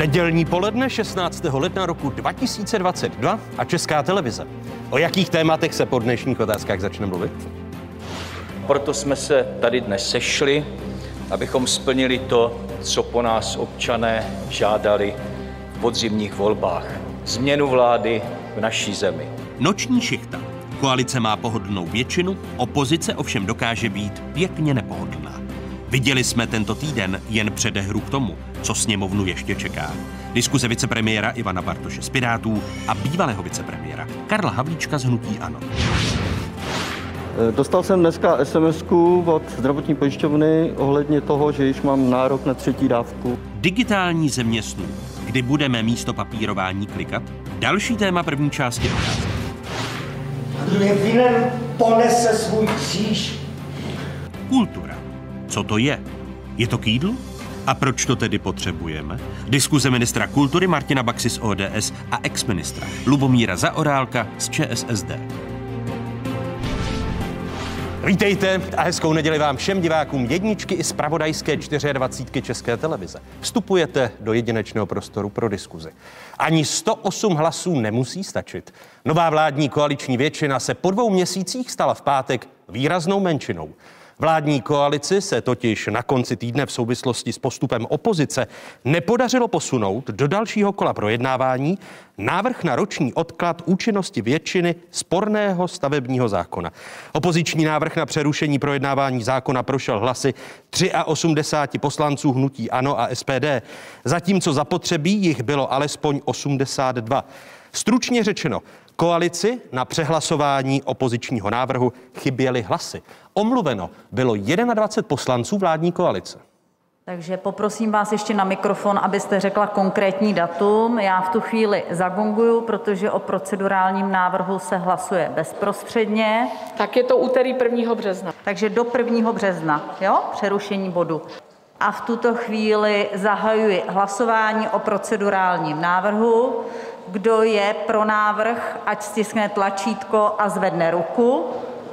Nedělní poledne 16. ledna roku 2022 a Česká televize. O jakých tématech se po dnešních otázkách začne mluvit? Proto jsme se tady dnes sešli, abychom splnili to, co po nás občané žádali v podzimních volbách. Změnu vlády v naší zemi. Noční šichta. Koalice má pohodlnou většinu, opozice ovšem dokáže být pěkně nepohodlná. Viděli jsme tento týden jen předehru k tomu, co sněmovnu ještě čeká. Diskuze vicepremiéra Ivana Bartoše z Pirátů a bývalého vicepremiéra Karla Havlíčka z hnutí ANO. Dostal jsem dneska SMS-ku od zdravotní pojišťovny ohledně toho, že již mám nárok na 3. dávku. Digitální země snů. Kdy budeme místo papírování klikat? Další téma první části otázky. Kdo je vinen, ponese svůj kříž. Kultura. Co to je? Je to k jídlu? A proč to tedy potřebujeme? Diskuze ministra kultury Martina Baxy z ODS a exministra Lubomíra Zaorálka z ČSSD. Vítejte a hezkou neděli vám všem divákům jedničky i zpravodajské 24 České televize. Vstupujete do jedinečného prostoru pro diskuzi. Ani 108 hlasů nemusí stačit. Nová vládní koaliční většina se po 2 měsících stala v pátek výraznou menšinou. Vládní koalici se totiž na konci týdne v souvislosti s postupem opozice nepodařilo posunout do dalšího kola projednávání návrh na roční odklad účinnosti většiny sporného stavebního zákona. Opoziční návrh na přerušení projednávání zákona prošel hlasy 83 poslanců hnutí ANO a SPD, zatímco zapotřebí jich bylo alespoň 82. Stručně řečeno, koalici na přehlasování opozičního návrhu chyběly hlasy. Omluveno bylo 21 poslanců vládní koalice. Takže poprosím vás ještě na mikrofon, abyste řekla konkrétní datum. Já v tu chvíli zagonguju, protože o procedurálním návrhu se hlasuje bezprostředně. Tak je to úterý 1. března. Takže do 1. března, jo? Přerušení bodu. A v tuto chvíli zahajuji hlasování o procedurálním návrhu. Kdo je pro návrh, ať stiskne tlačítko a zvedne ruku.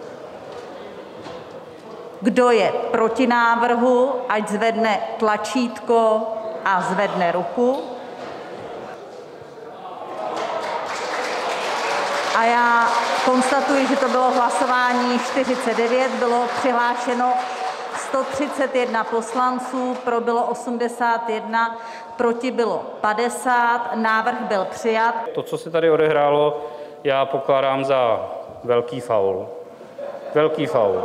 Kdo je proti návrhu, ať zvedne tlačítko a zvedne ruku. A já konstatuji, že to bylo hlasování 49, bylo přihlášeno 131 poslanců, pro bylo 81, proti bylo 50, návrh byl přijat. To, co se tady odehrálo, já pokládám za velký faul. Velký faul.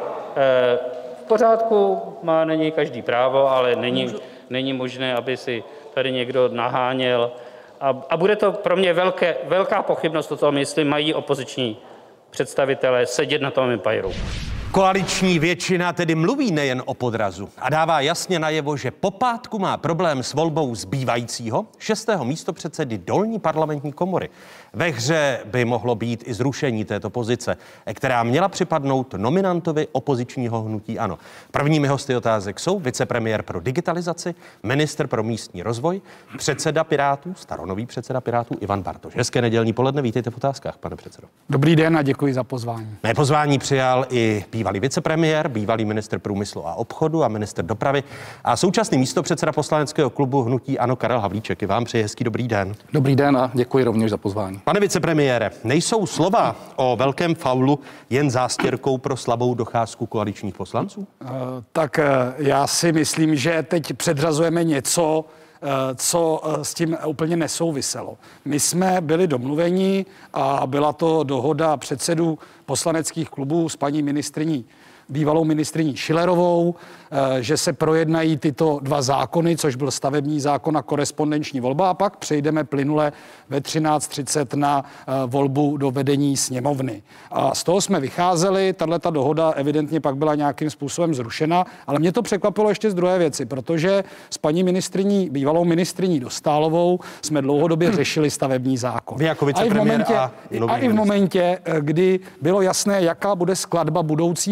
V pořádku má na něj každý právo, ale není možné, aby si tady někdo naháněl. A bude to pro mě velká pochybnost o tom, jestli mají opoziční představitelé sedět na tom empajru. Koaliční většina tedy mluví nejen o podrazu a dává jasně najevo, že po pátku má problém s volbou zbývajícího 6. místopředsedy dolní parlamentní komory. Ve hře by mohlo být i zrušení této pozice, která měla připadnout nominantovi opozičního hnutí ANO. Prvními hosty otázek jsou vicepremiér pro digitalizaci, ministr pro místní rozvoj, předseda Pirátů, staronový předseda Pirátů Ivan Bartoš. Hezké nedělní poledne, vítejte v otázkách, pane předsedo. Dobrý den a děkuji za pozvání. Mé pozvání přijal i bývalý vicepremiér, bývalý ministr průmyslu a obchodu a ministr dopravy a současný místopředseda poslaneckého klubu hnutí ANO Karel Havlíček. I vám přeji hezký dobrý den. Dobrý den a děkuji rovněž za pozvání. Pane vicepremiére, nejsou slova o velkém faulu jen zástěrkou pro slabou docházku koaličních poslanců? Tak já si myslím, že teď předřazujeme něco, co s tím úplně nesouviselo. My jsme byli domluveni a byla to dohoda předsedů poslaneckých klubů s paní ministryní, bývalou ministryní Schillerovou, že se projednají tyto 2 zákony, což byl stavební zákon a korespondenční volba, a pak přejdeme plynule ve 13:30 na volbu do vedení sněmovny. A z toho jsme vycházeli, tato dohoda evidentně pak byla nějakým způsobem zrušena, ale mě to překvapilo ještě z druhé věci, protože s paní ministryní, bývalou ministryní Dostálovou jsme dlouhodobě řešili stavební zákon. Vy jako vicepremiér a i v momentě, kdy bylo jasné, jaká bude skladba budoucí vlády,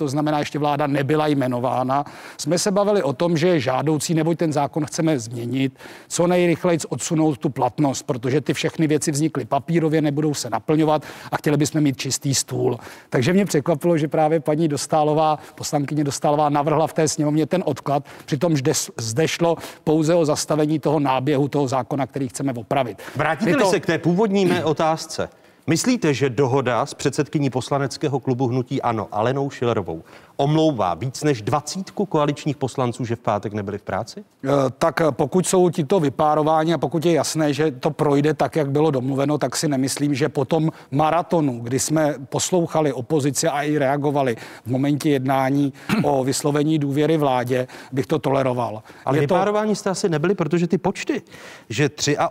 to znamená, ještě vláda nebyla jmenována, jsme se bavili o tom, že je žádoucí, neboť ten zákon chceme změnit, co nejrychleji odsunout tu platnost, protože ty všechny věci vznikly papírově, nebudou se naplňovat a chtěli bychom mít čistý stůl. Takže mě překvapilo, že právě paní Dostálová, poslankyně Dostálová, navrhla v té sněmovně ten odklad, přitom zde šlo pouze o zastavení toho náběhu toho zákona, který chceme opravit. Vrátíme se k té původní mé otázce. Myslíte, že dohoda s předsedkyní poslaneckého klubu hnutí ANO Alenou Schillerovou omlouvá víc než 20 koaličních poslanců, že v pátek nebyli v práci? Tak pokud jsou tito vypárováni a pokud je jasné, že to projde tak, jak bylo domluveno, tak si nemyslím, že po tom maratonu, kdy jsme poslouchali opozici a i reagovali v momentě jednání o vyslovení důvěry vládě, bych to toleroval. Ale vypárování jste asi nebyli, protože ty počty, že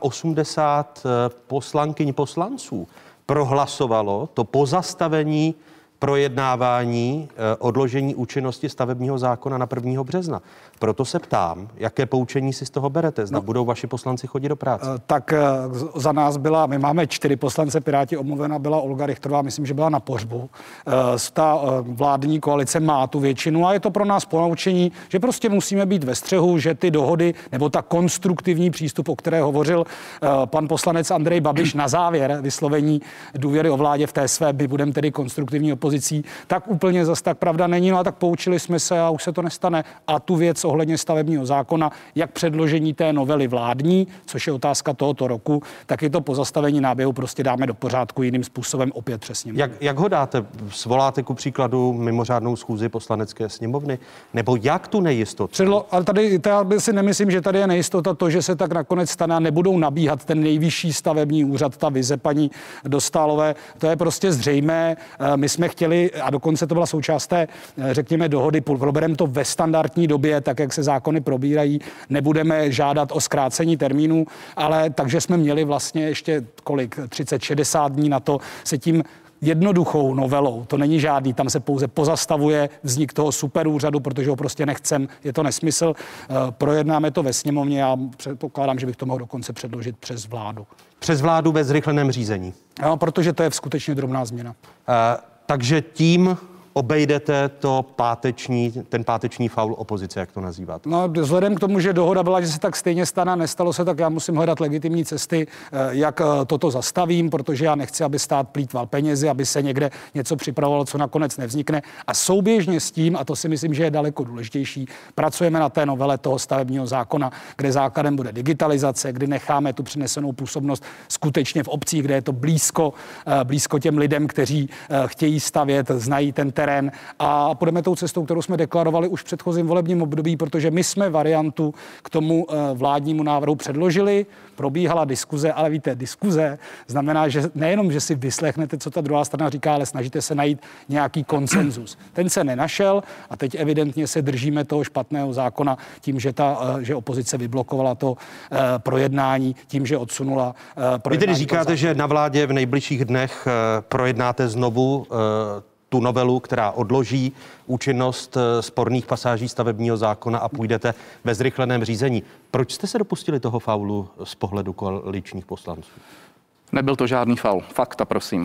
83 poslankyň poslanců prohlasovalo to pozastavení projednávání odložení účinnosti stavebního zákona na 1. března. Proto se ptám, jaké poučení si z toho berete? Zda budou vaši poslanci chodit do práce? Tak za nás my máme 4 poslance, Piráti, omluvena byla Olga Richterová, myslím, že byla na pohřbu. Ta vládní koalice má tu většinu a je to pro nás ponaučení, že prostě musíme být ve střehu, že ty dohody nebo ta konstruktivní přístup, o které hovořil pan poslanec Andrej Babiš na závěr vyslovení důvěry o vládě v té své, my budeme tedy konstruktivní opozicí, tak úplně zas tak pravda není, no a tak poučili jsme se a už se to nestane. A tu věc ohledně stavebního zákona, jak předložení té novely vládní, což je otázka tohoto roku, tak je to pozastavení náběhu prostě dáme do pořádku jiným způsobem opět přesně. Jak ho dáte? Svoláte ku příkladu mimořádnou schůzi Poslanecké sněmovny? Nebo jak tu nejistotu? Ale tady já si nemyslím, že tady je nejistota to, že se tak nakonec stane a nebudou nabíhat ten nejvyšší stavební úřad, ta vize paní Dostálové. To je prostě zřejmé. My jsme chtěli, a dokonce to byla součást té, řekněme, dohody, probereme to ve standardní době, tak jak se zákony probírají, nebudeme žádat o zkrácení termínu, ale takže jsme měli vlastně ještě 30-60 dní na to se tím jednoduchou novelou, to není žádný, tam se pouze pozastavuje vznik toho superúřadu, protože ho prostě nechcem, je to nesmysl. Projednáme to ve sněmovně a předpokládám, že bych to mohl dokonce předložit přes vládu. Přes vládu ve zrychleném řízení? No, protože to je skutečně drobná změna. Takže tím obejdete ten páteční faul opozice, jak to nazýváte? No, vzhledem k tomu, že dohoda byla, že se tak stejně stane, nestalo se, tak já musím hledat legitimní cesty, jak toto zastavím, protože já nechci, aby stát plýtval penězi, aby se někde něco připravovalo, co nakonec nevznikne. A souběžně s tím, a to si myslím, že je daleko důležitější, pracujeme na té novele toho stavebního zákona, kde základem bude digitalizace, kdy necháme tu přenesenou působnost skutečně v obcích, kde je to blízko těm lidem, kteří chtějí stavět, znají ten terén a půjdeme tou cestou, kterou jsme deklarovali už v předchozím volebním období, protože my jsme variantu k tomu vládnímu návrhu předložili, probíhala diskuze, ale víte, diskuze znamená, že nejenom, že si vyslechnete, co ta druhá strana říká, ale snažíte se najít nějaký konsenzus. Ten se nenašel a teď evidentně se držíme toho špatného zákona tím, že opozice vyblokovala to projednání, tím, že odsunula projednání. Vy tedy říkáte, že na vládě v nejbližších dnech projednáte znovu tu novelu, která odloží účinnost sporných pasáží stavebního zákona a půjdete ve zrychleném řízení. Proč jste se dopustili toho faulu z pohledu koaličních poslanců? Nebyl to žádný faul. Fakta, prosím.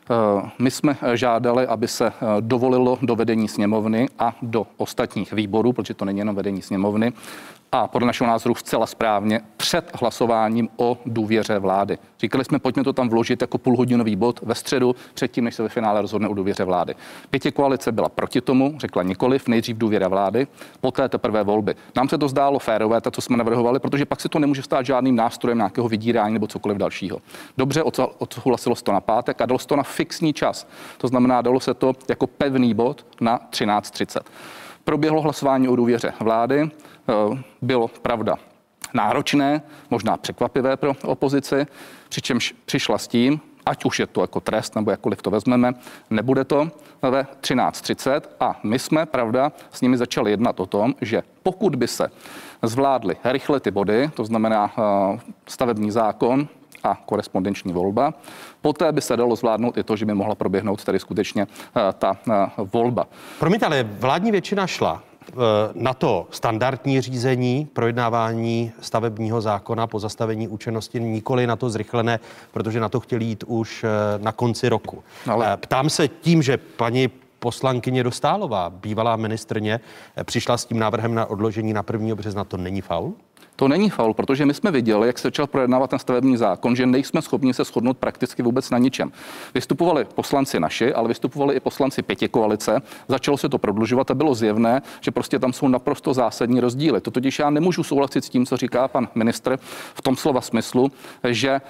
My jsme žádali, aby se dovolilo do vedení sněmovny a do ostatních výborů, protože to není jenom vedení sněmovny, a podle našeho názoru zcela správně před hlasováním o důvěře vlády. Říkali jsme, pojďme to tam vložit jako půlhodinový bod ve středu, předtím, než se ve finále rozhodne o důvěře vlády. Pětikoalice byla proti tomu, řekla nikoliv, nejdřív důvěra vlády, poté teprve volby. Nám se to zdálo férové, to, co jsme navrhovali, protože pak se to nemůže stát žádným nástrojem nějakého vydírání nebo cokoliv dalšího. Dobře, odsouhlasilo se to na pátek a dalo se to na fixní čas. To znamená, dalo se to jako pevný bod na 13:30. Proběhlo hlasování o důvěře vlády, bylo pravda náročné, možná překvapivé pro opozici, přičemž přišla s tím, ať už je to jako trest nebo jakkoliv to vezmeme, nebude to ve 13:30 a my jsme, pravda, s nimi začali jednat o tom, že pokud by se zvládly rychle ty body, to znamená stavební zákon a korespondenční volba, poté by se dalo zvládnout i to, že by mohla proběhnout tady skutečně ta volba. Promiňte, ale vládní většina šla na to standardní řízení, projednávání stavebního zákona po zastavení účinnosti, nikoli na to zrychlené, protože na to chtěli jít už na konci roku. Ale ptám se tím, že paní poslankyně Dostálová, bývalá ministryně, přišla s tím návrhem na odložení na 1. března. To není faul? To není faul, protože my jsme viděli, jak se začal projednávat ten stavební zákon, že nejsme schopni se shodnout prakticky vůbec na ničem. Vystupovali poslanci naši, ale vystupovali i poslanci pětikoalice. Začalo se to prodlužovat a bylo zjevné, že prostě tam jsou naprosto zásadní rozdíly. To totiž já nemůžu souhlasit s tím, co říká pan ministr v tom slova smyslu, že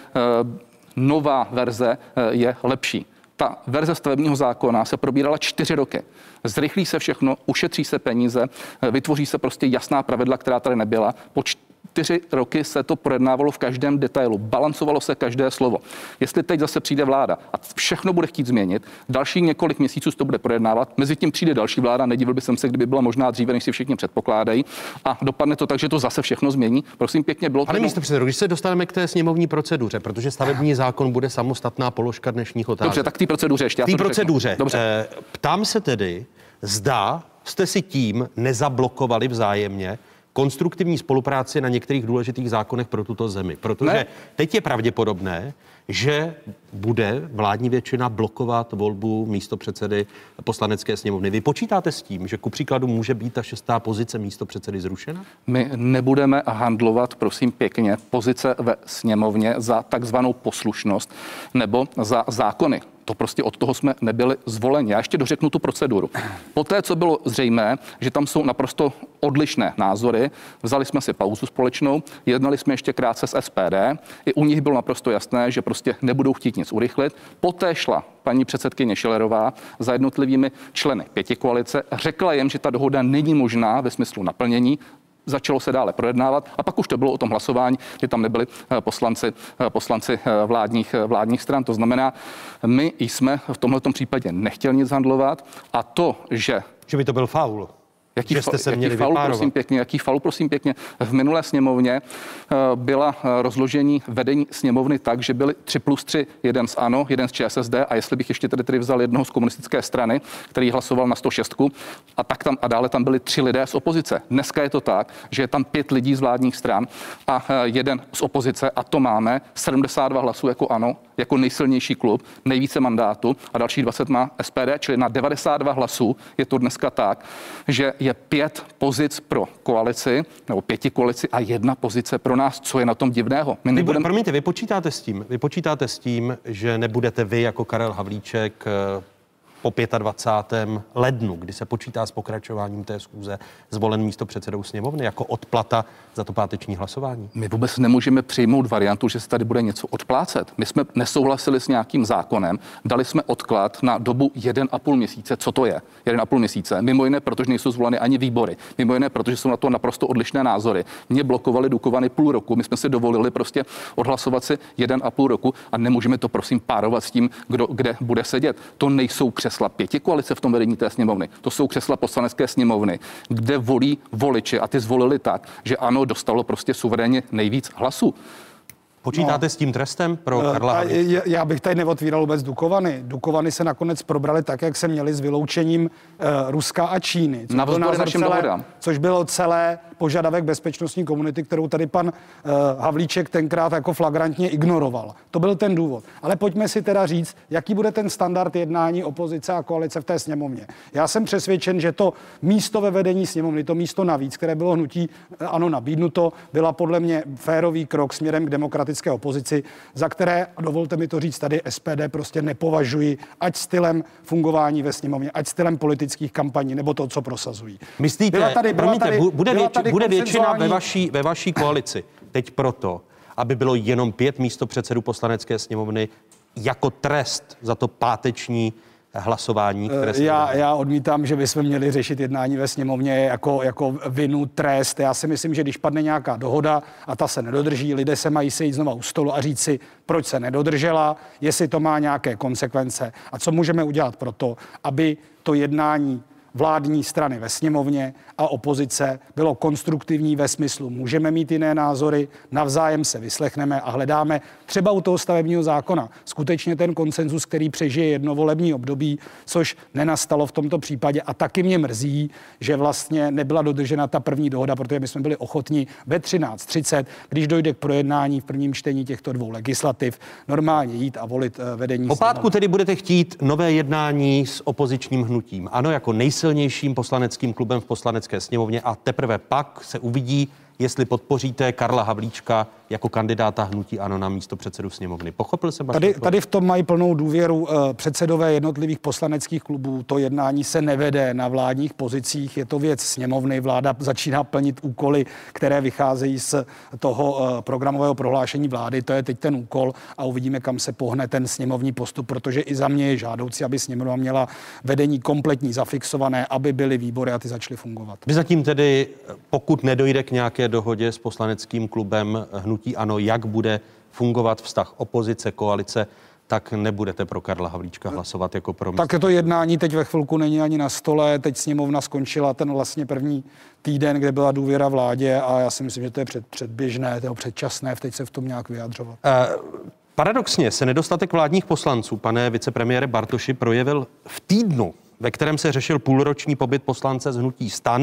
nová verze je lepší. Ta verze stavebního zákona se probírala 4 roky. Zrychlí se všechno, ušetří se peníze, vytvoří se prostě jasná pravidla, která tady nebyla. Po 4 roky se to projednávalo v každém detailu, balancovalo se každé slovo. Jestli teď zase přijde vláda a všechno bude chtít změnit, další několik měsíců se to bude projednávat, mezi tím přijde další vláda, nedivil bych se, kdyby byla možná dříve, než si všichni předpokládají, a dopadne to tak, že to zase všechno změní. Prosím pěkně, bylo to. Pane místopředsedo, když se dostaneme k té sněmovní proceduře, protože stavební zákon bude samostatná položka dnešních otázek. Dobře, tak té proceduře ještě. Té proceduře. Dobře. Ptám se tedy, zda jste si tím nezablokovali vzájemně konstruktivní spolupráci na některých důležitých zákonech pro tuto zemi. Protože teď je pravděpodobné, že bude vládní většina blokovat volbu místopředsedy Poslanecké sněmovny. Vy počítáte s tím, že ku příkladu může být ta 6. pozice místopředsedy zrušena? My nebudeme handlovat, prosím pěkně, pozice ve sněmovně za takzvanou poslušnost nebo za zákony. To prostě od toho jsme nebyli zvoleni. Já ještě dořeknu tu proceduru. Poté, co bylo zřejmé, že tam jsou naprosto odlišné názory, vzali jsme si pauzu společnou, jednali jsme ještě krátce s SPD. I u nich bylo naprosto jasné, že prostě nebudou chtít nic urychlit. Poté šla paní předsedkyně Schillerová za jednotlivými členy pětikoalice, řekla jim, že ta dohoda není možná ve smyslu naplnění. Začalo se dále projednávat a pak už to bylo o tom hlasování, kdy tam nebyli poslanci vládních stran. To znamená, my jsme v tomhletom případě nechtěli nic handlovat a to, že by to byl faul. Jaký faul, prosím pěkně. V minulé sněmovně byla rozložení vedení sněmovny tak, že byli 3+3, jeden z ANO, jeden z ČSSD a jestli bych ještě tedy vzal jednoho z komunistické strany, který hlasoval na 106 a dále tam byli 3 lidé z opozice. Dneska je to tak, že je tam 5 lidí z vládních stran a jeden z opozice a to máme 72 hlasů jako ANO, jako nejsilnější klub, nejvíce mandátů a další 20 má SPD, čili na 92 hlasů je to dneska tak, že je 5 pozic pro koalici, nebo 5 koalici a 1 pozice pro nás. Co je na tom divného? Promiňte, vy počítáte s tím, že nebudete vy jako Karel Havlíček po 25. lednu, kdy se počítá s pokračováním té schůze, zvolen místopředsedou sněmovny jako odplata za to páteční hlasování? My vůbec nemůžeme přijmout variantu, že se tady bude něco odplácet. My jsme nesouhlasili s nějakým zákonem, dali jsme odklad na dobu 1,5 měsíce. Co to je? 1,5 měsíce. Mimo jiné, protože nejsou zvoleny ani výbory. Mimo jiné, protože jsou na to naprosto odlišné názory. Mě blokovali Dukovany půl roku. My jsme si dovolili prostě odhlasovat si 1,5 roku a nemůžeme to prosím párovat s tím, kdo kde bude sedět. To nejsou křesla pětikoalice v tom vedení té sněmovny. To jsou křesla Poslanecké sněmovny, kde volí voliči a ty zvolili tak, že ANO dostalo prostě suverénně nejvíc hlasů. Počítáte s tím trestem pro Karla Havlíčka? Já bych tady neotvíral vůbec Dukovany. Dukovany se nakonec probrali tak, jak se měli s vyloučením Ruska a Číny. Což bylo celé požadavek bezpečnostní komunity, kterou tady pan Havlíček tenkrát jako flagrantně ignoroval. To byl ten důvod. Ale pojďme si teda říct, jaký bude ten standard jednání opozice a koalice v té sněmovně. Já jsem přesvědčen, že to místo ve vedení sněmovny, to místo navíc, které bylo hnutí ANO nabídnuto, byla podle mě férový krok směrem k demokratické opozici, za které, dovolte mi to říct tady, SPD prostě nepovažuji ať stylem fungování ve sněmovně, ať stylem politických kampaní, nebo to, co prosazují. Myslíte, bude většina ve vaší koalici teď proto, aby bylo jenom 5 místopředsedů Poslanecké sněmovny jako trest za to páteční hlasování, které se já odmítám, že bychom měli řešit jednání ve sněmovně jako vinu, trest. Já si myslím, že když padne nějaká dohoda a ta se nedodrží, lidé se mají sejít znova u stolu a říct si, proč se nedodržela, jestli to má nějaké konsekvence a co můžeme udělat pro to, aby to jednání vládní strany ve sněmovně a opozice bylo konstruktivní ve smyslu, můžeme mít jiné názory, navzájem se vyslechneme a hledáme třeba u toho stavebního zákona skutečně ten konsenzus, který přežije jedno volební období, což nenastalo v tomto případě. A taky mě mrzí, že vlastně nebyla dodržena ta první dohoda, protože my jsme byli ochotní ve 13:30, když dojde k projednání v prvním čtení těchto dvou legislativ, normálně jít a volit vedení. Po pátku tedy budete chtít nové jednání s opozičním hnutím. Ano, jako nejsilnějším poslaneckým klubem v Poslanecké sněmovně a teprve pak se uvidí, jestli podpoříte Karla Havlíčka jako kandidáta hnutí ANO na místo předsedu sněmovny. Pochopil jsem? Tady v tom mají plnou důvěru předsedové jednotlivých poslaneckých klubů. To jednání se nevede na vládních pozicích, je to věc sněmovny. Vláda začíná plnit úkoly, které vycházejí z toho programového prohlášení vlády. To je teď ten úkol a uvidíme, kam se pohne ten sněmovní postup, protože i za mě je žádoucí, aby sněmovna měla vedení kompletní, zafixované, aby byly výbory a ty začaly fungovat. Vy zatím tedy, pokud nedojde k nějaké dohodě s poslaneckým klubem hnutí ANO, jak bude fungovat vztah opozice, koalice, tak nebudete pro Karla Havlíčka hlasovat jako pro místo. Tak to jednání teď ve chvilku není ani na stole. Teď sněmovna skončila ten vlastně první týden, kde byla důvěra vládě a já si myslím, že to je předběžné, to předčasné, teď se v tom nějak vyjadřovat. Paradoxně se nedostatek vládních poslanců, pane vicepremiére Bartoši, projevil v týdnu, ve kterém se řešil půlroční pobyt poslance z hnutí STAN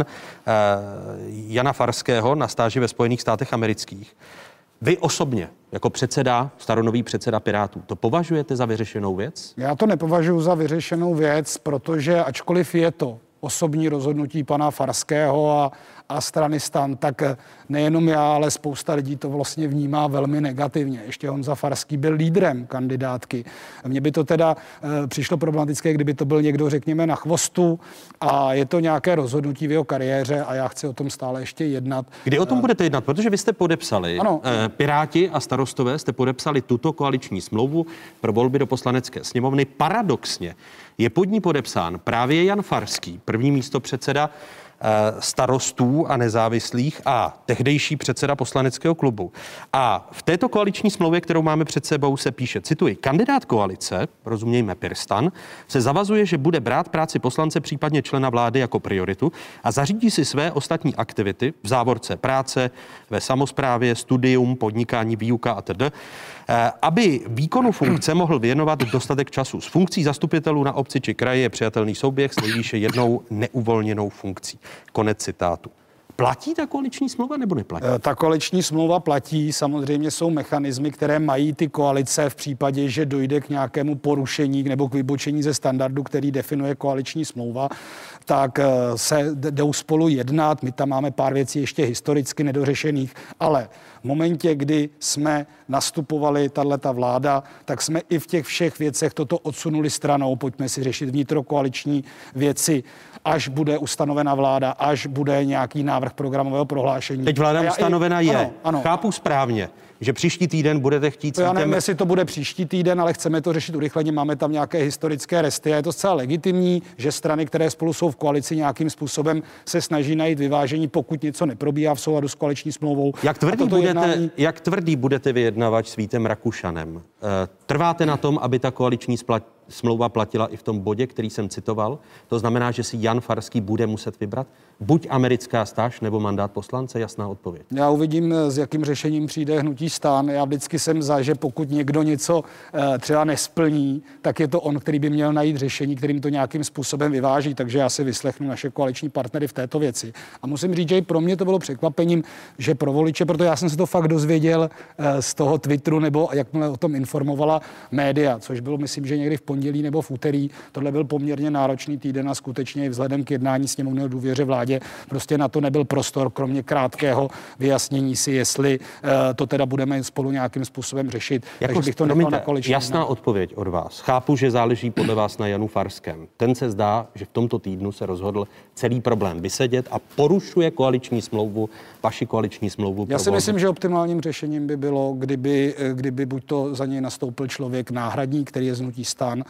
Jana Farského na stáži ve Spojených státech amerických. Vy osobně, jako předseda, staronový předseda Pirátů, to považujete za vyřešenou věc? Já to nepovažuji za vyřešenou věc, protože ačkoliv je to osobní rozhodnutí pana Farského a strany STAN, tak nejenom já, ale spousta lidí to vlastně vnímá velmi negativně. Ještě Honza Farský byl lídrem kandidátky. Mně by to teda přišlo problematické, kdyby to byl někdo, řekněme, na chvostu a je to nějaké rozhodnutí v jeho kariéře a já chci o tom stále ještě jednat. Kdy o tom budete jednat? Protože vy jste podepsali, Piráti a Starostové jste podepsali tuto koaliční smlouvu pro volby do Poslanecké sněmovny. Paradoxně je pod ní podepsán právě Jan Farský, první místopředseda Starostů a nezávislých a tehdejší předseda poslaneckého klubu. A v této koaliční smlouvě, kterou máme před sebou, se píše, cituji, kandidát koalice, rozumějme PirSTAN, se zavazuje, že bude brát práci poslance, případně člena vlády jako prioritu a zařídí si své ostatní aktivity, v závorce práce, ve samosprávě, studium, podnikání, výuka atd., aby výkonu funkce mohl věnovat dostatek času. S funkcí zastupitelů na obci či kraji je přijatelný souběh s nejvýše jednou neuvolněnou funkcí. Konec citátu. Platí ta koaliční smlouva nebo neplatí? Ta koaliční smlouva platí. Samozřejmě jsou mechanismy, které mají ty koalice v případě, že dojde k nějakému porušení nebo k vybočení ze standardu, který definuje koaliční smlouva, tak se jdou spolu jednat. My tam máme pár věcí ještě historicky nedořešených, ale v momentě, kdy jsme nastupovali tato vláda, tak jsme i v těch všech věcech toto odsunuli stranou. Pojďme si řešit vnitrokoaliční věci, až bude ustanovena vláda, až bude nějaký návrh programového prohlášení. Teď vláda ustanovena je. Ano. Chápu správně, že příští týden budete chtít... Já nevím, jestli to bude příští týden, ale chceme to řešit urychleně. Máme tam nějaké historické resty a je to zcela legitimní, že strany, které spolu jsou v koalici, nějakým způsobem se snaží najít vyvážení, pokud něco neprobíhá v souladu s koaliční smlouvou. Jak tvrdý budete vyjednavač s Vítem Rakušanem? Trváte na tom, aby ta koaliční smlouva platila i v tom bodě, který jsem citoval? To znamená, že si Jan Farský bude muset vybrat buď americká stáž nebo mandát poslance? Jasná odpověď. Já uvidím, s jakým řešením přijde hnutí STAN. Já vždycky jsem za, že pokud někdo něco třeba nesplní, tak je to on, který by měl najít řešení, kterým to nějakým způsobem vyváží. Takže já si vyslechnu naše koaliční partnery v této věci. A musím říct, že i pro mě to bylo překvapením, že pro voliče, protože já jsem se to fakt dozvěděl z toho Twitteru, nebo jakmile o tom informovala média, což bylo, myslím, že někdy v pondělí nebo v úterý. Tohle byl poměrně náročný týden a skutečně vzhledem k jednání sněmovny o důvěře vládě prostě na to nebyl prostor, kromě krátkého vyjasnění si, jestli to teda budeme spolu nějakým způsobem řešit. Takže bych to nechal na koaliční. Jasná odpověď od vás. Chápu, že záleží podle vás na Janu Farském. Ten se zdá, že v tomto týdnu se rozhodl celý problém vysedět a porušuje koaliční smlouvu, vaši koaliční smlouvu. Já si myslím, že optimálním řešením by bylo, kdyby buď to za něj nastoupil člověk náhradní, který je z hnutí STAN,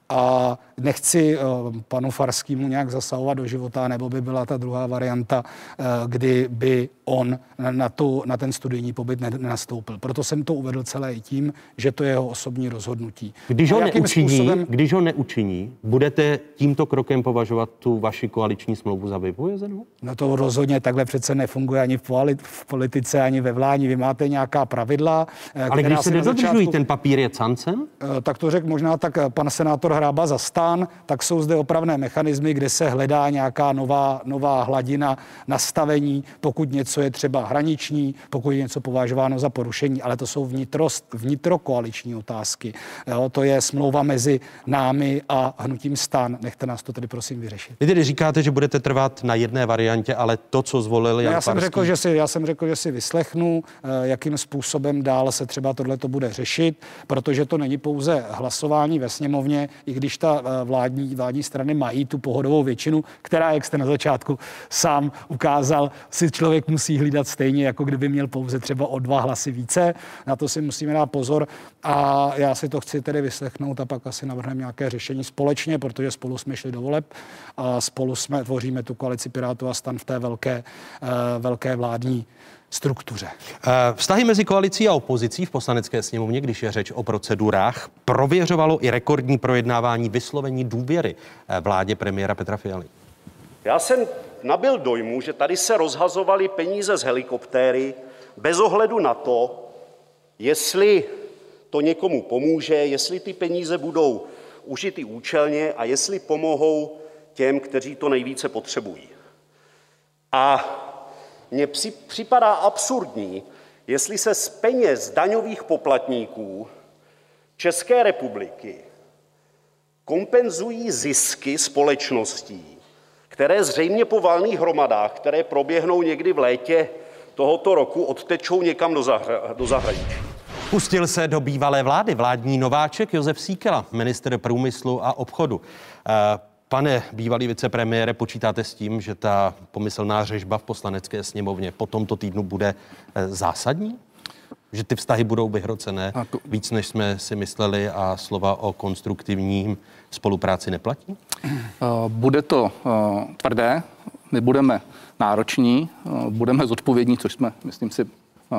a nechci panu Farskému nějak zasahovat do života, nebo by byla ta druhá varianta, kdy by on na ten studijní pobyt nenastoupil. Proto jsem to uvedl celé i tím, že to je jeho osobní rozhodnutí. Když ho neučiní, budete tímto krokem považovat tu vaši koaliční smlouvu za vypovězenou? No to rozhodně takhle přece nefunguje ani v politice, ani ve vládě. Vy máte nějaká pravidla. Ale když se nedodržují, ten papír je cancem? Tak to řekl možná tak pan senátor Hrába za STAN, tak jsou zde opravné mechanismy, kde se hledá nějaká nová hladina nastavení, pokud něco je třeba hraniční, pokud je něco považováno za porušení, ale to jsou vnitrokoaliční otázky. Jo, to je smlouva mezi námi a hnutím STAN. Nechte nás to tedy prosím vyřešit. Vy tedy říkáte, že budete trvat na jedné variantě, ale to, co zvolil Jan Farský... Já jsem řekl, že si vyslechnu, jakým způsobem dál se třeba tohleto bude řešit, protože to není pouze hlasování ve sněmovně, i když ta vládní strany mají tu pohodovou většinu, která, jak jste na začátku sám ukázal, si člověk musí hlídat stejně, jako kdyby měl pouze třeba o 2 hlasy více. Na to si musíme dát pozor a já si to chci tedy vyslechnout a pak asi navrhneme nějaké řešení společně, protože spolu jsme šli do voleb a spolu tvoříme tu koalici Pirátů a STAN v té velké vládní struktuře. Vztahy mezi koalicí a opozicí v Poslanecké sněmovně, když je řeč o procedurách, prověřovalo i rekordní projednávání vyslovení důvěry vládě premiéra Petra Fialy. Já jsem nabyl dojmu, že tady se rozhazovaly peníze z helikoptéry bez ohledu na to, jestli to někomu pomůže, jestli ty peníze budou užity účelně a jestli pomohou těm, kteří to nejvíce potřebují. A mně připadá absurdní, jestli se z peněz daňových poplatníků České republiky kompenzují zisky společností, které zřejmě po valných hromadách, které proběhnou někdy v létě tohoto roku, odtečou někam do zahraničí. Pustil se do bývalé vlády vládní nováček Jozef Síkela, ministr průmyslu a obchodu. Pane bývalý vicepremiére, počítáte s tím, že ta pomyslná řežba v Poslanecké sněmovně po tomto týdnu bude zásadní? Že ty vztahy budou vyhrocené víc, než jsme si mysleli a slova o konstruktivním spolupráci neplatí? Bude to tvrdé, my budeme nároční, budeme zodpovědní, což jsme, myslím si,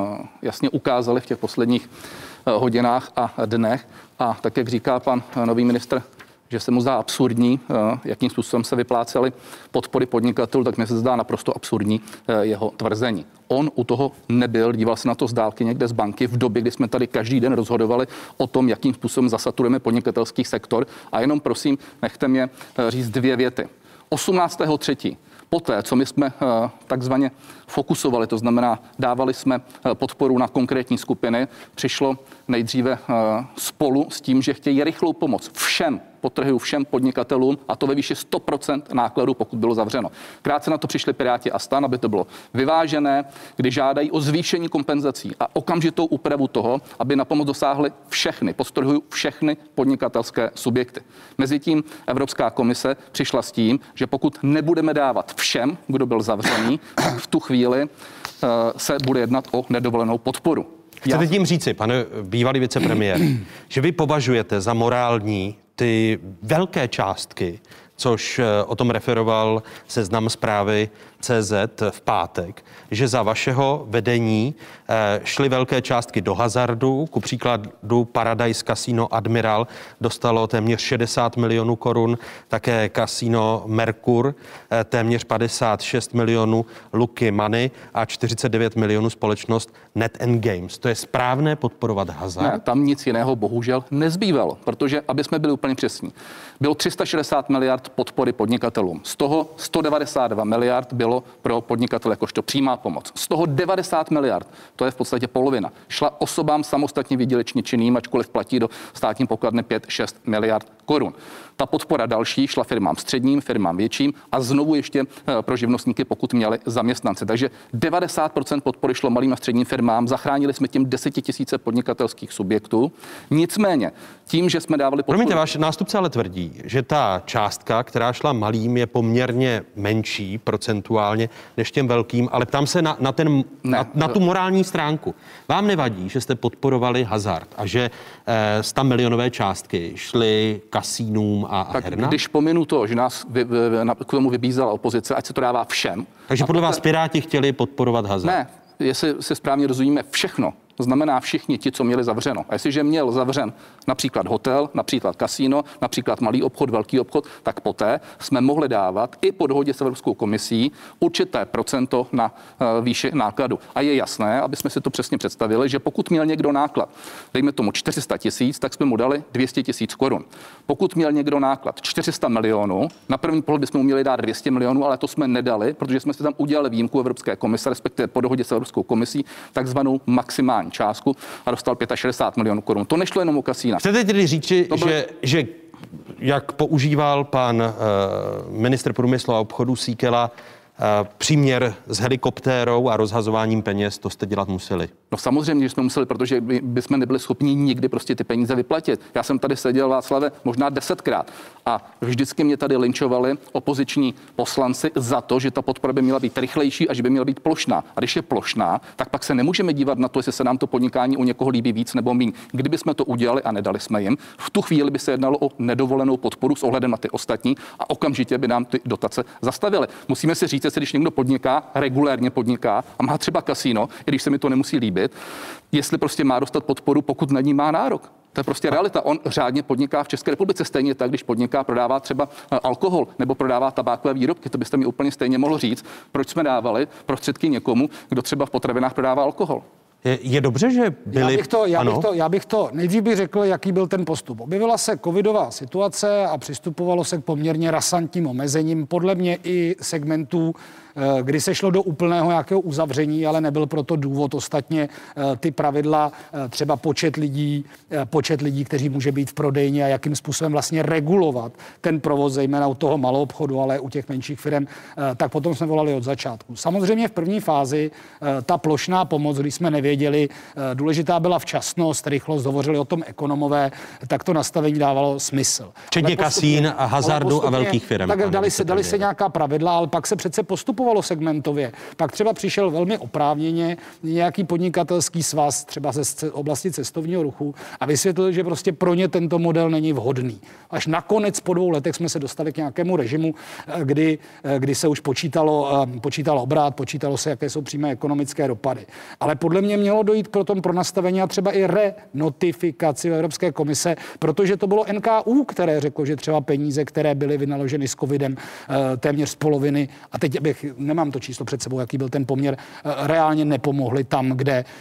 jasně ukázali v těch posledních hodinách a dnech. A tak, jak říká pan nový ministr, že se mu zdá absurdní, jakým způsobem se vyplácely podpory podnikatelů, tak mi se zdá naprosto absurdní jeho tvrzení. On u toho nebyl, díval se na to z dálky někde z banky v době, kdy jsme tady každý den rozhodovali o tom, jakým způsobem zasaturujeme podnikatelský sektor. A jenom prosím, nechte mě říct 2 věty. 18.3. Poté, co my jsme takzvaně fokusovali, to znamená dávali jsme podporu na konkrétní skupiny, přišlo nejdříve Spolu s tím, že chtějí rychlou pomoc všem, podtrhuji všem podnikatelům, a to ve výši 100% nákladů, pokud bylo zavřeno. Krátce na to přišli Piráti a STAN, aby to bylo vyvážené, kdy žádají o zvýšení kompenzací a okamžitou úpravu toho, aby na pomoc dosáhly všechny, podtrhuji všechny podnikatelské subjekty. Mezitím Evropská komise přišla s tím, že pokud nebudeme dávat všem, kdo byl zavřený, tak v tu chvíli se bude jednat o nedovolenou podporu. Chcete tím říci, pane bývalý vicepremiér, že vy považujete za morální ty velké částky, což o tom referoval Seznam Zprávy CZ v pátek, že za vašeho vedení šly velké částky do hazardu, ku příkladu Paradise Casino Admiral dostalo téměř 60 milionů korun, také kasino Merkur téměř 56 milionů Lucky Money a 49 milionů společnost Net & Games. To je správné podporovat hazard? Ne, tam nic jiného bohužel nezbývalo, protože, aby jsme byli úplně přesní, bylo 360 miliard podpory podnikatelům. Z toho 192 miliard bylo pro podnikatele jakožto přímá pomoc. Z toho 90 miliard, to je v podstatě polovina, šla osobám samostatně výdělečně činným, ačkoliv platí do státní pokladny 5-6 miliard korun. Ta podpora další šla firmám středním, firmám větším a znovu ještě pro živnostníky, pokud měli zaměstnance. Takže 90% podpory šlo malým a středním firmám, zachránili jsme tím 10 000 podnikatelských subjektů. Nicméně, tím, že jsme dávali podporu... Promiňte, váš nástupce ale tvrdí, že ta částka, která šla malým, je poměrně menší procentuálně než těm velkým, ale ptám se na tu morální stránku. Vám nevadí, že jste podporovali hazard a že 100 milionové částky šly kasínům a Tak hernám? když pominu to, že nás k tomu vybízela opozice, ať se to dává všem. Takže podle vás Piráti chtěli podporovat hazard? Ne, jestli si správně rozumíme, všechno. To znamená všichni ti, co měli zavřeno. A jestliže měl zavřen například hotel, například kasíno, například malý obchod, velký obchod, tak poté jsme mohli dávat i po dohodě s Evropskou komisí určité procento na výši nákladu. A je jasné, aby jsme si to přesně představili, že pokud měl někdo náklad, dejme tomu 400 000, tak jsme mu dali 200 000 korun. Pokud měl někdo náklad 400 milionů, na první pohled bychom mu měli dát 200 milionů, ale to jsme nedali, protože jsme si tam udělali výjimku Evropské komise, respektive po dohodě s Evropskou komisí, takzvanou maximální částku a dostal 65 milionů korun. To nešlo jenom o kasína. Chcete tedy říci, že jak používal pan ministr průmyslu a obchodu Síkela příměr s helikoptérou a rozhazováním peněz, to jste dělat museli? No samozřejmě, že jsme museli, protože bychom nebyli schopni nikdy prostě ty peníze vyplatit. Já jsem tady seděl, Václave, možná 10krát a vždycky mě tady linčovali opoziční poslanci za to, že ta podpora by měla být rychlejší a že by měla být plošná. A když je plošná, tak pak se nemůžeme dívat na to, jestli se nám to podnikání u někoho líbí víc nebo míň. Kdyby jsme to udělali a nedali jsme jim, v tu chvíli by se jednalo o nedovolenou podporu s ohledem na ty ostatní a okamžitě by nám ty dotace zastavily. Musíme si říct, jestli když někdo podniká, regulérně podniká a má třeba kasíno, i když se mi to nemusí líbit, jestli prostě má dostat podporu, pokud na ní má nárok. To je prostě realita. On řádně podniká v České republice stejně tak, když podniká, prodává třeba alkohol nebo prodává tabákové výrobky. To byste mi úplně stejně mohl říct, proč jsme dávali prostředky někomu, kdo třeba v potravinách prodává alkohol. Je dobře, že byli... Já bych to nejdřív bych řekl, jaký byl ten postup. Objevila se covidová situace a přistupovalo se k poměrně razantním omezením, podle mě i segmentů, kdy se šlo do úplného nějakého uzavření, ale nebyl proto důvod. Ostatně ty pravidla, třeba počet lidí, kteří může být v prodejně a jakým způsobem vlastně regulovat ten provoz, zejména u toho malou obchodu, ale u těch menších firm, tak potom jsme volali od začátku. Samozřejmě v první fázi ta plošná pomoc, když jsme nevěděli, důležitá byla včasnost, rychlost, hovořili o tom ekonomové, tak to nastavení dávalo smysl. Včetně kasín a hazardu a velkých firm. Tak dali se nějaká pravidla, ale pak se přece postupovalo segmentově. Pak třeba přišel velmi oprávněně nějaký podnikatelský svaz, třeba ze oblasti cestovního ruchu a vysvětlil, že prostě pro ně tento model není vhodný. Až nakonec po 2 letech jsme se dostali k nějakému režimu, kdy se už počítal obrat, počítalo se, jaké jsou přímé ekonomické dopady. Ale podle mě mělo dojít pro nastavení a třeba i renotifikaci Evropské komise, protože to bylo NKÚ, které řeklo, že třeba peníze, které byly vynaloženy s covidem, téměř z poloviny, a teď nemám to číslo před sebou, jaký byl ten poměr, reálně nepomohli tam,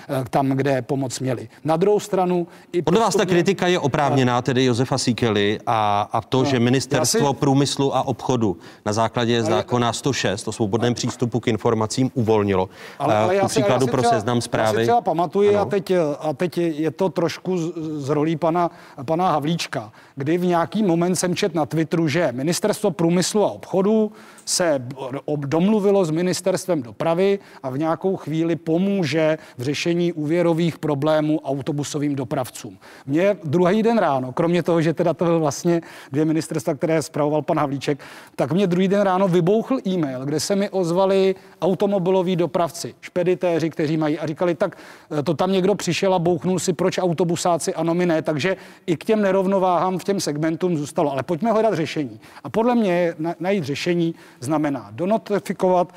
kde pomoc měli. Na druhou stranu... Podle vás ta kritika je oprávněná, tedy Josefa Síkely a to, že ministerstvo průmyslu a obchodu na základě zákona 106 o svobodném přístupu k informacím uvolnilo. Ale ku příkladu pro Seznam Zprávy. Já si třeba pamatuji, a teď je to trošku z rolí pana Havlíčka, kdy v nějaký moment jsem četl na Twitteru, že ministerstvo průmyslu a obchodu se domluvilo s ministerstvem dopravy a v nějakou chvíli pomůže v řešení úvěrových problémů autobusovým dopravcům. Mě druhý den ráno, kromě toho, že teda to byl vlastně 2 ministerstva, které spravoval pan Havlíček, tak mě druhý den ráno vybouchl e-mail, kde se mi ozvali automobiloví dopravci, špeditéři, kteří mají a říkali, tak to tam někdo přišel a bouchnul si, proč autobusáci a my ne, takže i k těm nerovnováhám v těm segmentům zůstalo. Ale pojďme hledat řešení. A podle mě najít řešení znamená donotifikovat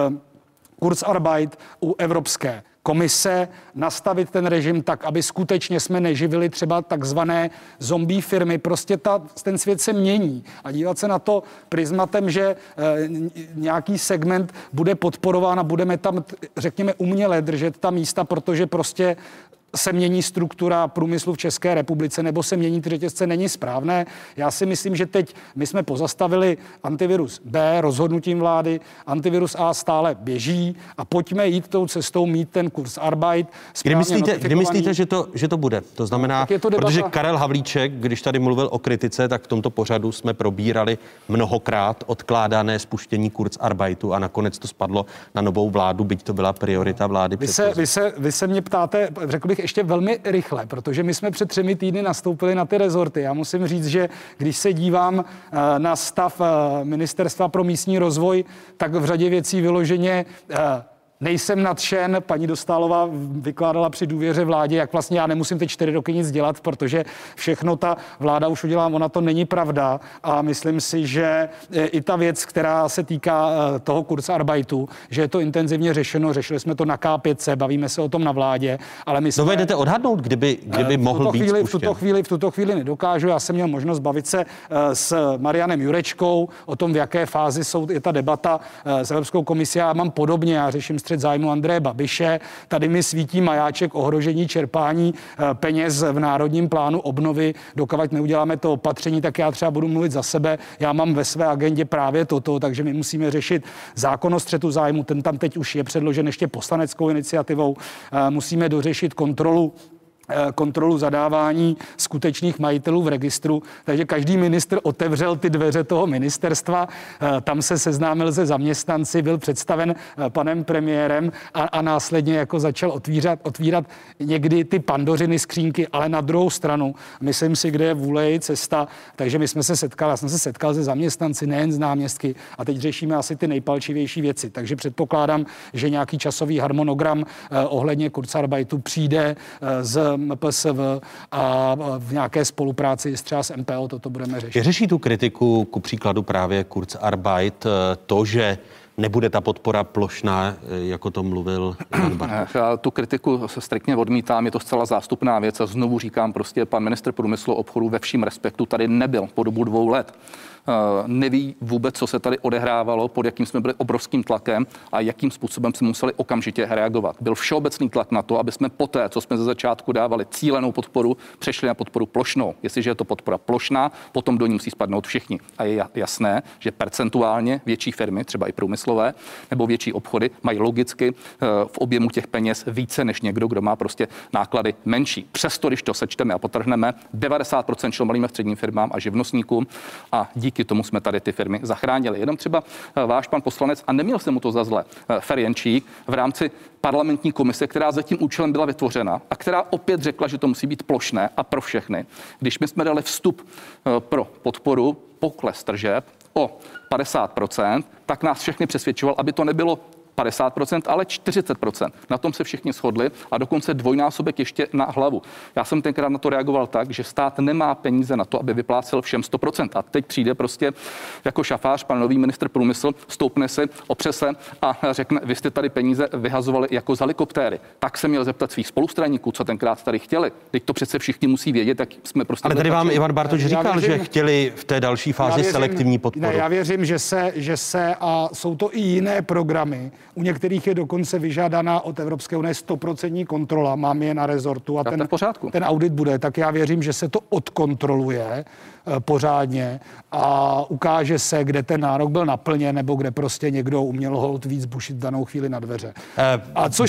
Kurzarbeit u Evropské komise, nastavit ten režim tak, aby skutečně jsme neživili třeba takzvané zombie firmy. Prostě ten svět se mění a dívat se na to prismatem, že nějaký segment bude podporován a budeme tam, řekněme, uměle držet ta místa, protože prostě se mění struktura průmyslu v České republice nebo se mění ty řetězce, není správné. Já si myslím, že teď my jsme pozastavili antivirus B rozhodnutím vlády, antivirus A stále běží a pojďme jít tou cestou, mít ten Kurzarbeit. Kdy myslíte, že to bude? To znamená, protože Karel Havlíček, když tady mluvil o kritice, tak v tomto pořadu jsme probírali mnohokrát odkládané spuštění Kurzarbeitu a nakonec to spadlo na novou vládu, byť to byla priorita vlády. Vy se mě ptáte, řekl bych, ještě velmi rychle, protože my jsme před 3 týdny nastoupili na ty rezorty. Já musím říct, že když se dívám na stav Ministerstva pro místní rozvoj, tak v řadě věcí vyloženě Nejsem nadšen, paní Dostálová vykládala při důvěře vládě, jak vlastně já nemusím teď 4 roky nic dělat, protože všechno ta vláda už udělá, ona to není pravda a myslím si, že i ta věc, která se týká toho Kurzarbeitu, že je to intenzivně řešeno, řešili jsme to na K5, bavíme se o tom na vládě, ale my jsme... Dovedete odhadnout, kdyby mohl být spuštěn? V tuto chvíli nedokážu, já jsem měl možnost bavit se s Marianem Jurečkou o tom, v jaké fázi je ta debata s Evropskou komisí. Já mám podobně, já řeším střet zájmu Andreje Babiše, tady mi svítí majáček ohrožení čerpání peněz v Národním plánu obnovy, dokud neuděláme to opatření, tak já třeba budu mluvit za sebe, já mám ve své agendě právě toto, takže my musíme řešit zákon o střetu zájmu, ten tam teď už je předložen ještě poslaneckou iniciativou, musíme dořešit kontrolu zadávání skutečných majitelů v registru, takže každý ministr otevřel ty dveře toho ministerstva, tam se seznámil se zaměstnanci, byl představen panem premiérem a následně jako začal otvírat někdy ty Pandořiny skřínky, ale na druhou stranu, myslím si, kde je vůle je cesta, takže my jsme se setkali, já jsem se setkal se zaměstnanci, nejen z náměstky a teď řešíme asi ty nejpalčivější věci, takže předpokládám, že nějaký časový harmonogram ohledně Kurzarbeitu přijde z MPSV a v nějaké spolupráci třeba s MPO toto budeme řešit. Řeší tu kritiku ku příkladu právě Kurzarbeit to, že nebude ta podpora plošná, jako to mluvil Ivan Bartoš? Já tu kritiku se striktně odmítám, je to zcela zástupná věc a znovu říkám, prostě pan ministr průmyslu a obchodu ve vším respektu tady nebyl po dobu 2 let. Neví vůbec, co se tady odehrávalo, pod jakým jsme byli obrovským tlakem a jakým způsobem jsme museli okamžitě reagovat. Byl všeobecný tlak na to, aby jsme poté, co jsme ze začátku dávali cílenou podporu, přešli na podporu plošnou. Jestliže je to podpora plošná, potom do ní musí spadnout všichni. A je jasné, že percentuálně větší firmy, třeba i průmyslové, nebo větší obchody, mají logicky v objemu těch peněz více než někdo, kdo má prostě náklady menší. Přesto, když to sečteme a potrhneme, 90% šlo malým a středním firmám a živnostníkům a díky tomu jsme tady ty firmy zachránili. Jenom třeba váš pan poslanec, a neměl jsem mu to za zle, Ferjenčík v rámci parlamentní komise, která za tím účelem byla vytvořena a která opět řekla, že to musí být plošné a pro všechny. Když my jsme dali vstup pro podporu pokles tržeb o 50%, tak nás všechny přesvědčoval, aby to nebylo 50%, ale 40%. Na tom se všichni shodli a dokonce dvojnásobek ještě na hlavu. Já jsem tenkrát na to reagoval tak, že stát nemá peníze na to, aby vyplácel všem 100%. A teď přijde prostě jako šafář pan nový ministr průmysl, stoupne si, opře se a řekne, vy jste tady peníze vyhazovali jako z helikoptéry. Tak se měl zeptat svých spolustraníků, co tenkrát tady chtěli. Teď to přece všichni musí vědět, tak jsme prostě... Ale tady vám Ivan Bartoš říkal, že chtěli v té další fázi selektivní podporu. Ne, já věřím, že se a jsou to i jiné programy. U některých je dokonce vyžádaná od Evropské unie 100% kontrola, mám je na rezortu a ten audit bude, tak já věřím, že se to odkontroluje pořádně a ukáže se, kde ten nárok byl naplněn nebo kde prostě někdo uměl holt víc bušit v danou chvíli na dveře. A což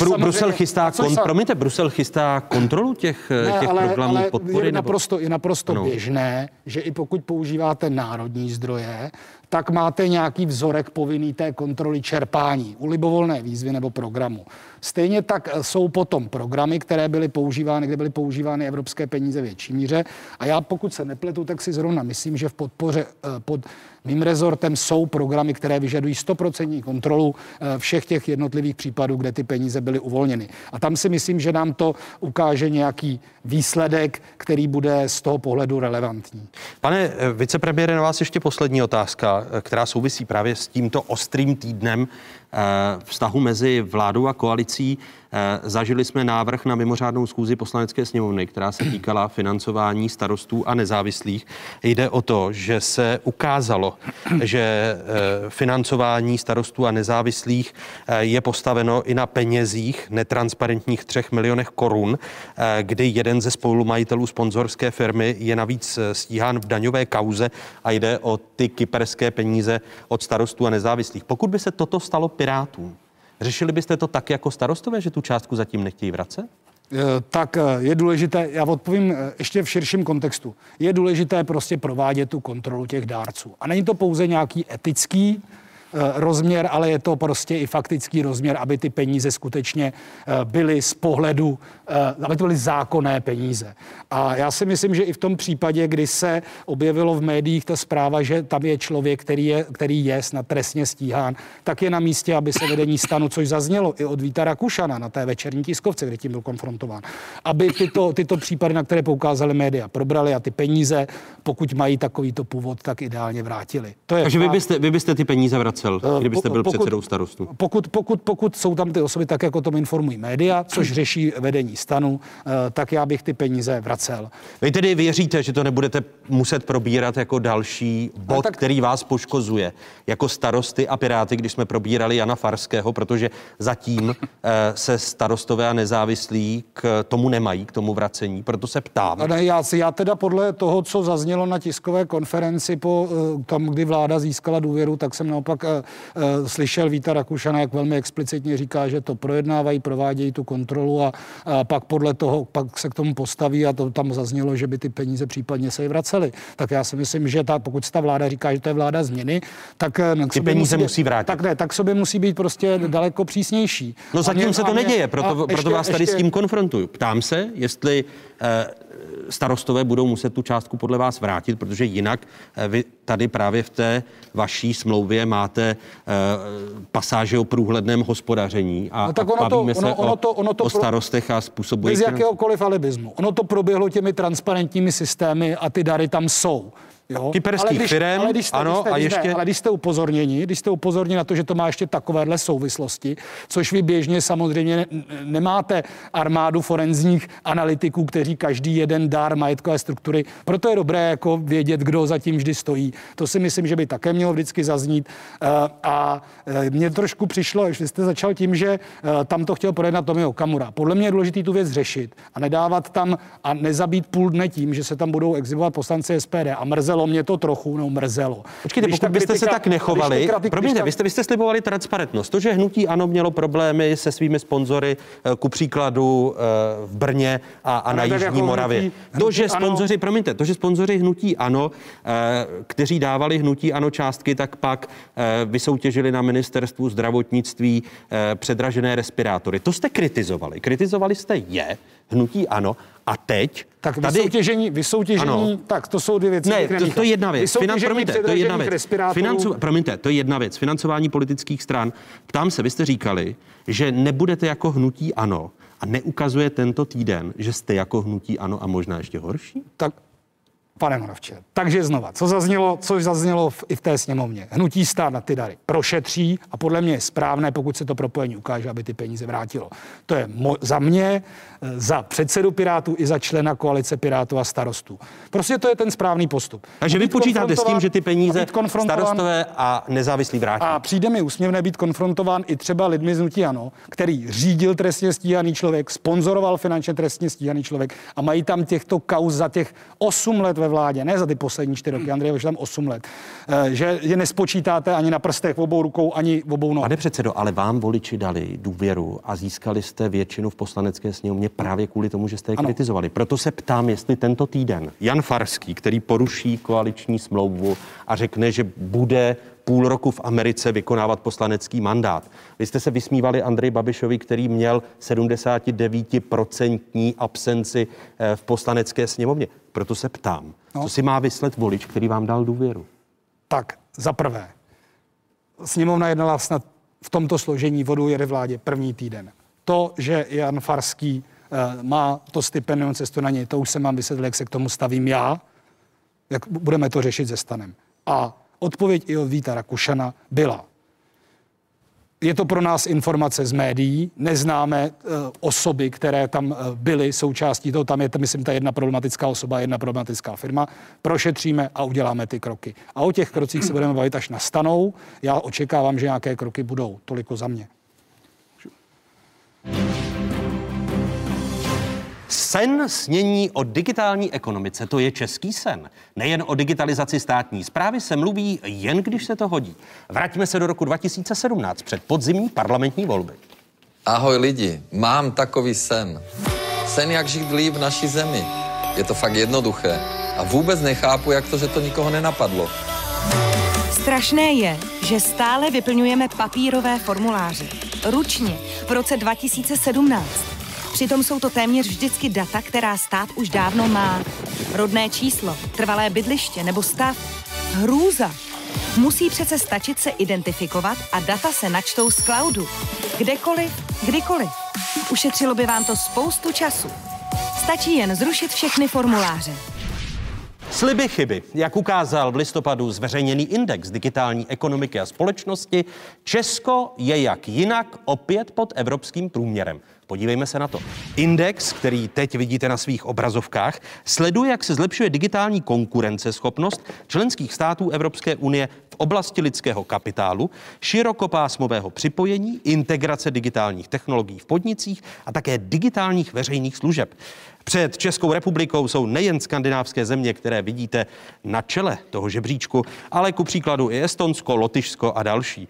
Brusel chystá kontrolu těch programů podpory? Je naprosto běžné, že i pokud používáte národní zdroje, tak máte nějaký vzorek povinný té kontroly čerpání u libovolné výzvy nebo programu. Stejně tak jsou potom programy, které byly používány, kde byly používány evropské peníze v větší míře. A já, pokud se nepletu, tak si zrovna myslím, že v podpoře pod mým rezortem jsou programy, které vyžadují 100% kontrolu všech těch jednotlivých případů, kde ty peníze byly uvolněny. A tam si myslím, že nám to ukáže nějaký výsledek, který bude z toho pohledu relevantní. Pane vicepremiére, na vás ještě poslední otázka, která souvisí právě s tímto ostrým týdnem vztahu mezi vládou a koalicí. Zažili jsme návrh na mimořádnou schůzi Poslanecké sněmovny, která se týkala financování starostů a nezávislých. Jde o to, že se ukázalo, že financování starostů a nezávislých je postaveno i na penězích netransparentních 3 milionech korun, kdy jeden ze spolumajitelů sponzorské firmy je navíc stíhán v daňové kauze a jde o ty kyperské peníze od starostů a nezávislých. Pokud by se toto stalo Pirátům, řešili byste to tak jako starostové, že tu částku zatím nechtějí vracet? Tak je důležité, já odpovím ještě v širším kontextu, je důležité prostě provádět tu kontrolu těch dárců. A není to pouze nějaký etický rozměr, ale je to prostě i faktický rozměr, aby ty peníze skutečně byly z pohledu, aby to byly zákonné peníze. A já si myslím, že i v tom případě, kdy se objevilo v médiích ta zpráva, že tam je člověk, který je snad trestně stíhán, tak je na místě, aby se vedení STANu, což zaznělo i od Víta Rakušana na té večerní tiskovce, kde tím byl konfrontován, aby tyto případy, na které poukázaly média, probrali a ty peníze, pokud mají takovýto původ, tak ideálně vrátili. Takže vy byste ty peníze vracel, kdybyste byl předsedou Starostů? Pokud jsou tam ty osoby tak, jako o tom informují média, což řeší vedení STANu, tak já bych ty peníze vracel. Vy tedy věříte, že to nebudete muset probírat jako další bod, který vás poškozuje, jako Starosty a Piráty, když jsme probírali Jana Farského, protože zatím se Starostové a nezávislí k tomu nemají, k tomu vracení, proto se ptám. Já teda podle toho, co zaznělo na tiskové konferenci po tom, kdy vláda získala důvěru, tak jsem naopak slyšel Víta Rakušana, jak velmi explicitně říká, že to projednávají, provádějí tu kontrolu a pak podle toho pak se k tomu postaví a to tam zaznělo, že by ty peníze případně se vracely. Tak já si myslím, že pokud ta vláda říká, že to je vláda změny, tak ty peníze musí vrátit. Tak sobě musí být prostě daleko přísnější. No zatím se to neděje, proto vás tady s tím konfrontuju. Ptám se, jestli Starostové budou muset tu částku podle vás vrátit, protože jinak vy tady právě v té vaší smlouvě máte pasáže o průhledném hospodaření a bavíme se o starostech a způsobu bez jakéhokoliv alibismu. Ono to proběhlo těmi transparentními systémy a ty dary tam jsou. Kyperských firem, ano, a ještě... Ale když jste upozorněni na to, že to má ještě takovéhle souvislosti, což vy běžně samozřejmě nemáte armádu forenzních analytiků, kteří každý jeden dar majetkové struktury, proto je dobré jako vědět, kdo za tím vždy stojí. To si myslím, že by také mělo vždycky zaznít. A mně trošku přišlo, že jste začal tím, že tam to chtěl projednat Tomio Okamura. Podle mě je důležité tu věc řešit a nedávat tam a nezabít půl dne tím, že se tam budou exhibovat poslanci SPD a mrzelo mě to trochu, mrzelo. Počkejte, pokud byste se tak nechovali, promiňte, vy jste slibovali transparentnost. To, že hnutí ANO mělo problémy se svými sponzory, ku příkladu v Brně a na Jižní Moravě. To, že sponzoři hnutí ANO, kteří dávali hnutí ANO částky, tak pak vysoutěžili na ministerstvu zdravotnictví předražené respirátory. To jste kritizovali. Kritizovali jste hnutí ANO a teď tak vysoutěžení, tak to jsou dvě věci. Ne, to je jedna věc. To je jedna věc. To je jedna věc. Financování politických stran. Ptám se, vy jste říkali, že nebudete jako hnutí ANO a neukazuje tento týden, že jste jako hnutí ANO a možná ještě horší? Tak, pane Moravče, takže znova, což zaznělo i v té sněmovně. Hnutí STAN na ty dary prošetří a podle mě je správné, pokud se to propojení ukáže, aby ty peníze vrátilo. To je za mě, za předsedu Pirátů i za člena koalice Pirátů a Starostů. Prostě to je ten správný postup. Takže vy počítáte s tím, že ty peníze Starostové a nezávislí vrátí. A přijde mi úsměvné být konfrontován i třeba lidmi z hnutí ANO, který řídil trestně stíhaný člověk, sponzoroval finančně trestně stíhaný člověk a mají tam těchto kauz za těch 8 let ve vládě, ne za ty poslední 4 roky, Andrej Babiš tam 8 let, že je nespočítáte ani na prstech obou rukou, ani obou nohou. Pane předsedo, ale vám voliči dali důvěru a získali jste většinu v poslanecké sněmovně právě kvůli tomu, že jste je kritizovali. Proto se ptám, jestli tento týden Jan Farský, který poruší koaliční smlouvu a řekne, že bude půl roku v Americe vykonávat poslanecký mandát. Vy jste se vysmívali Andreji Babišovi, který měl 79% absenci v poslanecké sněmovně. Proto se ptám, co si má vyslet volič, který vám dal důvěru? Tak, za prvé, sněmovna jednala snad v tomto složení vodu jede vládě první týden. To, že Jan Farský má to stipendium cestu na něj, to už jsem vám vysvětlil, jak se k tomu stavím já, jak budeme to řešit se STANem. A odpověď i od Víta Rakušana byla: je to pro nás informace z médií, neznáme osoby, které tam byly součástí toho, tam je, myslím, ta jedna problematická osoba, jedna problematická firma, prošetříme a uděláme ty kroky. A o těch krocích se budeme bavit, až nastanou. Já očekávám, že nějaké kroky budou. Toliko za mě. Sen snění o digitální ekonomice, to je český sen. Nejen o digitalizaci státní správy se mluví, jen když se to hodí. Vraťme se do roku 2017, před podzimní parlamentní volby. Ahoj lidi, mám takový sen. Sen, jak žít líp v naší zemi. Je to fakt jednoduché. A vůbec nechápu, jak to, že to nikoho nenapadlo. Strašné je, že stále vyplňujeme papírové formuláře. Ručně v roce 2017. Přitom jsou to téměř vždycky data, která stát už dávno má. Rodné číslo, trvalé bydliště nebo stav. Hrůza. Musí přece stačit se identifikovat a data se načtou z cloudu. Kdekoliv, kdykoliv. Ušetřilo by vám to spoustu času. Stačí jen zrušit všechny formuláře. Sliby chyby. Jak ukázal v listopadu zveřejněný index digitální ekonomiky a společnosti, Česko je jak jinak opět pod evropským průměrem. Podívejme se na to. Index, který teď vidíte na svých obrazovkách, sleduje, jak se zlepšuje digitální konkurenceschopnost členských států Evropské unie v oblasti lidského kapitálu, širokopásmového připojení, integrace digitálních technologií v podnicích a také digitálních veřejných služeb. Před Českou republikou jsou nejen skandinávské země, které vidíte na čele toho žebříčku, ale ku příkladu i Estonsko, Lotyšsko a další.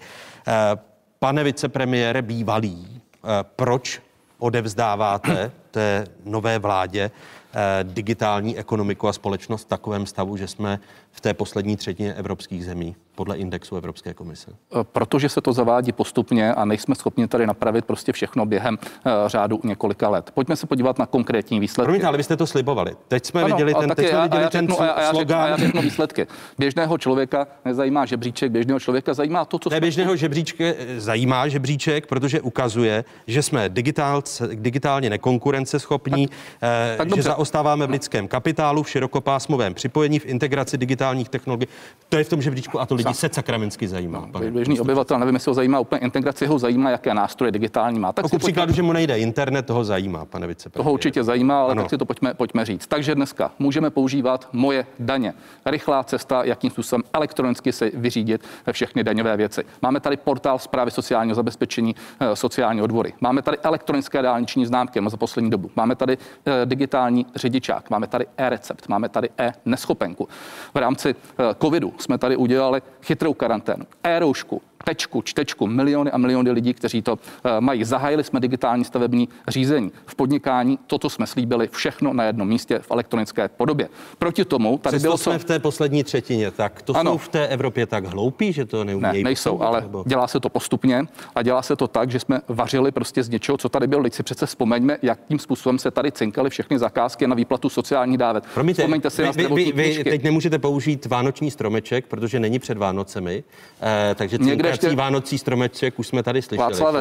Pane vicepremiére bývalý, proč odevzdáváte té nové vládě digitální ekonomiku a společnost v takovém stavu, že jsme v té poslední třetině evropských zemí podle indexu Evropské komise? Protože se to zavádí postupně a nejsme schopni tady napravit prostě všechno během řádu několika let. Pojďme se podívat na konkrétní výsledky. Promiňte, ale vy jste to slibovali. Teď jsme viděli ten slogan. Já řeknu výsledky. Běžného člověka nezajímá žebříček, běžného člověka zajímá to, co... Běžného žebříčka zajímá žebříček, protože ukazuje, že jsme digitálně nekonkurenceschopní, že zaostáváme v lidském kapitálu, v širokopásmovém připojení, v integraci digitálních technologií. To je v tom žebříčku a to lidi se sakramensky zajímá. Běžný obyvatel, nevím, jestli ho zajímá úplně integraci, ho zajímá, jaké nástroje digitální má. Tak pokud příkladu, že mu nejde internet, toho zajímá, pane vicepremiére. Toho určitě zajímá, ale tak si to pojďme říct. Takže dneska můžeme používat Moje daně. Rychlá cesta, jakým způsobem elektronicky se vyřídit všechny daňové věci. Máme tady portál Správy sociálního zabezpečení, sociální odvory. Máme tady elektronické dálniční známky za poslední dobu. Máme tady digitální řidičák, máme tady e-recept, máme tady e-neschopenku. V rámci covidu jsme tady udělali chytrou karanténu, e-roušku, tečku, čtečku, miliony a miliony lidí, kteří to mají. Zahájili jsme digitální stavební řízení. V podnikání toto jsme slíbili všechno na jednom místě v elektronické podobě. Proti tomu tady bylo jsme v té poslední třetině, tak to ano. Jsou v té Evropě tak hloupí, že to neumějí. Ne, nejsou, ale nebo... dělá se to postupně a dělá se to tak, že jsme vařili prostě z něčeho, co tady bylo. Teď si přece vzpomeňme, jakým způsobem se tady cinkaly všechny zakázky na výplatu sociálních dávek. Vzpomeňte si na zdravotní knížky. Teď nemůžete použít vánoční stromeček, protože není před Vánocemi, takže vánoční stromeček už jsme tady slyšeli. Václave,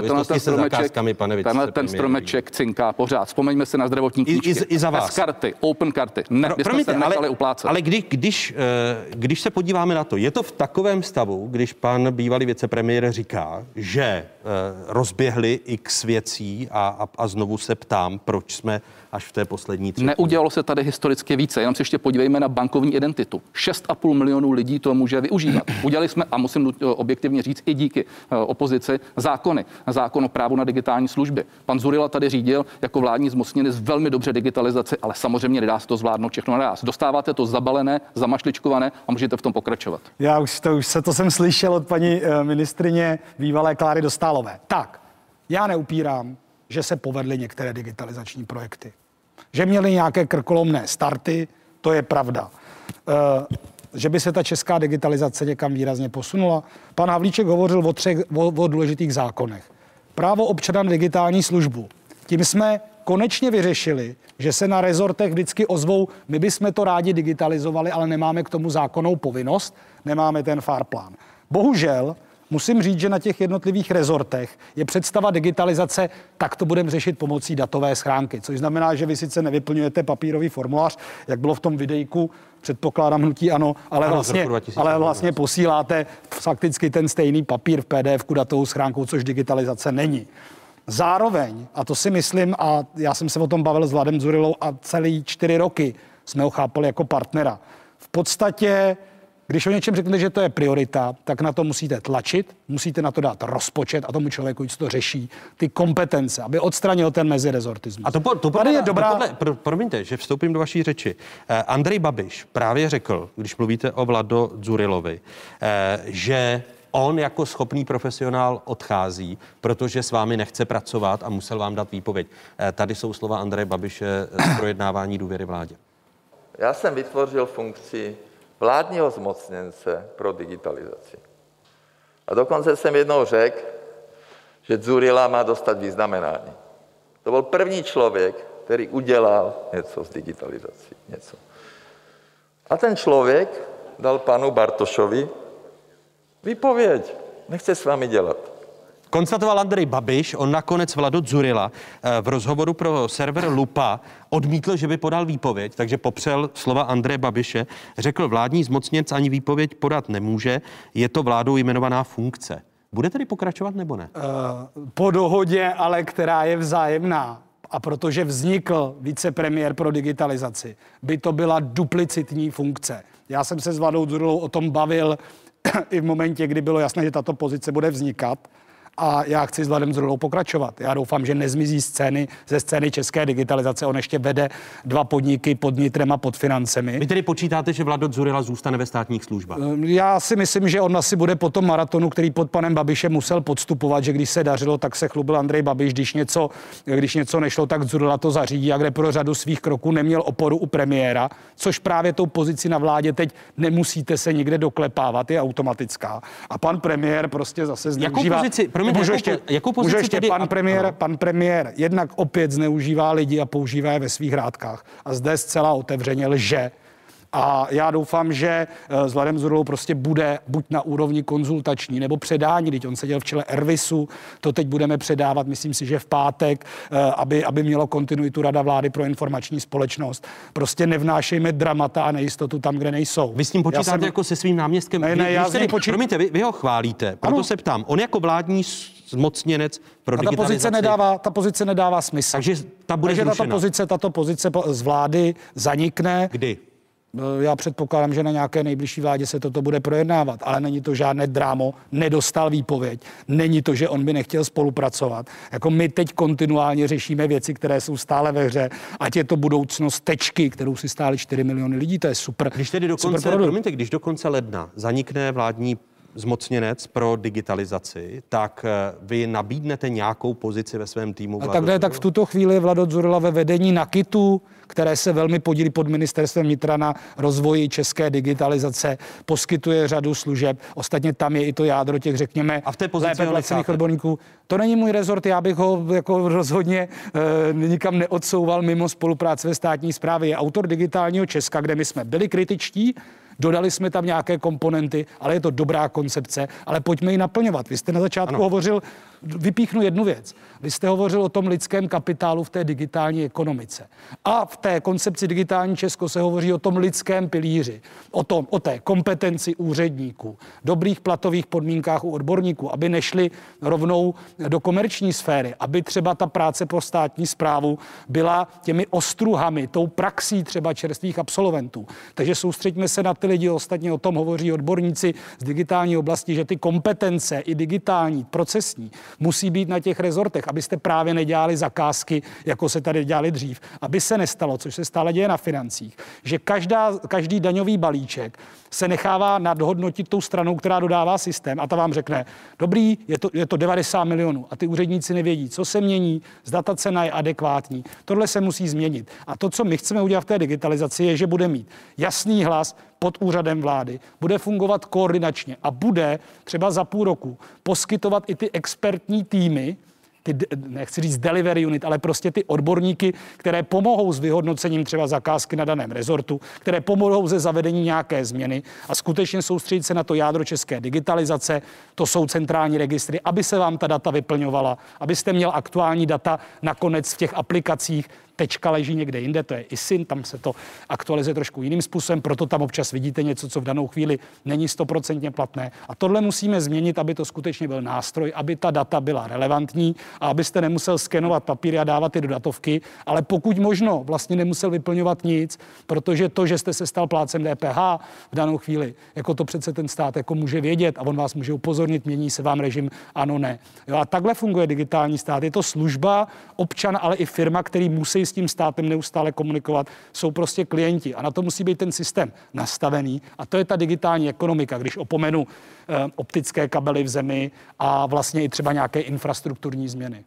ten stromeček cinká pořád. Vzpomeňme si na zdravotní knížky. I za vás. S-karty, open karty. Ne, promiňte, ale uplácet. Ale když se podíváme na to, je to v takovém stavu, když pan bývalý vicepremiér říká, že rozběhli x věcí a znovu se ptám, proč jsme až v té poslední třetině. Neudělalo se tady historicky více, jenom se ještě podívejme na bankovní identitu. 6,5 milionů lidí to může využívat. Udělali jsme, a musím objektivně říct, i díky opozici, zákon o právu na digitální služby. Pan Dzurilla tady řídil jako vládní zmocněnec velmi dobře digitalizaci, ale samozřejmě nedá se to zvládnout všechno naraz. Dostáváte to zabalené, zamašličkované a můžete v tom pokračovat. To jsem slyšel od paní ministryně bývalé Kláry Dostálové. Tak, já neupírám, že se povedly některé digitalizační projekty. Že měly nějaké krkolomné starty, to je pravda. Že by se ta česká digitalizace někam výrazně posunula. Pan Havlíček hovořil o důležitých zákonech. Právo občana na digitální službu. Tím jsme konečně vyřešili, že se na rezortech vždycky ozvou, my bychom to rádi digitalizovali, ale nemáme k tomu zákonnou povinnost, nemáme ten plán. Bohužel, musím říct, že na těch jednotlivých rezortech je představa digitalizace, tak to budeme řešit pomocí datové schránky, což znamená, že vy sice nevyplňujete papírový formulář, jak bylo v tom videjku, předpokládám hnutí ANO, ale vlastně posíláte fakticky ten stejný papír v PDF-ku datovou schránkou, což digitalizace není. Zároveň, a to si myslím, a já jsem se o tom bavil s Vladem Dzurillou a celý 4 roky jsme ho chápali jako partnera. V podstatě, když o něčem řeknete, že to je priorita, tak na to musíte tlačit, musíte na to dát rozpočet a tomu člověku, co to řeší, ty kompetence, aby odstranil ten mezirezortismus. A to je dobrá... Promiňte, že vstoupím do vaší řeči. Andrej Babiš právě řekl, když mluvíte o Vlado Dzurillovi, že on jako schopný profesionál odchází, protože s vámi nechce pracovat a musel vám dát výpověď. Tady jsou slova Andreje Babiše z projednávání důvěry vládě. Já jsem vytvořil funkci vládního zmocněnce pro digitalizaci. A dokonce jsem jednou řekl, že Dzurilla má dostat vyznamenání. To byl první člověk, který udělal něco s digitalizací. Něco. A ten člověk dal panu Bartošovi výpověď. Nechce s vámi dělat. Konstatoval Andrej Babiš, on nakonec Vlado Dzurilla v rozhovoru pro server Lupa odmítl, že by podal výpověď, takže popřel slova Andreje Babiše. Řekl, vládní zmocněnec ani výpověď podat nemůže, je to vládou jmenovaná funkce. Bude tedy pokračovat nebo ne? Po dohodě, ale která je vzájemná. A protože vznikl vicepremiér pro digitalizaci, by to byla duplicitní funkce. Já jsem se s Vladou Dzurillou o tom bavil i v momentě, kdy bylo jasné, že tato pozice bude vznikat. A já chci s Vladem Dzurillou pokračovat. Já doufám, že nezmizí ze scény české digitalizace. On ještě vede 2 podniky pod nitrem a pod financemi. Vy tedy počítáte, že Vlado Dzurilla zůstane ve státních službách? Já si myslím, že on asi bude po tom maratonu, který pod panem Babišem musel podstupovat, že když se dařilo, tak se chlubil Andrej Babiš, když něco nešlo, tak Dzurilla to zařídí, a kde pro řadu svých kroků neměl oporu u premiéra, což právě tou pozici na vládě teď nemusíte se nikde doklepávat, je automatická. A pan premiér prostě zase zneužívá. Jakou pozici tedy... Pan premiér jednak opět zneužívá lidi a používá je ve svých hrádkách. A zde zcela otevřeně lže. A já doufám, že s Vladem Dzurillou prostě bude buď na úrovni konzultační nebo předání, když on seděl v čele Ervisu, to teď budeme předávat, myslím si, že v pátek, aby mělo kontinuitu Rada vlády pro informační společnost. Prostě nevnášejme dramata a nejistotu tam, kde nejsou. Vy s tím počítáte jako se svým náměstkem? Promiňte, vy ho chválíte, proto se ptám. On jako vládní zmocněnec pro digitalizaci... Ta pozice nedává smysl. Takže ta bude zrušena. Tato pozice z vlády zanikne. Kdy? Já předpokládám, že na nějaké nejbližší vládě se toto bude projednávat, ale není to žádné drámo, nedostal výpověď, není to, že on by nechtěl spolupracovat. Jako my teď kontinuálně řešíme věci, které jsou stále ve hře, ať je to budoucnost Tečky, kterou si stály 4 miliony lidí, to je super. Když do konce ledna zanikne vládní zmocněnec pro digitalizaci, tak vy nabídnete nějakou pozici ve svém týmu? Tak v tuto chvíli je Vlado Dzurilla ve vedení NAKITu, které se velmi podílí pod ministerstvem vnitra na rozvoji české digitalizace, poskytuje řadu služeb. Ostatně tam je i to jádro těch, řekněme, a v té pozici lépe placených odborníků. To není můj rezort, já bych ho jako rozhodně nikam neodsouval mimo spolupráce ve státní správě. Je autor Digitálního Česka, kde my jsme byli kritičtí, dodali jsme tam nějaké komponenty, ale je to dobrá koncepce, ale pojďme ji naplňovat. Vy jste na začátku hovořil, vypíchnu jednu věc. Vy jste hovořil o tom lidském kapitálu v té digitální ekonomice. A v té koncepci Digitální Česko se hovoří o tom lidském pilíři, o té kompetenci úředníků, dobrých platových podmínkách u odborníků, aby nešli rovnou do komerční sféry, aby třeba ta práce pro státní správu byla těmi ostruhami, tou praxí třeba čerstvých absolventů. Takže soustřeďme se na ty lidi, ostatně o tom hovoří odborníci z digitální oblasti, že ty kompetence i digitální, procesní, musí být na těch rezortech, abyste právě nedělali zakázky, jako se tady dělali dřív. Aby se nestalo, což se stále děje na financích, že každý daňový balíček se nechává nadhodnotit tou stranou, která dodává systém, a ta vám řekne, dobrý, je to 90 milionů a ty úředníci nevědí, co se mění, zda ta cena je adekvátní. Tohle se musí změnit. A to, co my chceme udělat v té digitalizaci, je, že bude mít jasný hlas pod úřadem vlády, bude fungovat koordinačně a bude třeba za půl roku poskytovat i ty expertní týmy, nechci říct delivery unit, ale prostě ty odborníky, které pomohou s vyhodnocením třeba zakázky na daném rezortu, které pomohou ze zavedení nějaké změny a skutečně soustředit se na to jádro české digitalizace, to jsou centrální registry, aby se vám ta data vyplňovala, abyste měl aktuální data nakonec v těch aplikacích. Tečka leží někde jinde, to je ISIN, tam se to aktualizuje trošku jiným způsobem, proto tam občas vidíte něco, co v danou chvíli není 100% platné. A tohle musíme změnit, aby to skutečně byl nástroj, aby ta data byla relevantní a abyste nemusel skenovat papíry a dávat je do datovky, ale pokud možno vlastně nemusel vyplňovat nic, protože to, že jste se stal plátcem DPH v danou chvíli, jako to přece ten stát jako může vědět a on vás může upozornit, mění se vám režim, ano, ne. Jo, a takhle funguje digitální stát. Je to služba, občan, ale i firma, který musí s tím státem neustále komunikovat, jsou prostě klienti a na to musí být ten systém nastavený a to je ta digitální ekonomika, když opomenu optické kabely v zemi a vlastně i třeba nějaké infrastrukturní změny.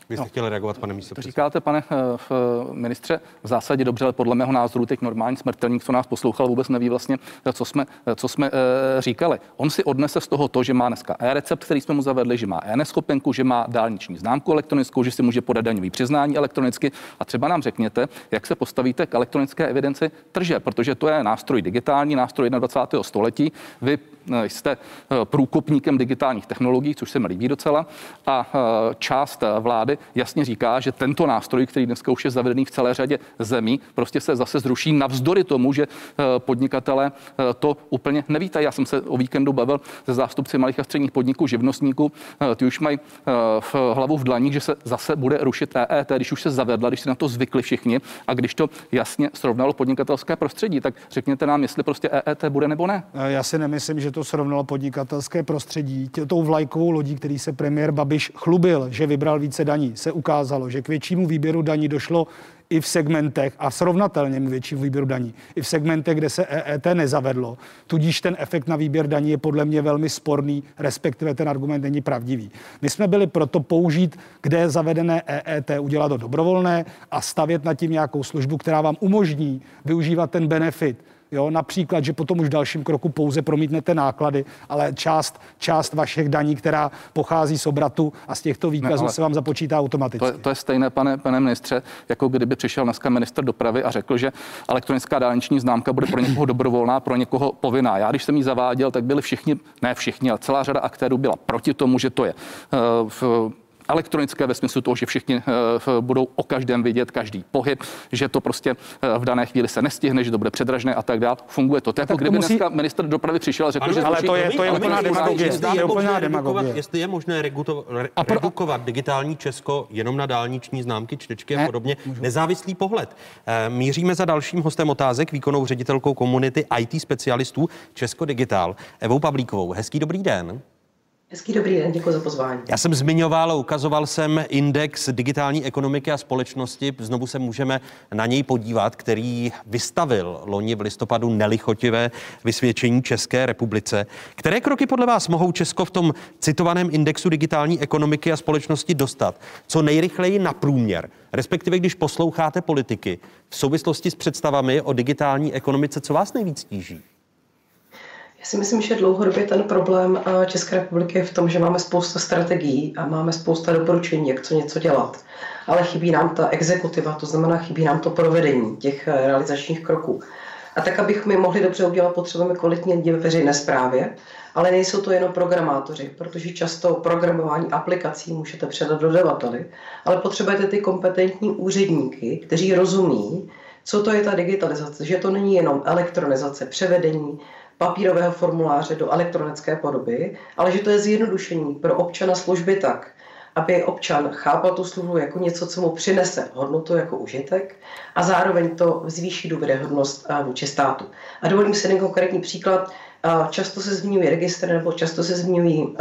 Vy jste chtěli reagovat, pane místopředsedo. Říkáte, pane ministře, v zásadě dobře, ale podle mého názoru teď normální smrtelník, co nás poslouchal, vůbec neví vlastně, co jsme říkali. On si odnese z toho to, že má dneska e-recept, který jsme mu zavedli, že má e-neschopenku, že má dálniční známku elektronickou, že si může podat daňový přiznání elektronicky. A třeba nám řekněte, jak se postavíte k elektronické evidenci tržeb, protože to je nástroj digitální, nástroj 21. století. Vy jste průkopníkem digitálních technologií, což se mi líbí docela, a část vlády jasně říká, že tento nástroj, který dneska už je zavedený v celé řadě zemí, prostě se zase zruší navzdory tomu, že podnikatelé to úplně nevítají. Já jsem se o víkendu bavil se zástupci malých a středních podniků, živnostníků, ty už mají v hlavu v dlaních, že se zase bude rušit EET, když už se zavedla, když si na to zvykli všichni a když to jasně srovnalo podnikatelské prostředí, tak řekněte nám, jestli prostě EET bude nebo ne. Já si nemyslím, že to srovnalo podnikatelské prostředí. Tou vlajkovou lodí, který se premiér Babiš chlubil, že vybral více daní, se ukázalo, že k většímu výběru daní došlo i v segmentech a srovnatelně většímu výběru daní, i v segmentech, kde se EET nezavedlo. Tudíž ten efekt na výběr daní je podle mě velmi sporný, respektive ten argument není pravdivý. My jsme byli proto použít, kde je zavedené EET, udělat to dobrovolné a stavět nad tím nějakou službu, která vám umožní využívat ten benefit. Jo, například, že potom už v dalším kroku pouze promítnete náklady, ale část vašich daní, která pochází z obratu a z těchto výkazů se vám započítá automaticky. To je stejné, pane ministře, jako kdyby přišel dneska ministr dopravy a řekl, že elektronická dálniční známka bude pro někoho dobrovolná, pro někoho povinná. Já, když jsem ji zaváděl, tak byli všichni, ne všichni, ale celá řada aktérů byla proti tomu, že to je elektronické ve smyslu toho, že všichni budou o každém vidět každý pohyb, že to prostě v dané chvíli se nestihne, že to bude předražné a tak dále. Funguje to. Jako kdyby dneska ministr dopravy přišel a řekl, že ale to je úplná demagogie. Jestli je možné redukovat digitální Česko jenom na dálniční známky, čtečky a podobně. Nezávislý pohled. Míříme za dalším hostem otázek, výkonnou ředitelkou komunity IT specialistů Česko Digital, Evou Pavlíkovou. Hezký dobrý den. Hezký dobrý den, děkuji za pozvání. Já jsem zmiňoval, ukazoval jsem index digitální ekonomiky a společnosti. Znovu se můžeme na něj podívat, který vystavil loni v listopadu nelichotivé vysvědčení České republice. Které kroky podle vás mohou Česko v tom citovaném indexu digitální ekonomiky a společnosti dostat co nejrychleji na průměr? Respektive, když posloucháte politiky v souvislosti s představami o digitální ekonomice, co vás nejvíc tíží? Já si myslím, že dlouhodobě ten problém České republiky je v tom, že máme spousta strategií a máme spousta doporučení, jak co něco dělat. Ale chybí nám ta exekutiva, to znamená chybí nám to provedení těch realizačních kroků. A tak, abychom je mohli dobře udělat, potřebujeme kvalitní lidi ve veřejné správě, ale nejsou to jenom programátoři, protože často programování aplikací můžete předat dodavateli, ale potřebujete ty kompetentní úředníky, kteří rozumí, co to je ta digitalizace, že to není jenom elektronizace, převedení papírového formuláře do elektronické podoby, ale že to je zjednodušení pro občana služby tak, aby občan chápal tu službu jako něco, co mu přinese hodnotu jako užitek a zároveň to zvýší důvěryhodnost vůči státu. A dovolím si jeden konkrétní příklad. Často se zmiňují registry nebo často se zmiňují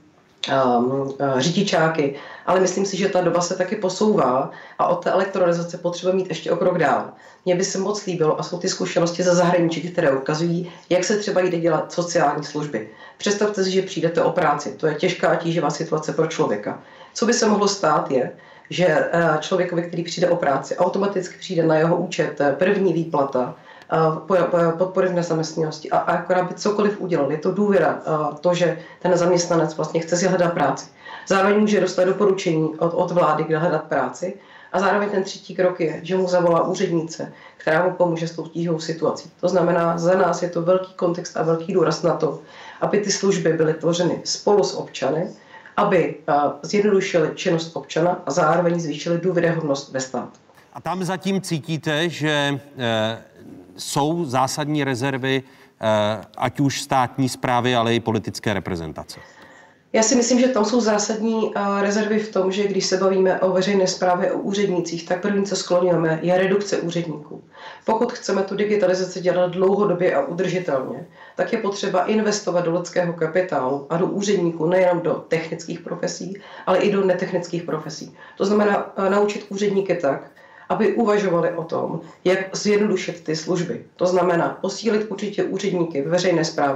řidičáky, ale myslím si, že ta doba se taky posouvá a od té elektronizace potřebujeme mít ještě o krok dál. Mně by se moc líbilo, a jsou ty zkušenosti ze zahraničí, které ukazují, jak se třeba jde dělat sociální služby. Představte si, že přijdete o práci, to je těžká a tíživá situace pro člověka. Co by se mohlo stát je, že člověkovi, který přijde o práci, automaticky přijde na jeho účet první výplata, podpory v nezaměstnanosti a akorát by cokoliv udělal. Je to důvěra, to, že ten zaměstnanec vlastně chce si hledat práci. Zároveň může dostat doporučení od vlády, kde hledat práci. A zároveň ten třetí krok je, že mu zavolá úřednice, která mu pomůže s tou tíživou situací. To znamená, za nás je to velký kontext a velký důraz na to, aby ty služby byly tvořeny spolu s občany, aby zjednodušily činnost občana a zároveň zvýšily důvěryhodnost ve stát. A tam zatím cítíte, že jsou zásadní rezervy, ať už státní správy, ale i politické reprezentace? Já si myslím, že tam jsou zásadní rezervy v tom, že když se bavíme o veřejné správě, o úřednících, tak první, co skloňujeme, je redukce úředníků. Pokud chceme tu digitalizaci dělat dlouhodobě a udržitelně, tak je potřeba investovat do lidského kapitálu a do úředníků nejenom do technických profesí, ale i do netechnických profesí. To znamená naučit úředníky tak, aby uvažovali o tom, jak zjednodušit ty služby. To znamená posílit určitě úředníky v veřejné správě,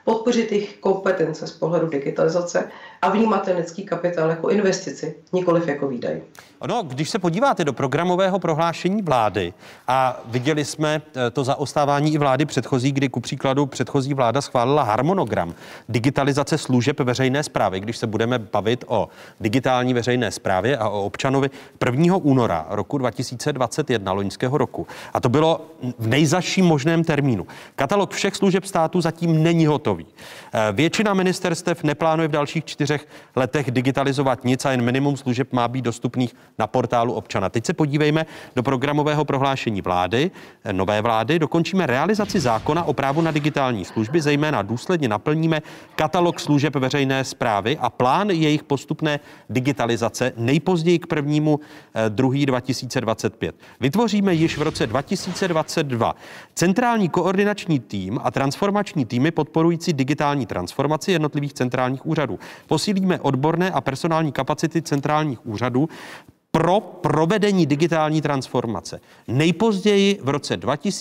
podpořit jejich kompetence z pohledu digitalizace a vnímat ten lidský kapitál jako investici, nikoliv jako výdaj. No, když se podíváte do programového prohlášení vlády a viděli jsme to zaostávání i vlády předchozí, kdy ku příkladu předchozí vláda schválila harmonogram digitalizace služeb veřejné správy, když se budeme bavit o digitální veřejné správě a o občanovi 1. února roku 2021 loňského roku. A to bylo v nejzazším možném termínu. Katalog všech služeb státu zatím není hotový. Většina ministerstev neplánuje v dalších 4 letech digitalizovat nic a jen minimum služeb má být dostupných na portálu občana. Teď se podívejme do programového prohlášení vlády, nové vlády. Dokončíme realizaci zákona o právu na digitální služby, zejména důsledně naplníme katalog služeb veřejné správy a plán jejich postupné digitalizace nejpozději k 1.2. 2025. Vytvoříme již v roce 2022 centrální koordinační tým a transformační týmy podporující digitální transformaci jednotlivých centrálních úřadů. Posílíme odborné a personální kapacity centrálních úřadů pro provedení digitální transformace. Nejpozději v roce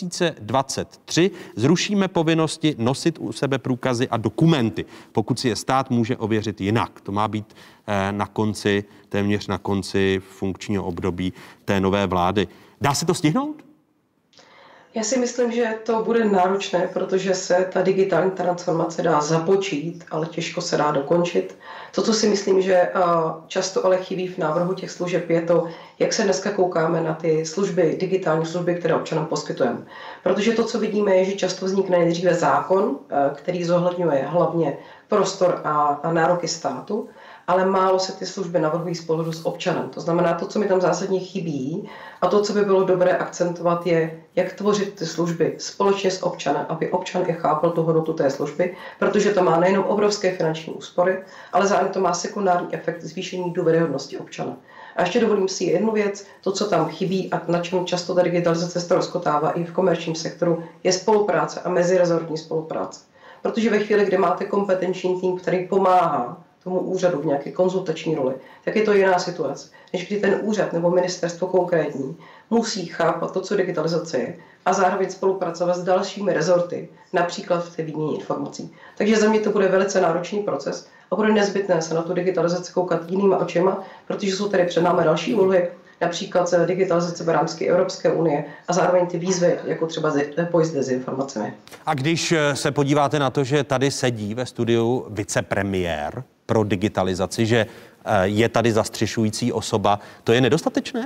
2023 zrušíme povinnosti nosit u sebe průkazy a dokumenty, pokud si je stát může ověřit jinak. To má být téměř na konci funkčního období té nové vlády. Dá se to stihnout? Já si myslím, že to bude náročné, protože se ta digitální transformace dá započít, ale těžko se dá dokončit. To, co si myslím, že často ale chybí v návrhu těch služeb, je to, jak se dneska koukáme na ty služby, digitální služby, které občanům poskytujeme. Protože to, co vidíme, je, že často vznikne nejdříve zákon, který zohledňuje hlavně prostor a nároky státu, ale málo se ty služby navrhují z pohledu s občanem. To znamená, to, co mi tam zásadně chybí a to, co by bylo dobré akcentovat, je, jak tvořit ty služby společně s občanem, aby občan i chápal tu hodnotu té služby, protože to má nejenom obrovské finanční úspory, ale zároveň to má sekundární efekt zvýšení důvěryhodnosti občana. A ještě dovolím si jednu věc, to, co tam chybí a na čem často ta digitalizace ztroskotává i v komerčním sektoru, je spolupráce a mezirezortní spolupráce. Protože ve chvíli, kdy máte kompetenční tým, který pomáhá tomu úřadu v nějaké konzultační roli, tak je to jiná situace, než kdy ten úřad nebo ministerstvo konkrétní musí chápat to, co digitalizace je a zároveň spolupracovat s dalšími rezorty, například v té výměně informací. Takže za mě to bude velice náročný proces a bude nezbytné se na tu digitalizaci koukat jinýma očima, protože jsou tady před námi další úlohy, například digitalizace v rámci Evropské unie a zároveň ty výzvy, jako třeba boj s dezinformacemi. A když se podíváte na to, že tady sedí ve studiu vicepremiér pro digitalizaci, že je tady zastřešující osoba, to je nedostatečné?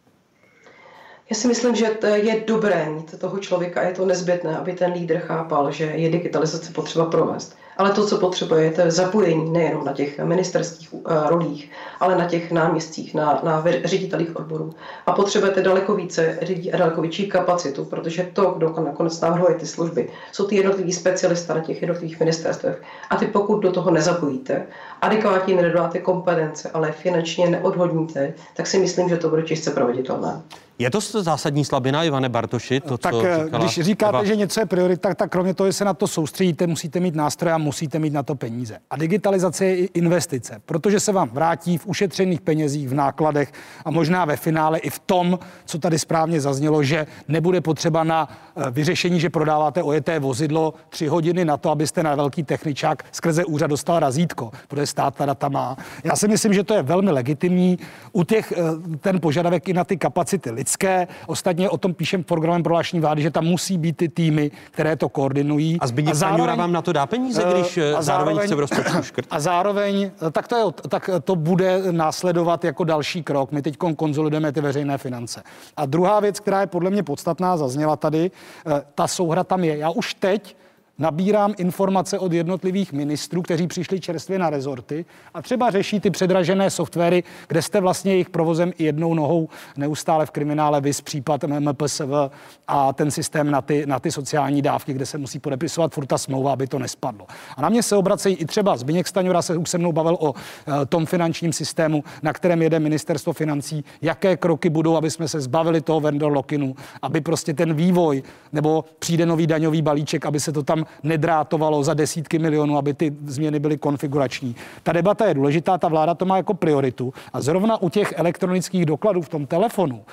Já si myslím, že je dobré mít toho člověka a je to nezbytné, aby ten lídr chápal, že je digitalizace potřeba provést. Ale to, co potřebuje, je to zapojení nejenom na těch ministerských rolích, ale na těch náměstcích, na ředitelích odborů. A potřebujete daleko více lidí a daleko větší kapacitu, protože to, kdo nakonec navrhuje ty služby, jsou ty jednotliví specialisté na těch jednotlivých ministerstvech. A ty pokud do toho nezapojíte, adekvátně nedodáte kompetence, ale finančně neodhodníte, tak si myslím, že to bude těžce proveditelné. Je to zásadní slabina, Ivane Bartoši? Tak když říkáte, že něco je priorita, tak kromě toho, že se na to soustředíte, musíte mít nástroje a musíte mít na to peníze. A digitalizace je i investice, protože se vám vrátí v ušetřených penězích, v nákladech a možná ve finále i v tom, co tady správně zaznělo, že nebude potřeba na vyřešení, že prodáváte ojeté vozidlo 3 hodiny na to, abyste na velký techničák skrze úřad dostal razítko, protože stát ta data má. Já si myslím, že to je velmi legitimní. U těch ten požadavek i na ty kapacity lidské. Ostatně o tom píšem v programovém prohlášení vlády, že tam musí být ty týmy, které to koordinují. A Zbyněk Stanjura vám na to dá peníze, když zároveň chce v rozpočtu škrt? A zároveň, tak to bude následovat jako další krok. My teď konsolidujeme ty veřejné finance. A druhá věc, která je podle mě podstatná, zazněla tady, ta souhra tam je. Já už teď nabírám informace od jednotlivých ministrů, kteří přišli čerstvě na rezorty a třeba řeší ty předražené softwary, kde jste vlastně jejich provozem i jednou nohou neustále v kriminále, viz případ MPSV a ten systém na ty sociální dávky, kde se musí podepisovat furt ta smlouva, aby to nespadlo. A na mě se obracejí i třeba Zbyněk Stanjura se už se mnou bavil o tom finančním systému, na kterém jede ministerstvo financí, jaké kroky budou, aby jsme se zbavili toho vendor lock-inu, aby prostě ten vývoj nebo přijde nový daňový balíček, aby se to tam nedrátovalo za desítky milionů, aby ty změny byly konfigurační. Ta debata je důležitá, ta vláda to má jako prioritu a zrovna u těch elektronických dokladů v tom telefonu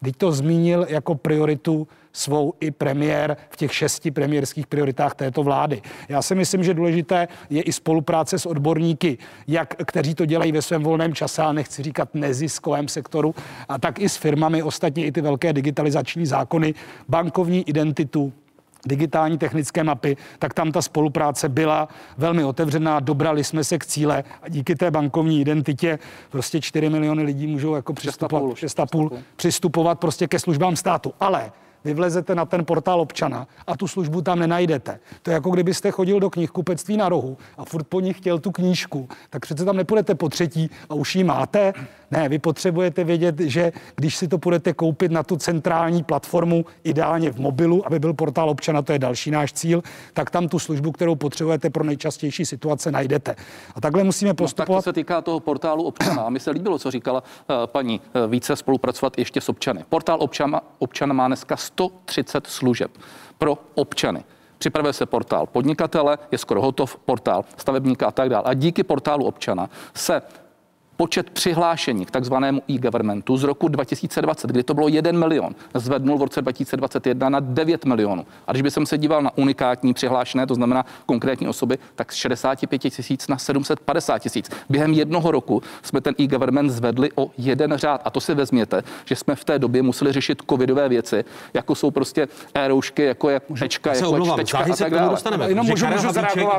Teď to zmínil jako prioritu svou i premiér v těch 6 premiérských prioritách této vlády. Já si myslím, že důležité je i spolupráce s odborníky, kteří to dělají ve svém volném čase, ale nechci říkat neziskovém sektoru, a tak i s firmami, ostatně i ty velké digitalizační zákony, bankovní identitu, digitální technické mapy, tak tam ta spolupráce byla velmi otevřená, dobrali jsme se k cíle a díky té bankovní identitě prostě 4 miliony lidí můžou jako přistupovat prostě ke službám státu. Ale vy vlezete na ten portál občana a tu službu tam nenajdete. To je jako kdybyste chodil do knihkupectví na rohu a furt po nich chtěl tu knížku, tak přece tam nepůjdete po třetí a už ji máte. Ne, vy potřebujete vědět, že když si to půjdete koupit na tu centrální platformu, ideálně v mobilu, aby byl portál občana, to je další náš cíl, tak tam tu službu, kterou potřebujete pro nejčastější situace, najdete. A takhle musíme postupovat. Tak to se týká toho portálu občana. A mi se líbilo, co říkala paní, více spolupracovat ještě s občany. Portál občana má dneska 130 služeb pro občany. Připravuje se portál podnikatele, je skoro hotov, portál stavebníka a tak dále. A díky portálu občana se počet přihlášení k takzvanému e-governmentu z roku 2020, kdy to bylo 1 milion, zvednul v roce 2021 na 9 milionů. A když bych se díval na unikátní přihlášené, to znamená konkrétní osoby, tak z 65 tisíc na 750 tisíc. Během jednoho roku jsme ten e-government zvedli o 1 řád. A to si vezměte, že jsme v té době museli řešit covidové věci, jako jsou prostě e-roušky, jako je tečka, jako je čtečka a tak dále. Jenom můžu zareagovat.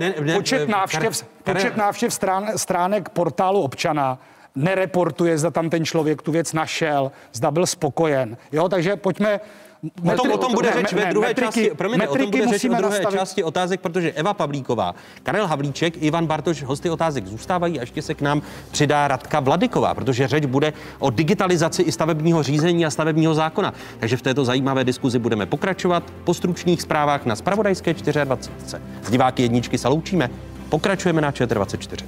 Počet návštěv stránek portálu občana nereportuje, zda tam ten člověk tu věc našel, zda byl spokojen. Jo, takže pojďme... O tom bude řeč ve druhé části. Promiňte, o tom bude řeč ve druhé části otázek, protože Eva Pavlíková, Karel Havlíček, Ivan Bartoš, hosty otázek zůstávají a ještě se k nám přidá Radka Vladyková, protože řeč bude o digitalizaci i stavebního řízení a stavebního zákona. Takže v této zajímavé diskuzi budeme pokračovat po stručných zprávách na Zpravodajské 24. S diváky jedničky se loučíme. Pokračujeme na ČT24.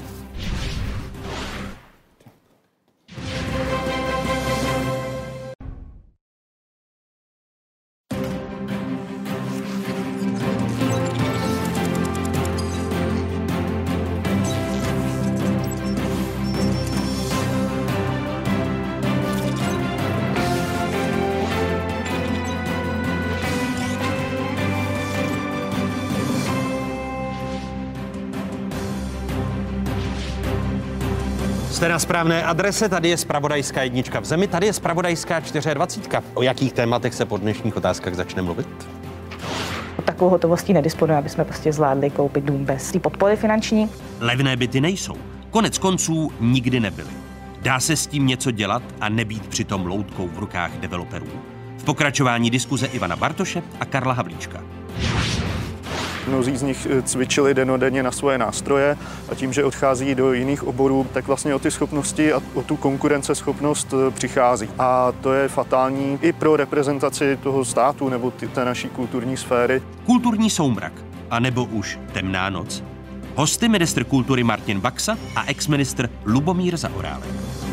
Jste na správné adrese, tady je Zpravodajská jednička v zemi, tady je Zpravodajská 24. O jakých tématech se po dnešních otázkách začne mluvit? Takovou hotovostí nedisponujeme, aby jsme prostě zvládli koupit dům bez té podpory finanční. Levné byty nejsou. Konec konců nikdy nebyly. Dá se s tím něco dělat a nebýt přitom loutkou v rukách developerů? V pokračování diskuze Ivana Bartoše a Karla Havlíčka. Mnozí z nich cvičili dennodenně na svoje nástroje a tím, že odchází do jiných oborů, tak vlastně o ty schopnosti a o tu konkurenceschopnost přichází. A to je fatální i pro reprezentaci toho státu nebo té naší kulturní sféry. Kulturní soumrak, anebo už temná noc. Hosty ministr kultury Martin Baxa a exministr Lubomír Zaorálek.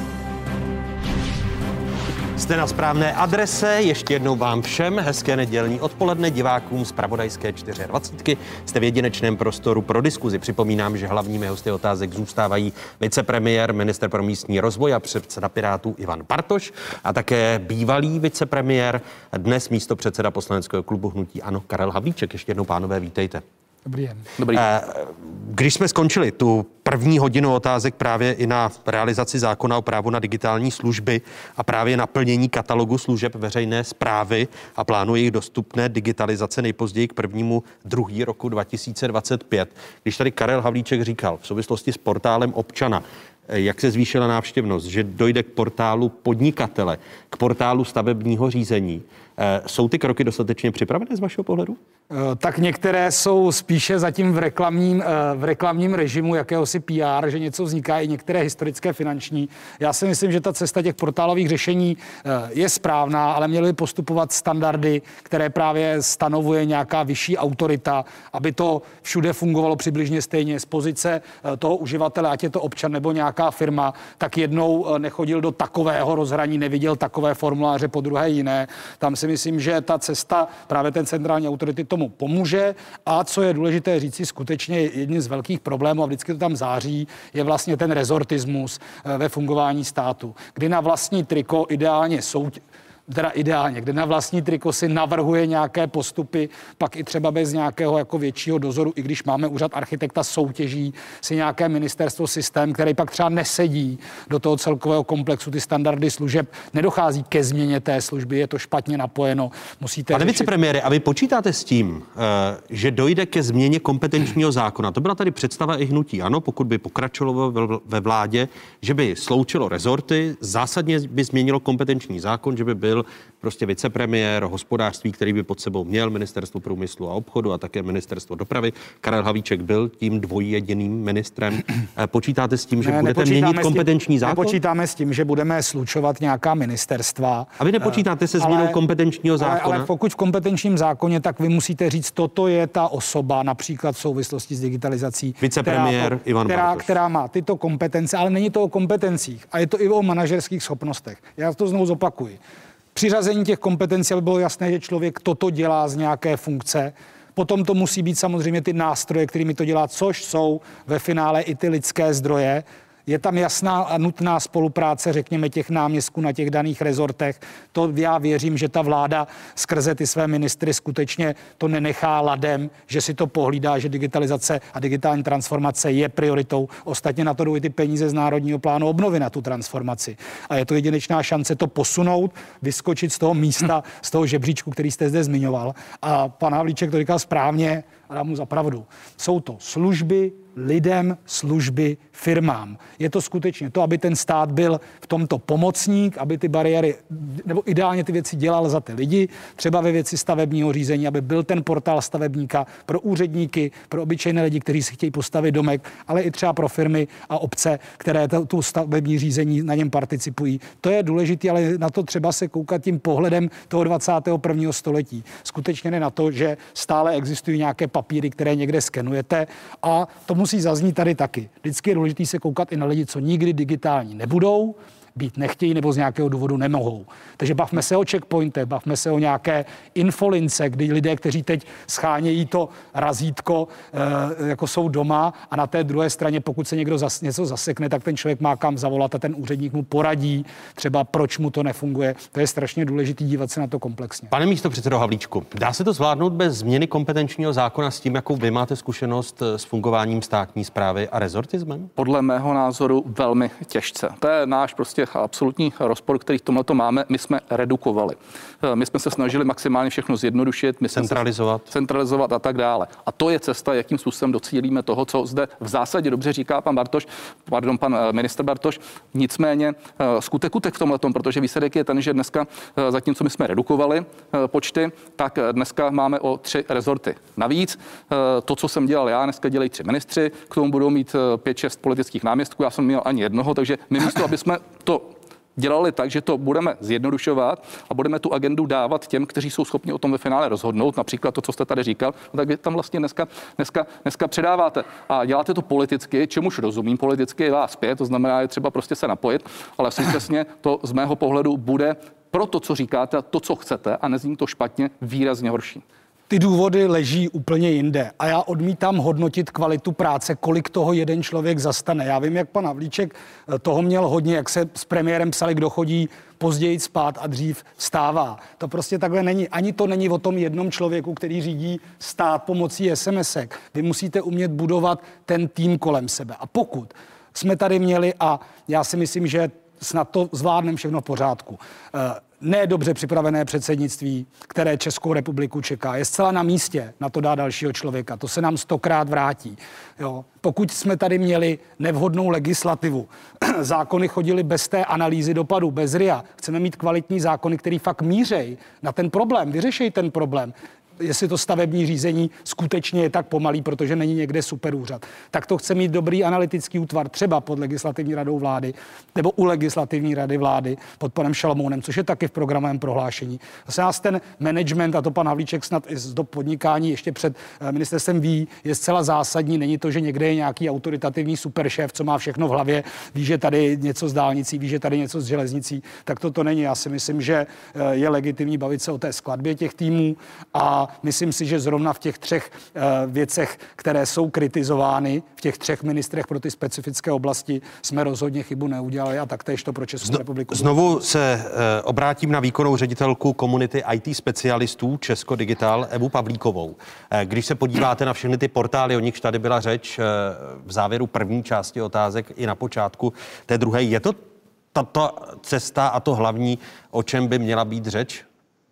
Jste na správné adrese, ještě jednou vám všem hezké nedělní odpoledne, divákům Zpravodajské 24. Jste v jedinečném prostoru pro diskuzi. Připomínám, že hlavními hosty otázek zůstávají vicepremiér, ministr pro místní rozvoj a předseda Pirátů Ivan Bartoš a také bývalý vicepremiér, dnes místopředseda poslaneckého klubu hnutí ANO Karel Havlíček. Ještě jednou, pánové, vítejte. Dobrý den. Dobrý. Když jsme skončili tu první hodinu otázek právě i na realizaci zákona o právu na digitální služby a právě naplnění katalogu služeb veřejné správy a plánu jejich dostupné digitalizace nejpozději k 1.2. roku 2025. Když tady Karel Havlíček říkal v souvislosti s portálem občana, jak se zvýšila návštěvnost, že dojde k portálu podnikatele, k portálu stavebního řízení. Jsou ty kroky dostatečně připravené z vašeho pohledu? Tak některé jsou spíše zatím v reklamním režimu jakéhosi PR, že něco vzniká, i některé historické finanční. Já si myslím, že ta cesta těch portálových řešení je správná, ale měly postupovat standardy, které právě stanovuje nějaká vyšší autorita, aby to všude fungovalo přibližně stejně z pozice toho uživatele, ať je to občan nebo nějaká firma, tak jednou nechodil do takového rozhraní, neviděl takové formuláře, po druhé jiné. Tam si myslím, že ta cesta, právě ten centrální autority tomu pomůže a co je důležité říci, skutečně jedním z velkých problémů, a vždycky to tam září, je vlastně ten rezortismus ve fungování státu, kdy na vlastní triko ideálně teda ideálně, kde na vlastní triko si navrhuje nějaké postupy, pak i třeba bez nějakého jako většího dozoru, i když máme úřad architekta, soutěží si nějaké ministerstvo systém, který pak třeba nesedí do toho celkového komplexu, ty standardy služeb, nedochází ke změně té služby, je to špatně napojeno, musíte... Pane vicepremiére, a vy počítáte s tím, že dojde ke změně kompetenčního zákona? To byla tady představa i hnutí ANO, pokud by pokračovalo ve vládě, že by sloučilo rezorty, zásadně by změnilo kompetenční zákon, že by byl prostě vicepremiér hospodářství, který by pod sebou měl ministerstvo průmyslu a obchodu a také ministerstvo dopravy. Karel Havlíček byl tím dvojjediným ministrem. Počítáte s tím, že budete měnit kompetenční zákon? Nepočítáme s tím, že budeme slučovat nějaká ministerstva. A vy nepočítáte se změnou kompetenčního zákona? Ale pokud v kompetenčním zákoně, tak vy musíte říct, toto je ta osoba, například v souvislosti s digitalizací, vicepremiér Ivan Bartoš, která má tyto kompetence, ale není to o kompetencích a je to i o manažerských schopnostech. Já to znovu zopakuji. Přiřazení těch kompetencí, aby bylo jasné, že člověk toto dělá z nějaké funkce. Potom to musí být samozřejmě ty nástroje, kterými to dělá, což jsou ve finále i ty lidské zdroje. Je tam jasná a nutná spolupráce, řekněme, těch náměstků na těch daných rezortech. To já věřím, že ta vláda skrze ty své ministry skutečně to nenechá ladem, že si to pohlídá, že digitalizace a digitální transformace je prioritou. Ostatně na to jdou i ty peníze z Národního plánu obnovy na tu transformaci. A je to jedinečná šance to posunout, vyskočit z toho místa, z toho žebříčku, který jste zde zmiňoval. A pan Havlíček to říkal správně a dám mu za pravdu. Jsou to služby lidem, služby firmám. Je to skutečně to, aby ten stát byl v tomto pomocník, aby ty bariéry, nebo ideálně ty věci dělal za ty lidi, třeba ve věci stavebního řízení, aby byl ten portál stavebníka pro úředníky, pro obyčejné lidi, kteří si chtějí postavit domek, ale i třeba pro firmy a obce, které tu stavební řízení na něm participují. To je důležité, ale na to třeba se koukat tím pohledem toho 21. století. Skutečně ne na to, že stále existují nějaké papíry, které někde skenujete a to musí zaznít tady taky. Vždycky je důležité se koukat i na lidi, co nikdy digitální nebudou, být nechtějí nebo z nějakého důvodu nemohou. Takže bavme se o checkpointech, bavme se o nějaké infolince, kdy lidé, kteří teď schánějí to razítko, jako jsou doma a na té druhé straně, pokud se někdo něco zasekne, tak ten člověk má kam zavolat a ten úředník mu poradí, třeba proč mu to nefunguje. To je strašně důležité dívat se na to komplexně. Pane místopředsedo Havlíčku, dá se to zvládnout bez změny kompetenčního zákona s tím, jakou vy máte zkušenost s fungováním státní správy a rezortismem? Podle mého názoru velmi těžce. To je náš prostě absolutní rozpor, který v tomhleto máme. My jsme redukovali. My jsme se snažili maximálně všechno zjednodušit, centralizovat a tak dále. A to je cesta, jakým způsobem docílíme toho, co zde v zásadě dobře říká pan ministr Bartoš. Nicméně skutek utek v tomhletom, protože výsledek je ten, že dneska, zatímco my jsme redukovali počty, tak dneska máme o 3 rezorty navíc. To, co jsem dělal já, dneska dělají 3 ministři, k tomu budou mít 5-6 politických náměstků. Já jsem měl ani jednoho, takže my místo, aby jsme to dělali tak, že to budeme zjednodušovat a budeme tu agendu dávat těm, kteří jsou schopni o tom ve finále rozhodnout, například to, co jste tady říkal, no tak vy tam vlastně dneska předáváte a děláte to politicky, čemuž rozumím, politicky je vás 5, to znamená, je třeba prostě se napojit, ale současně to z mého pohledu bude pro to, co říkáte, to, co chcete a nezní to špatně, výrazně horší. Ty důvody leží úplně jinde a já odmítám hodnotit kvalitu práce, kolik toho jeden člověk zastane. Já vím, jak pan Havlíček toho měl hodně, jak se s premiérem psali, kdo chodí později spát a dřív vstává. To prostě takhle není. Ani to není o tom jednom člověku, který řídí stát pomocí SMSek. Vy musíte umět budovat ten tým kolem sebe. A pokud jsme tady měli, a já si myslím, že snad to zvládneme všechno v pořádku, nedobře připravené předsednictví, které Českou republiku čeká. Je zcela na místě na to dát dalšího člověka. To se nám 100krát vrátí. Jo. Pokud jsme tady měli nevhodnou legislativu, zákony chodily bez té analýzy dopadu, bez RIA, chceme mít kvalitní zákony, který fakt mířej na ten problém, vyřešej ten problém. Jestli to stavební řízení skutečně je tak pomalý, protože není někde superúřad, tak to chce mít dobrý analytický útvar, třeba pod legislativní radou vlády nebo u legislativní rady vlády pod panem Šalomounem, což je taky v programovém prohlášení. Zase nás ten management, a to pan Havlíček snad i z podnikání ještě před ministerstvem ví, je zcela zásadní. Není to, že někde je nějaký autoritativní superšéf, co má všechno v hlavě, ví, že tady něco s dálnicí, ví, že tady něco s železnicí, tak to není. Já si myslím, že je legitimní bavit se o té skladbě těch týmů a a myslím si, že zrovna v těch 3 věcech, které jsou kritizovány, v těch 3 ministrech pro ty specifické oblasti, jsme rozhodně chybu neudělali a taktéž to pro Českou republiku. Znovu se obrátím na výkonnou ředitelku komunity IT specialistů Česko Digital Evu Pavlíkovou. Když se podíváte na všechny ty portály, o nichž tady byla řeč v závěru první části otázek i na počátku té druhé, je to tato cesta a to hlavní, o čem by měla být řeč?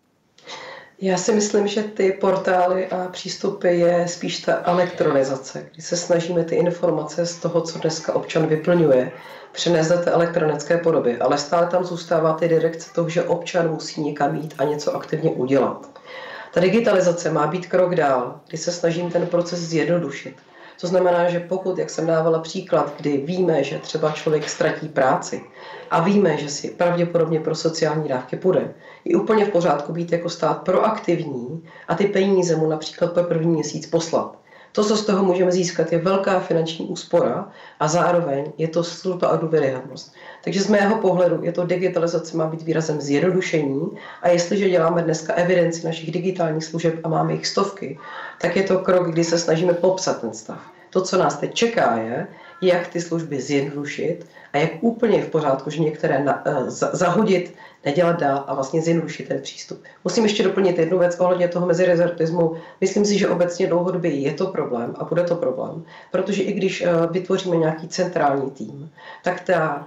Já si myslím, že ty portály a přístupy je spíš ta elektronizace, kdy se snažíme ty informace z toho, co dneska občan vyplňuje, přenést do té elektronické podoby, ale stále tam zůstává ty direkce toho, že občan musí někam jít a něco aktivně udělat. Ta digitalizace má být krok dál, kdy se snažím ten proces zjednodušit. To znamená, že pokud, jak jsem dávala příklad, kdy víme, že třeba člověk ztratí práci a víme, že si pravděpodobně pro sociální dávky půjde, je úplně v pořádku být jako stát proaktivní a ty peníze mu například pro první měsíc poslat. To, co z toho můžeme získat, je velká finanční úspora a zároveň je to služba a důvěryhodnost. Takže z mého pohledu je to digitalizace má být výrazem zjednodušení a jestliže děláme dneska evidenci našich digitálních služeb a máme jich stovky, tak je to krok, kdy se snažíme popsat ten stav. To, co nás teď čeká, je, jak ty služby zjednodušit a jak úplně je v pořádku, že některé zahodit, nedělat dál a vlastně zjednodušit ten přístup. Musím ještě doplnit jednu věc ohledně toho mezirezortismu. Myslím si, že obecně dlouhodobě je to problém a bude to problém, protože i když vytvoříme nějaký centrální tým, tak ta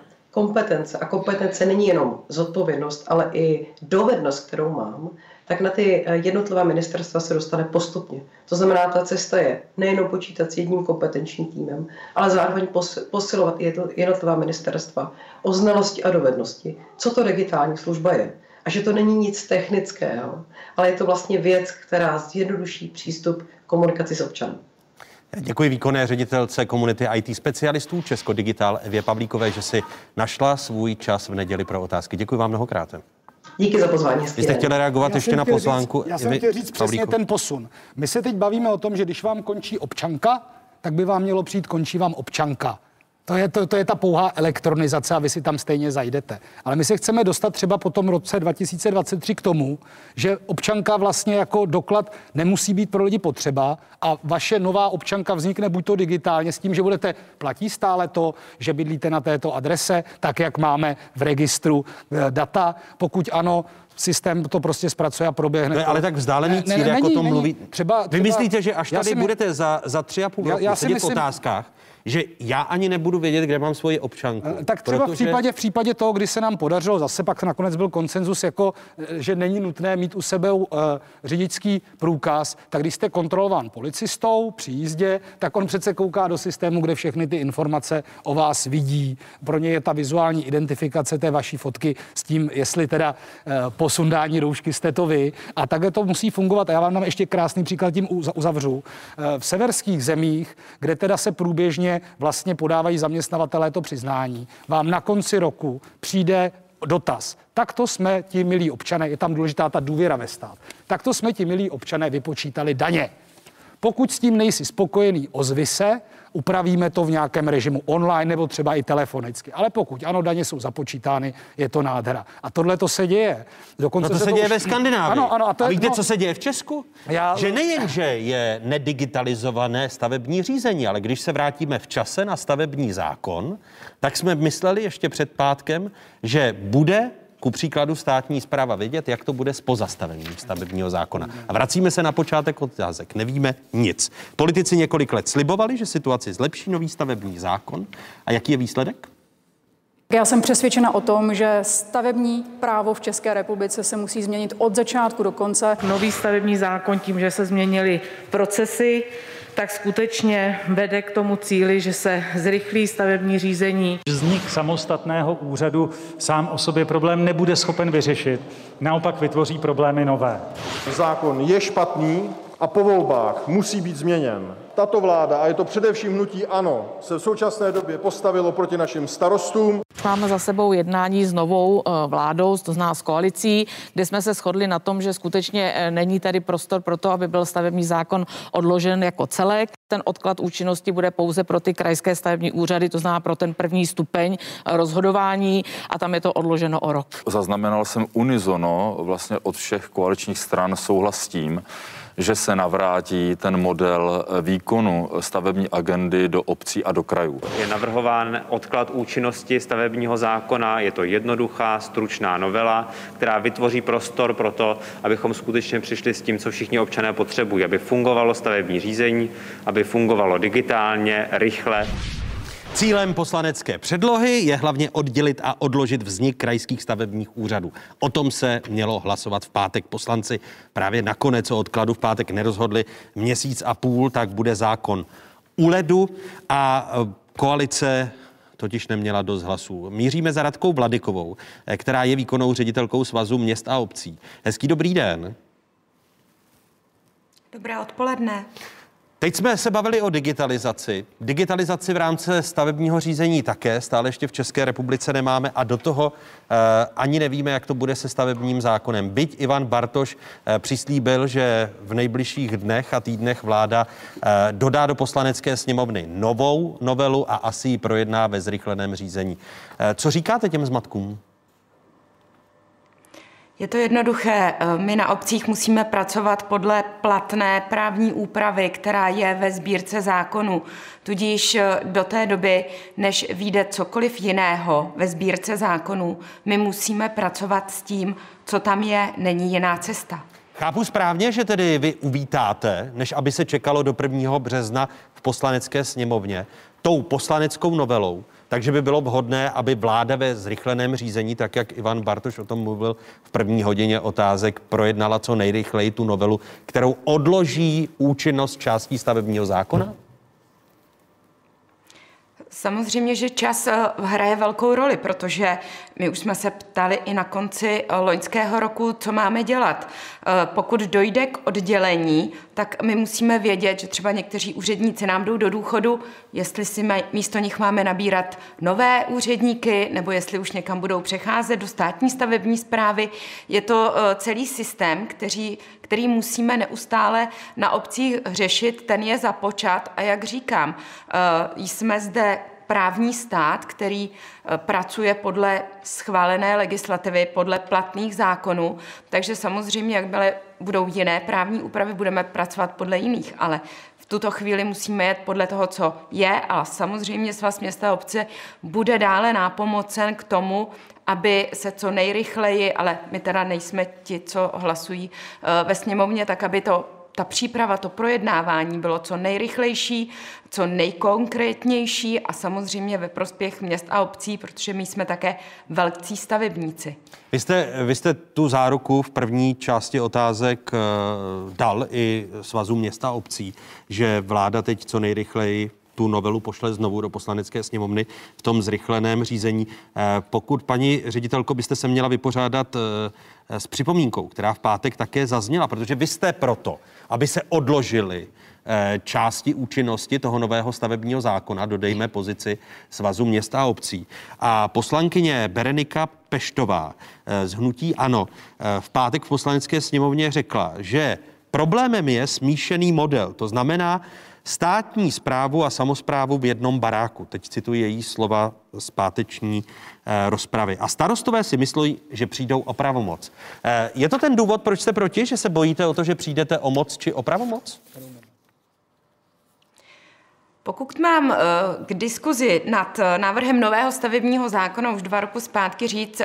kompetence není jenom zodpovědnost, ale i dovednost, kterou mám, tak na ty jednotlivá ministerstva se dostane postupně. To znamená, ta cesta je nejenom počítat s jedním kompetenčním týmem, ale zároveň posilovat jednotlivá ministerstva o znalosti a dovednosti, co to digitální služba je. A že to není nic technického, ale je to vlastně věc, která zjednoduší přístup k komunikaci s občanem. Děkuji výkonné ředitelce komunity IT specialistů Česko Digital Evě Pavlíkové, že si našla svůj čas v neděli pro otázky. Děkuji vám mnohokrát. Díky za pozvání. Vy jste chtěli reagovat ještě na poslanku. Já jsem chtěl říct přesně ten posun. My se teď bavíme o tom, že když vám končí občanka, tak by vám mělo přijít končí vám občanka. To je ta pouhá elektronizace a vy si tam stejně zajdete. Ale my se chceme dostat třeba po tom roce 2023 k tomu, že občanka vlastně jako doklad nemusí být pro lidi potřeba a vaše nová občanka vznikne buď to digitálně s tím, že platí stále to, že bydlíte na této adrese, tak jak máme v registru data. Pokud ano, systém to prostě zpracuje a proběhne. To je ale tak vzdálený cíl, jako o tom mluví. Vy myslíte, že až tady budete za 3,5 roku sedět v otázkách, že já ani nebudu vědět, kde mám svoji občanku. Tak třeba v případě toho, kdy se nám podařilo, zase pak nakonec byl konsenzus, jako, že není nutné mít u sebe řidičský průkaz, tak když jste kontrolován policistou při jízdě, tak on přece kouká do systému, kde všechny ty informace o vás vidí. Pro ně je ta vizuální identifikace té vaší fotky s tím, jestli teda po sundání roušky jste to vy. A takhle to musí fungovat. A já vám dám ještě krásný příklad, tím uzavřu. V severských zemích, kde teda se průběžně vlastně podávají zaměstnavatelé to přiznání, vám na konci roku přijde dotaz. Takto jsme ti milí občané, je tam důležitá ta důvěra ve stát, takto jsme ti milí občané vypočítali daně. Pokud s tím nejsi spokojený, ozvi se, upravíme to v nějakém režimu online nebo třeba i telefonicky. Ale pokud ano, daně jsou započítány, je to nádhera. A tohle to se děje. Dokonce to se děje ve Skandinávii. Ano, a víte, co se děje v Česku? Že nejen, že je nedigitalizované stavební řízení, ale když se vrátíme v čase na stavební zákon, tak jsme mysleli ještě před pátkem, že bude ku příkladu státní správa vědět, jak to bude s pozastavením stavebního zákona. A vracíme se na počátek otázek. Nevíme nic. Politici několik let slibovali, že situaci zlepší nový stavební zákon. A jaký je výsledek? Já jsem přesvědčena o tom, že stavební právo v České republice se musí změnit od začátku do konce. Nový stavební zákon tím, že se změnily procesy, tak skutečně vede k tomu cíli, že se zrychlí stavební řízení. Vznik samostatného úřadu sám o sobě problém nebude schopen vyřešit, naopak vytvoří problémy nové. Zákon je špatný a po volbách musí být změněn. Tato vláda, a je to především hnutí ANO, se v současné době postavilo proti našim starostům. Máme za sebou jednání s novou vládou, to znamená s koalicí, kde jsme se shodli na tom, že skutečně není tady prostor pro to, aby byl stavební zákon odložen jako celek. Ten odklad účinnosti bude pouze pro ty krajské stavební úřady, to znamená pro ten první stupeň rozhodování a tam je to odloženo o rok. Zaznamenal jsem unisono vlastně od všech koaličních stran souhlas s tím, že se navrátí ten model výkonu stavební agendy do obcí a do krajů. Je navrhován odklad účinnosti stavebního zákona, je to jednoduchá, stručná novela, která vytvoří prostor pro to, abychom skutečně přišli s tím, co všichni občané potřebují, aby fungovalo stavební řízení, aby fungovalo digitálně, rychle. Cílem poslanecké předlohy je hlavně oddělit a odložit vznik krajských stavebních úřadů. O tom se mělo hlasovat v pátek. Poslanci právě nakonec o odkladu v pátek nerozhodli. Měsíc a půl, tak bude zákon u ledu a koalice totiž neměla dost hlasů. Míříme za Radkou Vladykovou, která je výkonnou ředitelkou Svazu měst a obcí. Hezký dobrý den. Dobré odpoledne. Teď jsme se bavili o digitalizaci. Digitalizaci v rámci stavebního řízení také stále ještě v České republice nemáme a do toho ani nevíme, jak to bude se stavebním zákonem. Byť Ivan Bartoš přislíbil, že v nejbližších dnech a týdnech vláda dodá do Poslanecké sněmovny novou novelu a asi ji projedná ve zrychleném řízení. Co říkáte těm zmatkům? Je to jednoduché. My na obcích musíme pracovat podle platné právní úpravy, která je ve sbírce zákonů. Tudíž do té doby, než vyjde cokoliv jiného ve sbírce zákonů, my musíme pracovat s tím, co tam je, není jiná cesta. Chápu správně, že tedy vy uvítáte, než aby se čekalo do 1. března v Poslanecké sněmovně, tou poslaneckou novelou, takže by bylo vhodné, aby vláda ve zrychleném řízení, tak jak Ivan Bartoš o tom mluvil v první hodině otázek, projednala co nejrychleji tu novelu, kterou odloží účinnost částí stavebního zákona? Samozřejmě, že čas hraje velkou roli, protože my už jsme se ptali i na konci loňského roku, co máme dělat. Pokud dojde k oddělení, tak my musíme vědět, že třeba někteří úředníci nám jdou do důchodu, jestli si místo nich máme nabírat nové úředníky, nebo jestli už někam budou přecházet do státní stavební správy. Je to celý systém, který musíme neustále na obcích řešit, ten je započat a jak říkám, jsme zde právní stát, který pracuje podle schválené legislativy, podle platných zákonů, takže samozřejmě, jakmile budou jiné právní úpravy, budeme pracovat podle jiných, ale v tuto chvíli musíme jet podle toho, co je a samozřejmě Svaz měst a obce bude dále nápomocen k tomu, aby se co nejrychleji, ale my teda nejsme ti, co hlasují ve sněmovně, tak aby ta příprava, to projednávání bylo co nejrychlejší, co nejkonkrétnější a samozřejmě ve prospěch měst a obcí, protože my jsme také velcí stavebníci. Vy jste tu záruku v první části otázek dal i Svazu měst a obcí, že vláda teď co nejrychleji tu novelu pošle znovu do Poslanecké sněmovny v tom zrychleném řízení. Pokud, paní ředitelko, byste se měla vypořádat s připomínkou, která v pátek také zazněla, protože vy jste proto, aby se odložily části účinnosti toho nového stavebního zákona, dodejme pozici Svazu měst a obcí. A poslankyně Berenika Peštová z hnutí ANO v pátek v Poslanecké sněmovně řekla, že problémem je smíšený model, to znamená státní správu a samosprávu v jednom baráku. Teď cituji její slova z páteční rozpravy. A starostové si myslí, že přijdou o pravomoc. Je to ten důvod, proč jste proti, že se bojíte o to, že přijdete o moc či o pravomoc? Pokud mám k diskuzi nad návrhem nového stavebního zákona už 2 roky zpátky říct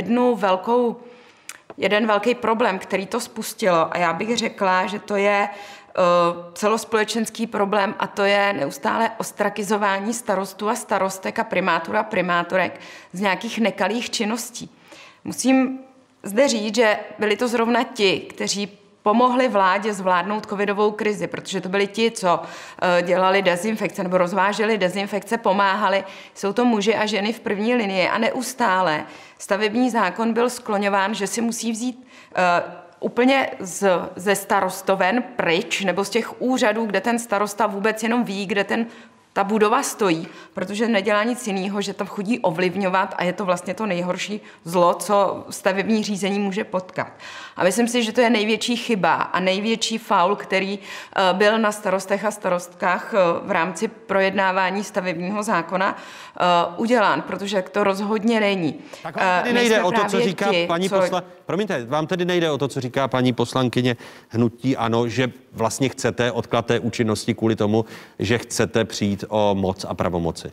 jeden velký problém, který to spustilo, a já bych řekla, že to je celospolečenský problém a to je neustále ostrakizování starostů a starostek a primátorek z nějakých nekalých činností. Musím zde říct, že byli to zrovna ti, kteří pomohli vládě zvládnout covidovou krizi, protože to byli ti, co dělali dezinfekce nebo rozváželi dezinfekce, pomáhali. Jsou to muži a ženy v první linii a neustále stavební zákon byl skloňován, že si musí vzít úplně ze starostoven pryč, nebo z těch úřadů, kde ten starosta vůbec jenom ví, kde ta ta budova stojí, protože nedělá nic jiného, že tam chodí ovlivňovat a je to vlastně to nejhorší zlo, co stavební řízení může potkat. A myslím si, že to je největší chyba a největší faul, který byl na starostech a starostkách v rámci projednávání stavebního zákona udělán, protože to rozhodně není. Tak vám tedy nejde o to, co říká Promiňte, vám tedy nejde o to, co říká paní poslankyně hnutí ANO, že vlastně chcete odklad té účinnosti kvůli tomu, že chcete přijít o moc a pravomoci.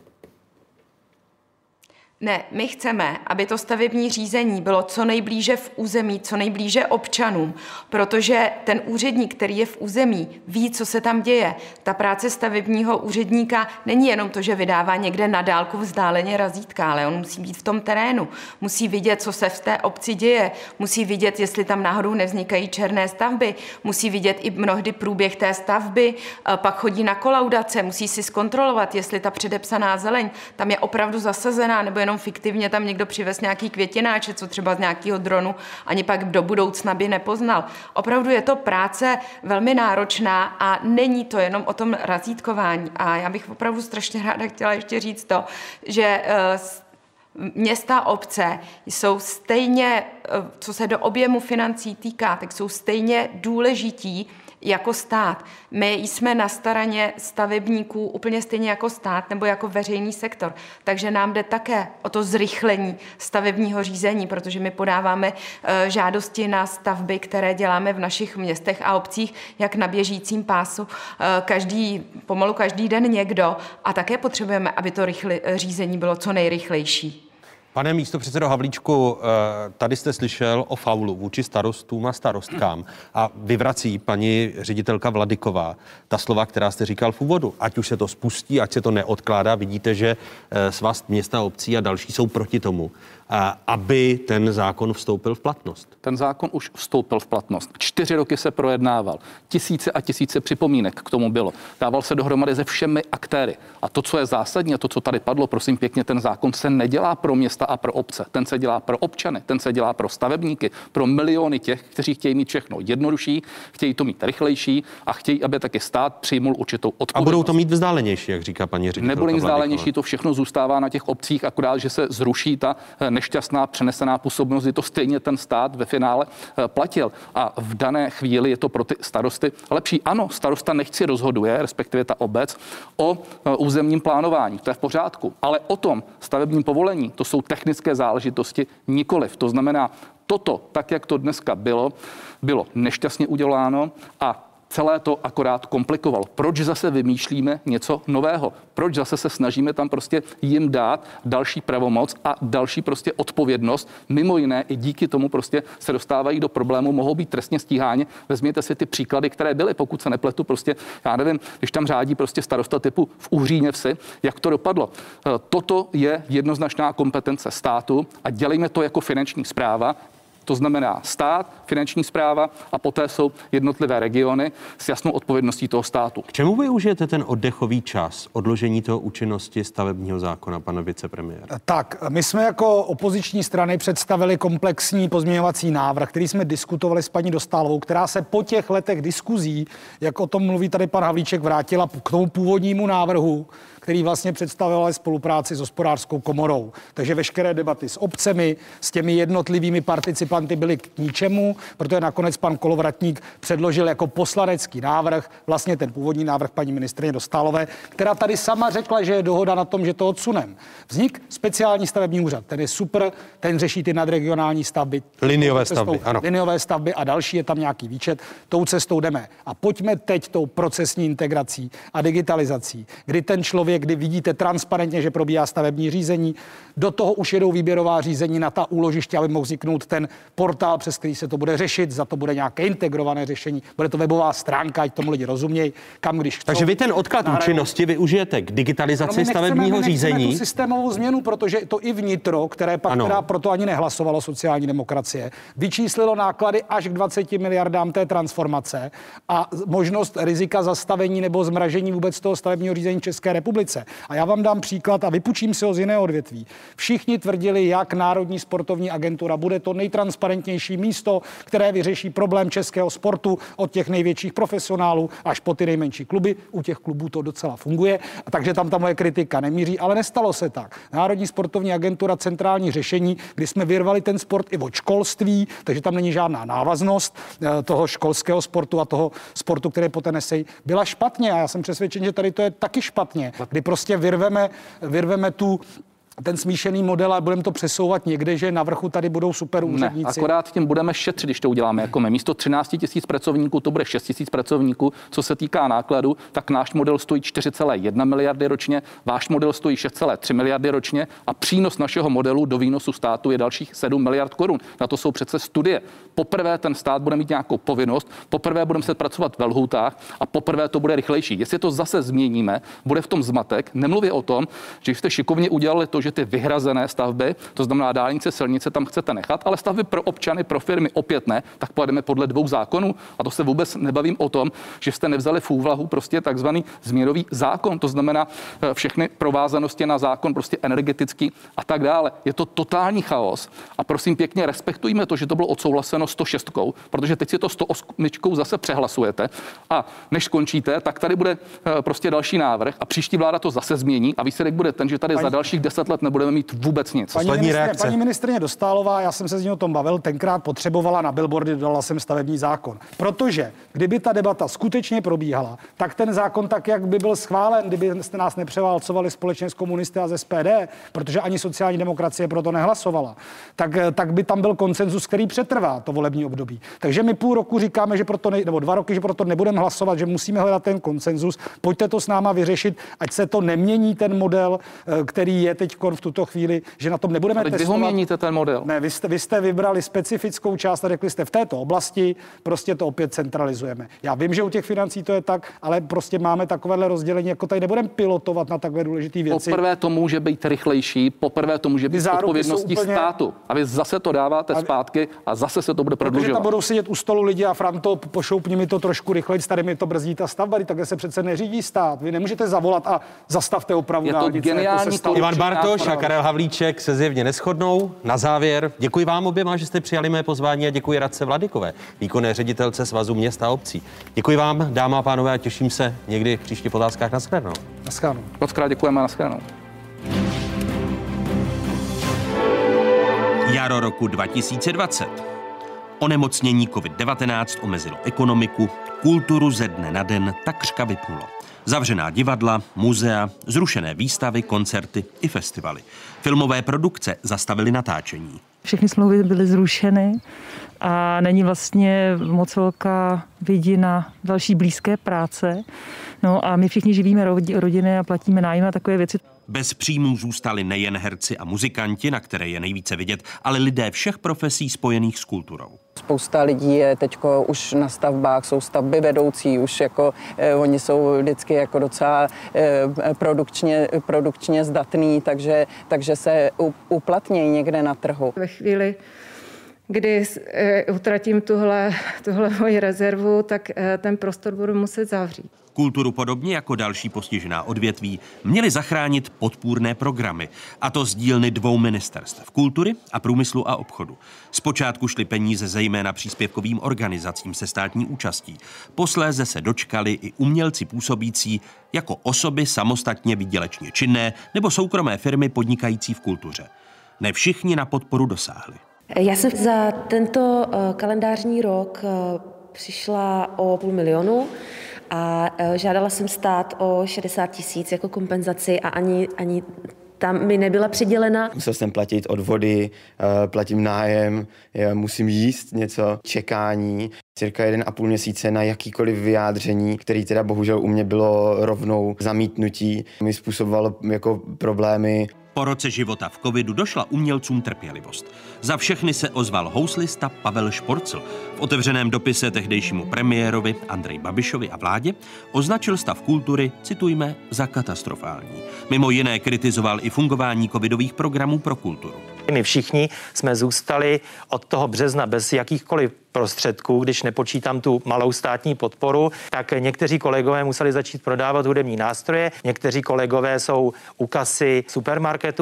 Ne, my chceme, aby to stavební řízení bylo co nejblíže v území, co nejblíže občanům, protože ten úředník, který je v území, ví, co se tam děje. Ta práce stavebního úředníka není jenom to, že vydává někde na dálku vzdáleně razítka, ale on musí být v tom terénu, musí vidět, co se v té obci děje, musí vidět, jestli tam náhodou nevznikají černé stavby, musí vidět i mnohdy průběh té stavby, pak chodí na kolaudace, musí si zkontrolovat, jestli ta předepsaná zeleň tam je opravdu zasazená, nebo jenom fiktivně tam někdo přivez nějaký květináče, co třeba z nějakého dronu ani pak do budoucna by nepoznal. Opravdu je to práce velmi náročná a není to jenom o tom razítkování. A já bych opravdu strašně ráda chtěla ještě říct to, že města, obce jsou stejně, co se do objemu financí týká, tak jsou stejně důležití jako stát. My jsme na straně stavebníků úplně stejně jako stát nebo jako veřejný sektor. Takže nám jde také o to zrychlení stavebního řízení, protože my podáváme žádosti na stavby, které děláme v našich městech a obcích, jak na běžícím pásu, pomalu každý den někdo. A také potřebujeme, aby to řízení bylo co nejrychlejší. Pane místopředsedo Havlíčku, tady jste slyšel o faulu vůči starostům a starostkám a vyvrací paní ředitelka Vladyková ta slova, která jste říkal v úvodu. Ať už se to spustí, ať se to neodkládá, vidíte, že Svaz měst a obcí a další jsou proti tomu, aby ten zákon vstoupil v platnost. Ten zákon už vstoupil v platnost. 4 roky se projednával. Tisíce a tisíce připomínek k tomu bylo. Dával se dohromady se všemi aktéry. A to, co je zásadní, a to, co tady padlo, prosím pěkně, ten zákon se nedělá pro města a pro obce. Ten se dělá pro občany, ten se dělá pro stavebníky, pro miliony těch, kteří chtějí mít všechno jednodušší, chtějí to mít rychlejší a chtějí, aby taky stát přijmul určitou odpovědnost. A budou to mít vzdálenější, jak říká paní ředitelka. Nebude vzdálenější, to všechno zůstává na těch obcích, akorát, že se zruší ta nešťastná přenesená působnost, kdy to stejně ten stát ve finále platil. A v dané chvíli je to pro ty starosty lepší. Ano, starosta nechci rozhoduje, respektive ta obec, o územním plánování. To je v pořádku. Ale o tom stavebním povolení, to jsou technické záležitosti, nikoliv. To znamená, toto, tak jak to dneska bylo nešťastně uděláno a celé to akorát komplikovalo. Proč zase vymýšlíme něco nového? Proč zase se snažíme tam prostě jim dát další pravomoc a další prostě odpovědnost? Mimo jiné i díky tomu prostě se dostávají do problému, mohou být trestně stíháni. Vezměte si ty příklady, které byly, pokud se nepletu, prostě, já nevím, když tam řádí prostě starosta typu v Uhříně vsi, jak to dopadlo. Toto je jednoznačná kompetence státu a dělejme to jako finanční správa. To znamená stát, finanční správa a poté jsou jednotlivé regiony s jasnou odpovědností toho státu. K čemu využijete ten oddechový čas, odložení toho účinnosti stavebního zákona, pane vicepremiére? Tak, my jsme jako opoziční strany představili komplexní pozměňovací návrh, který jsme diskutovali s paní Dostálovou, která se po těch letech diskuzí, jak o tom mluví tady pan Havlíček, vrátila k tomu původnímu návrhu, který vlastně představoval spolupráci s Hospodářskou komorou. Takže veškeré debaty s obcemi, s těmi jednotlivými participanty byly k ničemu, protože nakonec pan Kolovratník předložil jako poslanecký návrh, vlastně ten původní návrh paní ministryně Dostálové, která tady sama řekla, že je dohoda na tom, že to odsunem. Vznik speciální stavební úřad, ten je super, ten řeší ty nadregionální stavby. Liniové stavby, ano. Liniové stavby a další, je tam nějaký výčet. Tou cestou jdeme. A pojďme teď tou procesní integrací a digitalizací, kdy ten člověk, kdy vidíte transparentně, že probíhá stavební řízení, do toho už jedou výběrová řízení na ta úložiště, aby mohl vzniknout ten portál, přes který se to bude řešit, za to bude nějaké integrované řešení, bude to webová stránka, ať tomu lidi rozumějí, kam když chcou. Takže vy ten odklad účinnosti využijete k digitalizaci stavebního řízení. Tu systémovou změnu, protože to i vnitro, která proto ani nehlasovalo sociální demokracie, vyčíslilo náklady až k 20 miliardám té transformace a možnost rizika zastavení nebo zmražení vůbec toho stavebního řízení v České republice. A já vám dám příklad a vypůjčím si ho z jiného odvětví. Všichni tvrdili, jak Národní sportovní agentura bude to nejtransparentnější místo, které vyřeší problém českého sportu od těch největších profesionálů až po ty nejmenší kluby. U těch klubů to docela funguje, takže tam ta moje kritika nemíří, ale nestalo se tak. Národní sportovní agentura, centrální řešení, kdy jsme vyrvali ten sport i od školství, takže tam není žádná návaznost toho školského sportu a toho sportu, který poté nesejí, byla špatně. A já jsem přesvědčen, že tady to je taky špatně, kdy prostě vyrveme ten smíšený model a budeme to přesouvat někde, že na vrchu tady budou super úředníci. Ne, akorát tím budeme šetřit, když to uděláme jako my. Místo 13 000 pracovníků to bude 6 000 pracovníků. Co se týká nákladu, tak náš model stojí 4,1 miliardy ročně, váš model stojí 6,3 miliardy ročně a přínos našeho modelu do výnosu státu je dalších 7 miliard korun. Na to jsou přece studie. Poprvé ten stát bude mít nějakou povinnost, poprvé budeme se pracovat ve lhůtách a poprvé to bude rychlejší. Jestli to zase změníme, bude v tom zmatek. Nemluvě o tom, že jste šikovně udělali to, že ty vyhrazené stavby, to znamená dálnice, silnice, tam chcete nechat, ale stavby pro občany, pro firmy opět ne, tak pojedeme podle 2 zákonů. A to se vůbec nebavím o tom, že jste nevzali v úvahu prostě takzvaný změnový zákon, to znamená všechny provázanosti na zákon prostě energetický a tak dále. Je to totální chaos a prosím pěkně respektujme to, že to bylo odsouhlaseno 106, protože teď si to 108 zase přehlasujete a než skončíte, tak tady bude prostě další návrh a příští vláda to zase změní a výsledek bude ten, že tady za dalších 10 let nebudeme mít vůbec nic. Paní ministryně Dostálová, já jsem se s ní o tom bavil, tenkrát potřebovala na billboardy, dodala jsem stavební zákon. Protože kdyby ta debata skutečně probíhala, tak ten zákon tak, jak by byl schválen, kdybyste nás nepřeválcovali společně s komunisty a z SPD, protože ani sociální demokracie proto nehlasovala, tak by tam byl konsenzus, který přetrvá to volební období. Takže my půl roku říkáme, že proto nebo 2 roky, že proto nebudeme hlasovat, že musíme hledat ten konsenzus. Pojďte to s náma vyřešit, ať se to nemění ten model, který je teď v tuto chvíli, že na tom nebudeme testovat. Vy ho měníte ten model. Ne, vy jste vybrali specifickou část a řekli jste v této oblasti, prostě to opět centralizujeme. Já vím, že u těch financí to je tak, ale prostě máme takovéhle rozdělení, jako tady nebudeme pilotovat na takové důležité věci. Poprvé to může být rychlejší, poprvé to může být odpovědností státu. A vy zase to dáváte zpátky a zase se to bude prodlužovat. Tam budou sedět u stolu lidi a Franto, pošoupni mi to trošku rychleji, tady mi to brzdí ta stavba, takhle se přece neřídí stát. Vy nemůžete zavolat a zastavte opravu dálnice. Ivan Bartoš a Karel Havlíček se zjevně neshodnou. Na závěr děkuji vám oběma, že jste přijali mé pozvání a děkuji Radce Vladikové, výkonné ředitelce Svazu měst a obcí. Děkuji vám, dámy a pánové, a těším se někdy příště po otázkách. Naschledanou. Naschledanou. Moc krát děkujeme a naschledanou. Jaro roku 2020. Onemocnění COVID-19 omezilo ekonomiku, kulturu ze dne na den takřka vypnulo. Zavřená divadla, muzea, zrušené výstavy, koncerty i festivaly. Filmové produkce zastavily natáčení. Všechny smlouvy byly zrušeny a není vlastně moc velká vidina další blízké práce. No a my všichni živíme rodiny a platíme nájem a takové věci. Bez příjmů zůstali nejen herci a muzikanti, na které je nejvíce vidět, ale lidé všech profesí spojených s kulturou. Spousta lidí je teďko už na stavbách, jsou stavby vedoucí, už jako oni jsou vždycky jako docela produkčně zdatný, takže se uplatnějí někde na trhu. Ve chvíli, kdy utratím tuhle moji rezervu, tak ten prostor budu muset zavřít. Kulturu podobně jako další postižená odvětví měly zachránit podpůrné programy, a to z dílny 2 ministerstev kultury a průmyslu a obchodu. Zpočátku šly peníze zejména příspěvkovým organizacím se státní účastí. Posléze se dočkali i umělci působící jako osoby samostatně výdělečně činné nebo soukromé firmy podnikající v kultuře. Ne všichni na podporu dosáhli. Já jsem za tento kalendářní rok přišla o 500 000 a žádala jsem stát o 60 000 jako kompenzaci a ani tam mi nebyla přidělena. Musel jsem platit odvody, platím nájem, musím jíst něco, čekání, cirka 1,5 měsíce na jakýkoliv vyjádření, který teda bohužel u mě bylo rovnou zamítnutí, mi způsobovalo jako problémy. Po roce života v covidu došla umělcům trpělivost. Za všechny se ozval houslista Pavel Šporcl. V otevřeném dopise tehdejšímu premiérovi Andreji Babišovi a vládě označil stav kultury, citujme, za katastrofální. Mimo jiné kritizoval i fungování covidových programů pro kulturu. My všichni jsme zůstali od toho března bez jakýchkoliv prostředků, když nepočítám tu malou státní podporu, tak někteří kolegové museli začít prodávat hudební nástroje, někteří kolegové jsou u kasy supermarketu. V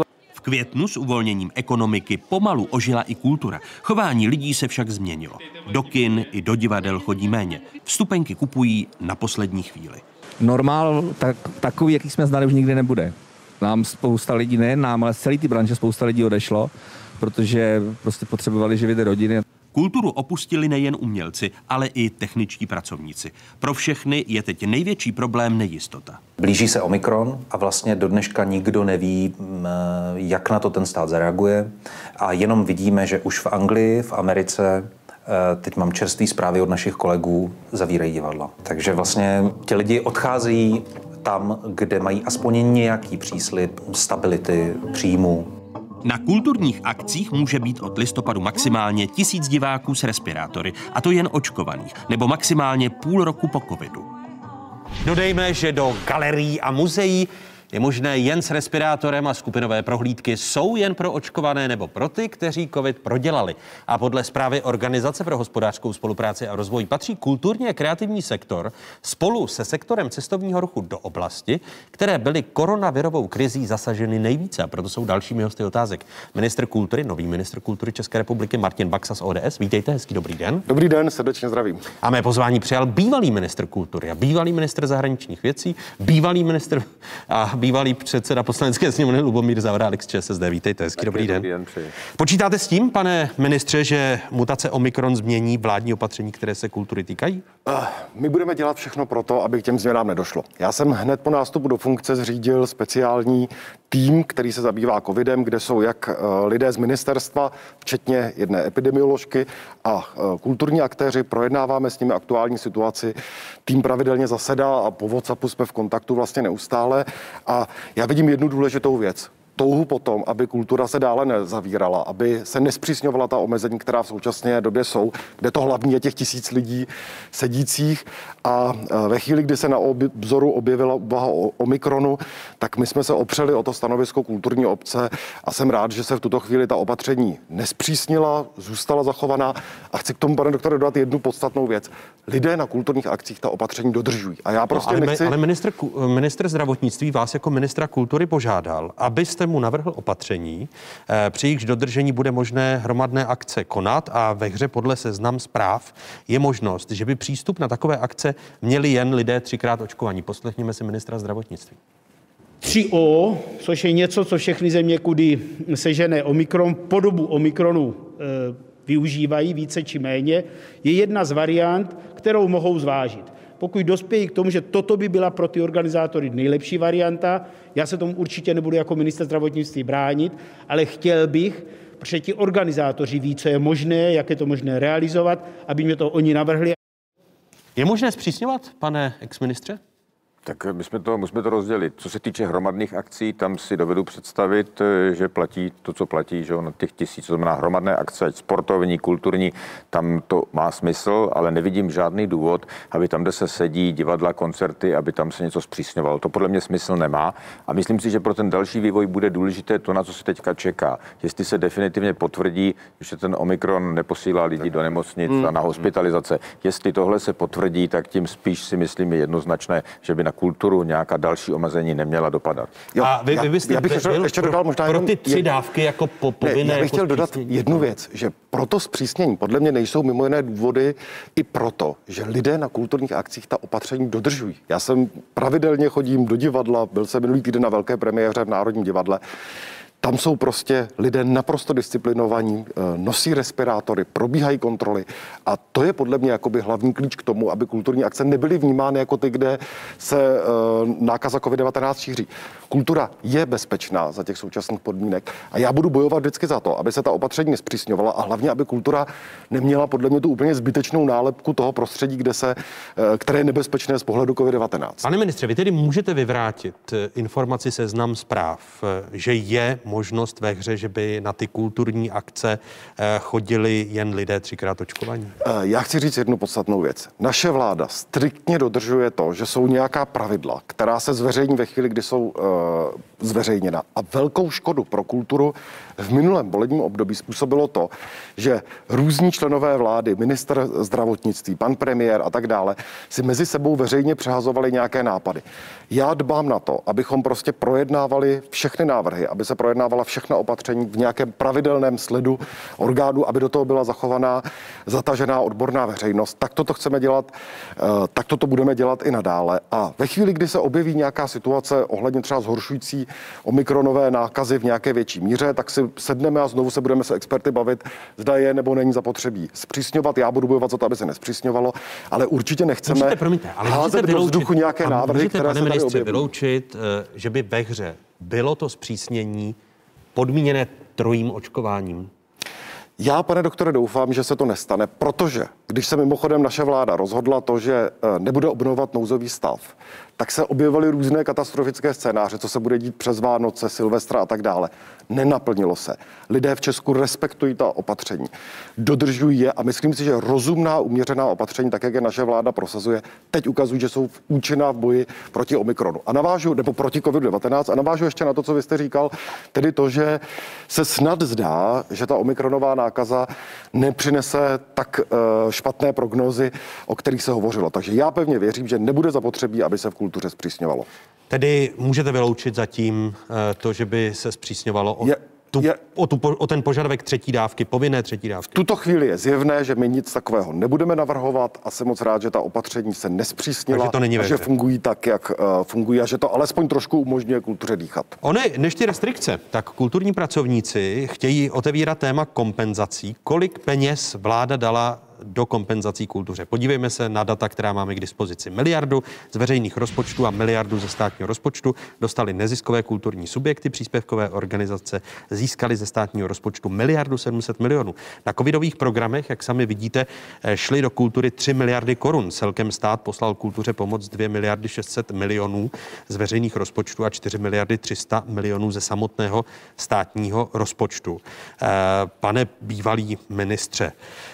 květnu s uvolněním ekonomiky pomalu ožila i kultura. Chování lidí se však změnilo. Do kin i do divadel chodí méně. Vstupenky kupují na poslední chvíli. Normál takový, jaký jsme znali, už nikdy nebude. Nám spousta lidí, nejen nám, ale z celé té branže spousta lidí odešlo, protože prostě potřebovali živit rodiny. Kulturu opustili nejen umělci, ale i techničtí pracovníci. Pro všechny je teď největší problém nejistota. Blíží se Omikron a vlastně do dneška nikdo neví, jak na to ten stát zareaguje. A jenom vidíme, že už v Anglii, v Americe, teď mám čerstvé zprávy od našich kolegů, zavírají divadla. Takže vlastně ti lidi odcházejí tam, kde mají aspoň nějaký příslib stability, příjmu. Na kulturních akcích může být od listopadu maximálně 1000 diváků s respirátory, a to jen očkovaných, nebo maximálně půl roku po covidu. Dodejme, že do galerií a muzeí je možné jen s respirátorem a skupinové prohlídky jsou jen pro očkované nebo pro ty, kteří covid prodělali. A podle zprávy Organizace pro hospodářskou spolupráci a rozvoj patří kulturní a kreativní sektor spolu se sektorem cestovního ruchu do oblasti, které byly koronavirovou krizí zasaženy nejvíce. A proto jsou dalšími hosty otázek. Ministr kultury, nový ministr kultury České republiky Martin Baxa z ODS. Vítejte, hezký dobrý den. Dobrý den, srdečně zdravím. A mé pozvání přijal bývalý ministr kultury a bývalý ministr zahraničních věcí, bývalý ministr a bývalý předseda Poslanecké sněmovny Lubomír Zaorálek z ČSSD. Vítejte, hezký dobrý den. Počítáte s tím, pane ministře, že mutace Omikron změní vládní opatření, které se kultury týkají? My budeme dělat všechno pro to, aby k těm změnám nedošlo. Já jsem hned po nástupu do funkce zřídil speciální tým, který se zabývá covidem, kde jsou jak lidé z ministerstva, včetně jedné epidemioložky a kulturní aktéři. Projednáváme s nimi aktuální situaci. Tým pravidelně zasedá a po WhatsAppu jsme v kontaktu vlastně neustále. A já vidím jednu důležitou věc. Touhu potom, aby kultura se dále nezavírala, aby se nespřísňovala ta omezení, která v současné době jsou, kde to hlavní je těch 1000 lidí sedících. A ve chvíli, kdy se na obzoru objevila úvaha o Omikronu, tak my jsme se opřeli o to stanovisko kulturní obce a jsem rád, že se v tuto chvíli ta opatření nespřísnila, zůstala zachovaná. A chci k tomu, pane doktore, dodat jednu podstatnou věc. Lidé na kulturních akcích ta opatření dodržují. A já prostě nechci... Ale ministr zdravotnictví vás jako ministra kultury požádal, abyste mu navrhl opatření, při jejichž dodržení bude možné hromadné akce konat, a ve hře podle Seznam Zpráv je možnost, že by přístup na takové akce měli jen lidé 3krát očkovaní. Poslechněme si ministra zdravotnictví. 3O, což je něco, co všechny země, kudy sežene Omikron, podobu Omikronu využívají více či méně, je jedna z variant, kterou mohou zvážit. Pokud dospějí k tomu, že toto by byla pro ty organizátory nejlepší varianta, já se tomu určitě nebudu jako ministr zdravotnictví bránit, ale chtěl bych, protože ti organizátoři ví, co je možné, jak je to možné realizovat, aby mě to oni navrhli. Je možné zpřísňovat, pane exministře? Tak musíme to rozdělit. Co se týče hromadných akcí, tam si dovedu představit, že platí to, co platí, že na těch 1000, to znamená hromadné akce, sportovní, kulturní, tam to má smysl, ale nevidím žádný důvod, aby tam, kde se sedí divadla, koncerty, aby tam se něco zpřísňovalo. To podle mě smysl nemá a myslím si, že pro ten další vývoj bude důležité to, na co se teďka čeká. Jestli se definitivně potvrdí, že ten Omikron neposílá lidi do nemocnic a na hospitalizace. Jestli tohle se potvrdí, tak tím spíš si myslím je jednoznačné, že by na kulturu nějaká další omezení neměla dopadat. A vy byste já bych ještě dodal možná pro ty 3 dávky jako povinné. Já bych chtěl dodat jednu věc, že pro to zpřísnění podle mě nejsou mimo jiné důvody i proto, že lidé na kulturních akcích ta opatření dodržují. Já jsem pravidelně chodím do divadla, byl jsem minulý týden na velké premiéře v Národním divadle. Tam jsou prostě lidé naprosto disciplinovaní, nosí respirátory, probíhají kontroly a to je podle mě jakoby hlavní klíč k tomu, aby kulturní akce nebyly vnímány jako ty, kde se nákaza COVID-19 šíří. Kultura je bezpečná za těch současných podmínek a já budu bojovat vždycky za to, aby se ta opatření nespřísňovala a hlavně, aby kultura neměla podle mě tu úplně zbytečnou nálepku toho prostředí, které je nebezpečné z pohledu COVID-19. Pane ministře, vy tedy můžete vyvrátit informaci Seznam Zpráv, že je možnost ve hře, že by na ty kulturní akce chodili jen lidé 3krát očkovaní? Já chci říct jednu podstatnou věc. Naše vláda striktně dodržuje to, že jsou nějaká pravidla, která se zveřejní ve chvíli, kdy jsou zveřejněna. A velkou škodu pro kulturu v minulém volebním období způsobilo to, že různí členové vlády, ministr zdravotnictví, pan premiér a tak dále, si mezi sebou veřejně přehazovali nějaké nápady. Já dbám na to, abychom prostě projednávali všechny návrhy, aby se projednávali projednávala všechna opatření v nějakém pravidelném sledu orgánů, aby do toho byla zachovaná zatažená odborná veřejnost. Tak toto chceme dělat, tak toto budeme dělat i nadále. A ve chvíli, kdy se objeví nějaká situace ohledně třeba zhoršující omikronové nákazy v nějaké větší míře, tak si sedneme a znovu se budeme se experty bavit, zda je nebo není zapotřebí zpřísňovat. Já budu bojovat za to, aby se nepřísňovalo, ale určitě nechceme házet do vzduchu nějaké návrhy, které se tady objeví. Vyloučit, že by ve hře bylo to zpřísnění podmíněné trojím očkováním? Já, pane doktore, doufám, že se to nestane, protože když se mimochodem naše vláda rozhodla to, že nebude obnovovat nouzový stav, tak se objevily různé katastrofické scénáře, co se bude dít přes Vánoce, Silvestra a tak dále. Nenaplnilo se. Lidé v Česku respektují ta opatření, dodržují je a myslím si, že rozumná, uměřená opatření, tak jak je naše vláda prosazuje, teď ukazují, že jsou účinná v boji proti Omikronu. A navážu, nebo proti COVID-19 a navážu ještě na to, co vy jste říkal, tedy to, že se snad zdá, že ta omikronová nákaza nepřinese tak špatné prognózy, o kterých se hovořilo. Takže já pevně věřím, že nebude zapotřebí, aby se v kultuře zpřísňovalo. Tedy můžete vyloučit zatím to, že by se zpřísňovalo o ten požadavek třetí dávky, povinné třetí dávky? V tuto chvíli je zjevné, že my nic takového nebudeme navrhovat a jsem moc rád, že ta opatření se nespřísnila a že fungují tak, jak fungují a že to alespoň trošku umožňuje kultuře dýchat. Než ty restrikce, tak kulturní pracovníci chtějí otevírat téma kompenzací. Kolik peněz vláda dala do kompenzací kultuře? Podívejme se na data, která máme k dispozici. 1 miliardu z veřejných rozpočtů a 1 miliardu ze státního rozpočtu dostali neziskové kulturní subjekty, příspěvkové organizace získali ze státního rozpočtu 1 700 000 000. Na covidových programech, jak sami vidíte, šly do kultury 3 miliardy korun. Celkem stát poslal kultuře pomoc 2 600 000 000 z veřejných rozpočtů a 4 300 000 000 ze samotného státního rozpočtu. Pane bývalý ministře,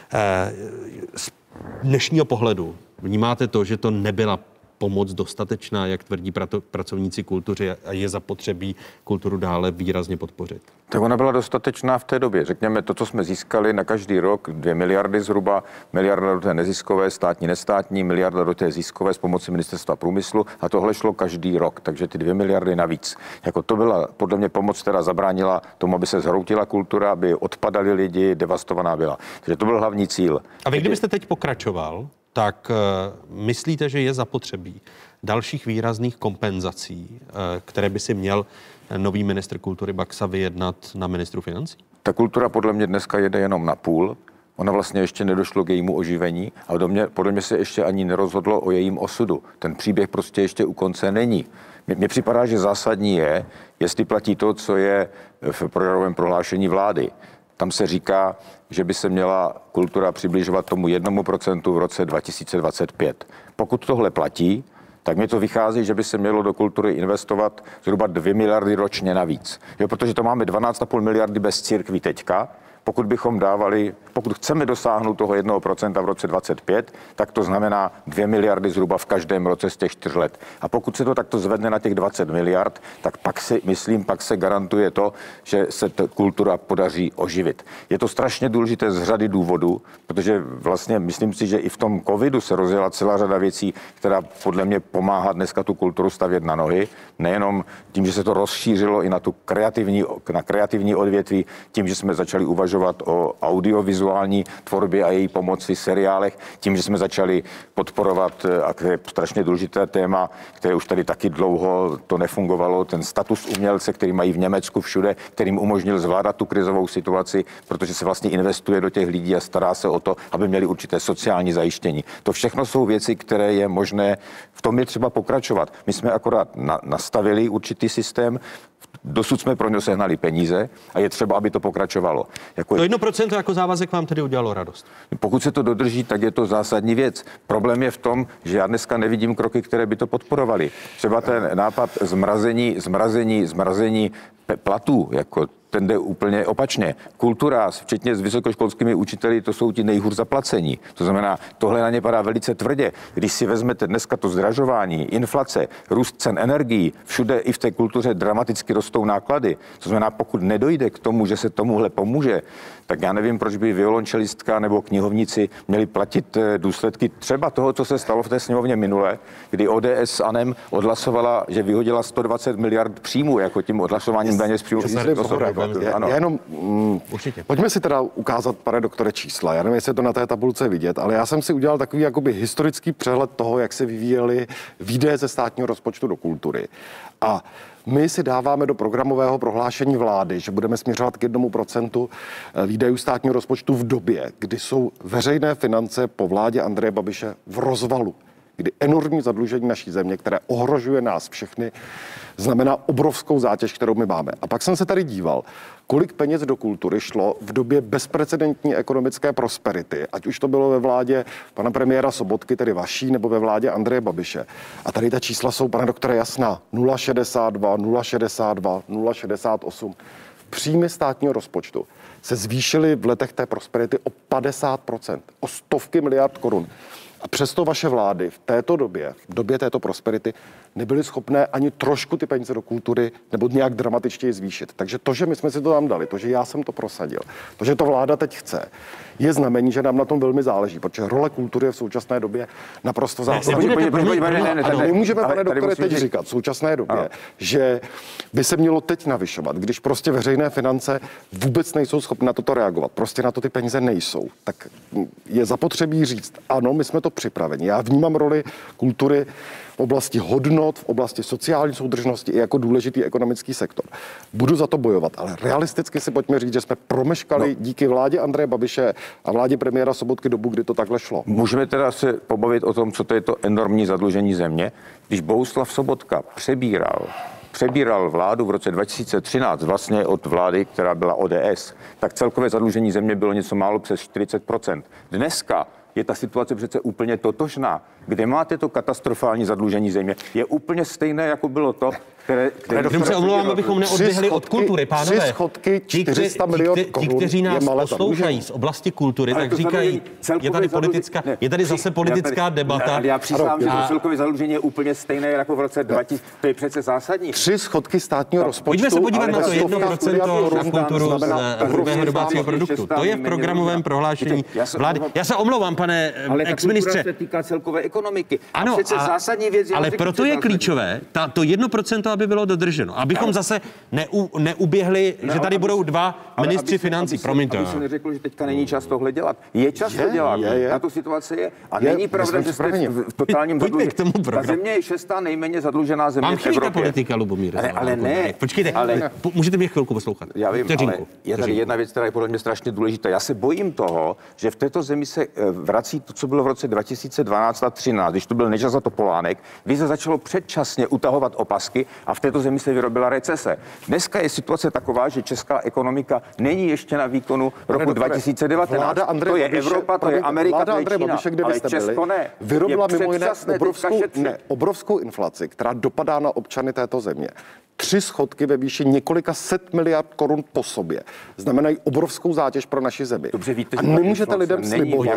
z dnešního pohledu vnímáte to, že to nebyla pomoc dostatečná, jak tvrdí pracovníci kultury a je zapotřebí kulturu dále výrazně podpořit? Tak ona byla dostatečná v té době. Řekněme, to, co jsme získali na každý rok, 2 miliardy zhruba, 1 miliarda do té neziskové, státní, nestátní, 1 miliarda do té ziskové s pomocí Ministerstva průmyslu a tohle šlo každý rok, takže ty 2 miliardy navíc. Jako to byla podle mě pomoc, která zabránila tomu, aby se zhroutila kultura, aby odpadali lidi, devastovaná byla. Takže to byl hlavní cíl. A vy, kdybyste teď pokračoval, tak myslíte, že je zapotřebí dalších výrazných kompenzací, které by si měl nový ministr kultury Baxa vyjednat na ministru financí? Ta kultura podle mě dneska jede jenom na půl. Ona vlastně ještě nedošlo k jejímu oživení a podle mě se ještě ani nerozhodlo o jejím osudu. Ten příběh prostě ještě u konce není. Mně připadá, že zásadní je, jestli platí to, co je v programovém prohlášení vlády. Tam se říká, že by se měla kultura přibližovat tomu 1% v roce 2025. Pokud tohle platí, tak mi to vychází, že by se mělo do kultury investovat zhruba 2 miliardy ročně navíc. Protože to máme 12,5 miliardy bez církví teďka. Pokud chceme dosáhnout toho 1% v roce 2025, tak to znamená 2 miliardy zhruba v každém roce z těch 4 let. A pokud se to takto zvedne na těch 20 miliard, tak pak se garantuje to, že se kultura podaří oživit. Je to strašně důležité z řady důvodů, protože vlastně myslím si, že i v tom covidu se rozjela celá řada věcí, která podle mě pomáhá dneska tu kulturu stavět na nohy. Nejenom tím, že se to rozšířilo i na kreativní odvětví, tím, že jsme začali uvažovat o audiovizuální tvorbě a její pomoci, seriálech, tím, že jsme začali podporovat, a to je strašně důležité téma, které už tady taky dlouho to nefungovalo, ten status umělce, který mají v Německu všude, kterým umožnil zvládat tu krizovou situaci, protože se vlastně investuje do těch lidí a stará se o to, aby měli určité sociální zajištění. To všechno jsou věci, které je možné, v tom je třeba pokračovat. My jsme akorát nastavili určitý systém, dosud jsme pro ně sehnali peníze a je třeba, aby to pokračovalo. To 1% jako závazek vám tedy udělalo radost? Pokud se to dodrží, tak je to zásadní věc. Problém je v tom, že já dneska nevidím kroky, které by to podporovaly. Třeba ten nápad zmrazení platů, jako ten jde úplně opačně. Kultura, včetně s vysokoškolskými učiteli, to jsou ti nejhůř zaplacení. To znamená, tohle na ně padá velice tvrdě. Když si vezmete dneska to zdražování, inflace, růst cen energií, všude i v té kultuře dramaticky rostou náklady. To znamená, pokud nedojde k tomu, že se tomuhle pomůže, tak já nevím, proč by violončelistka nebo knihovníci měli platit důsledky třeba toho, co se stalo v té sněmovně minule, kdy ODS s ANem odhlasovala, že vyhodila 120 miliard příjmů, jako tím odhlasováním daně z příjmu. Pojďme si teda ukázat, pane doktore, čísla. Já nevím, jestli je to na té tabulce vidět, ale já jsem si udělal takový jakoby historický přehled toho, jak se vyvíjely výdaje ze státního rozpočtu do kultury. A my si dáváme do programového prohlášení vlády, že budeme směřovat k 1% výdajů státního rozpočtu v době, kdy jsou veřejné finance po vládě Andreje Babiše v rozvalu, kdy enormní zadlužení naší země, které ohrožuje nás všechny, znamená obrovskou zátěž, kterou my máme. A pak jsem se tady díval, kolik peněz do kultury šlo v době bezprecedentní ekonomické prosperity, ať už to bylo ve vládě pana premiéra Sobotky, tedy vaší, nebo ve vládě Andreje Babiše. A tady ta čísla jsou, pane doktore, jasná. 0,62, 0,62, 0,68. Příjmy státního rozpočtu se zvýšily v letech té prosperity o 50%, o stovky miliard korun. A přesto vaše vlády v této době, v době této prosperity, nebyly schopné ani trošku ty peníze do kultury nebo nějak dramatičtěji zvýšit. Takže to, že my jsme si to tam dali, to, že já jsem to prosadil, to, že to vláda teď chce, je znamení, že nám na tom velmi záleží, protože role kultury je v současné době naprosto zásadní. My můžeme, pane doktore, teď říkat v současné době, že by se mělo teď navyšovat, když prostě veřejné finance vůbec nejsou schopné na toto reagovat, prostě na to ty peníze nejsou, tak je zapotřebí říct, ano, my jsme to připraveni. Já vnímám roli kultury v oblasti hodnot, v oblasti sociální soudržnosti i jako důležitý ekonomický sektor. Budu za to bojovat, ale realisticky si pojďme říct, že jsme promeškali díky vládě Andreje Babiše a vládě premiéra Sobotky dobu, kdy to takhle šlo. Můžeme teda se pobavit o tom, co to je to enormní zadlužení země. Když Bohuslav Sobotka přebíral vládu v roce 2013 vlastně od vlády, která byla ODS, tak celkové zadlužení země bylo něco málo přes 40%. Dneska je ta situace přece úplně totožná. Kde máte to katastrofální zadlužení země? Je úplně stejné, jako bylo to, které se omlouvám, abychom neodběhli od kultury, pánové. 3 schodky, 400 milionů korun. Ti, kteří nás poslouchají z oblasti kultury, tak říkají, je tady zase politická debata. Ale já přiznám, že to celkové zadlužení je úplně stejné, jako v roce 2000. To je přece zásadní. 3 schodky státního rozpočtu. Pojďme se podívat na to 1% na kulturu z hrubého domácího produktu. To je v programovém prohlášení vlády. Já se omlouvám, pane exministře. Ale ta se týká celkové ekonomiky. Ano, ale proto je klíčové to 1%, aby bylo dodrženo. Abychom zase neuběhli, že tady budou 2 ministři financí. Promiňte. Aby se neřekl, že teďka není čas tohle dělat. Je čas to dělat. Na tu situaci je. A není pravda, že jste v totálním zadlužení. Ta země je 6. nejméně zadlužená země v Evropě. Politika, Lubomíre. Ale ne. Počkejte, můžete mě chvilku poslouchat. Já vím, ale je tady jedna věc, která je podle mě strašně důležitá. Já se bojím toho, že v této zemi se vrací to, co bylo v roce 2012 a 2013, když to byl Nečas a Topolánek, kdy se začalo předčasně utahovat opasky a v této zemi se vyrobila recese. Dneska je situace taková, že česká ekonomika není ještě na výkonu roku 2019. To je Evropa, to je Amerika, to je Čína, ale Česko ne. Vyrobila mimo jiné obrovskou inflaci, která dopadá na občany této země. 3 schodky ve výši několika set miliard korun po sobě znamenají obrovskou zátěž pro naši zemi. Dobře, víte, a nemůžete lidem slibovat,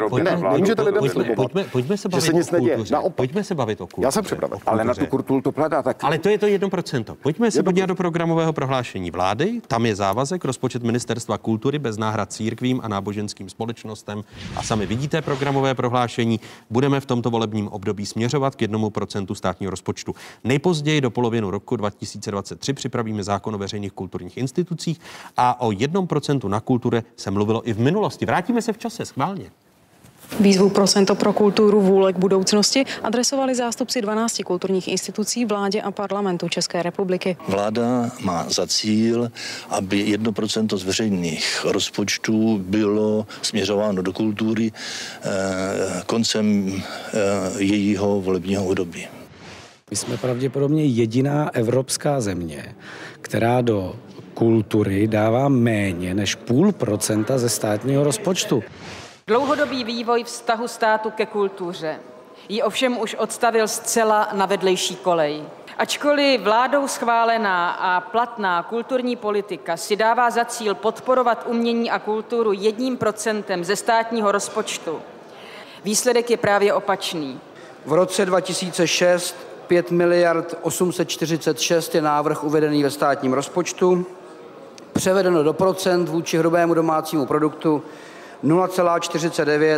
že se nic neděje. Pojďme se bavit o kultuře. Já jsem připraven. Ale na tu kulturu to padá taky. Ale to je to 1%. Pojďme se podívat do programového prohlášení vlády. Tam je závazek rozpočet Ministerstva kultury bez náhrad církvím a náboženským společnostem. A sami vidíte programové prohlášení. Budeme v tomto volebním období směřovat k 1% státního rozpočtu. Nejpozději do poloviny roku 2023 připravíme zákon o veřejných kulturních institucích a o 1% na kultuře se mluvilo i v minulosti. Vrátíme se v čase, schválně. Výzvu Procento pro kulturu vůle k budoucnosti adresovali zástupci 12 kulturních institucí vládě a parlamentu České republiky. Vláda má za cíl, aby 1% z veřejných rozpočtů bylo směřováno do kultury koncem jejího volebního období. My jsme pravděpodobně jediná evropská země, která do kultury dává méně než 0,5% ze státního rozpočtu. Dlouhodobý vývoj vztahu státu ke kultuře ji ovšem už odstavil zcela na vedlejší kolej. Ačkoliv vládou schválená a platná kulturní politika si dává za cíl podporovat umění a kulturu 1% ze státního rozpočtu, výsledek je právě opačný. V roce 2006 5 miliard 846 je návrh uvedený ve státním rozpočtu. Převedeno do procent vůči hrubému domácímu produktu 0,49,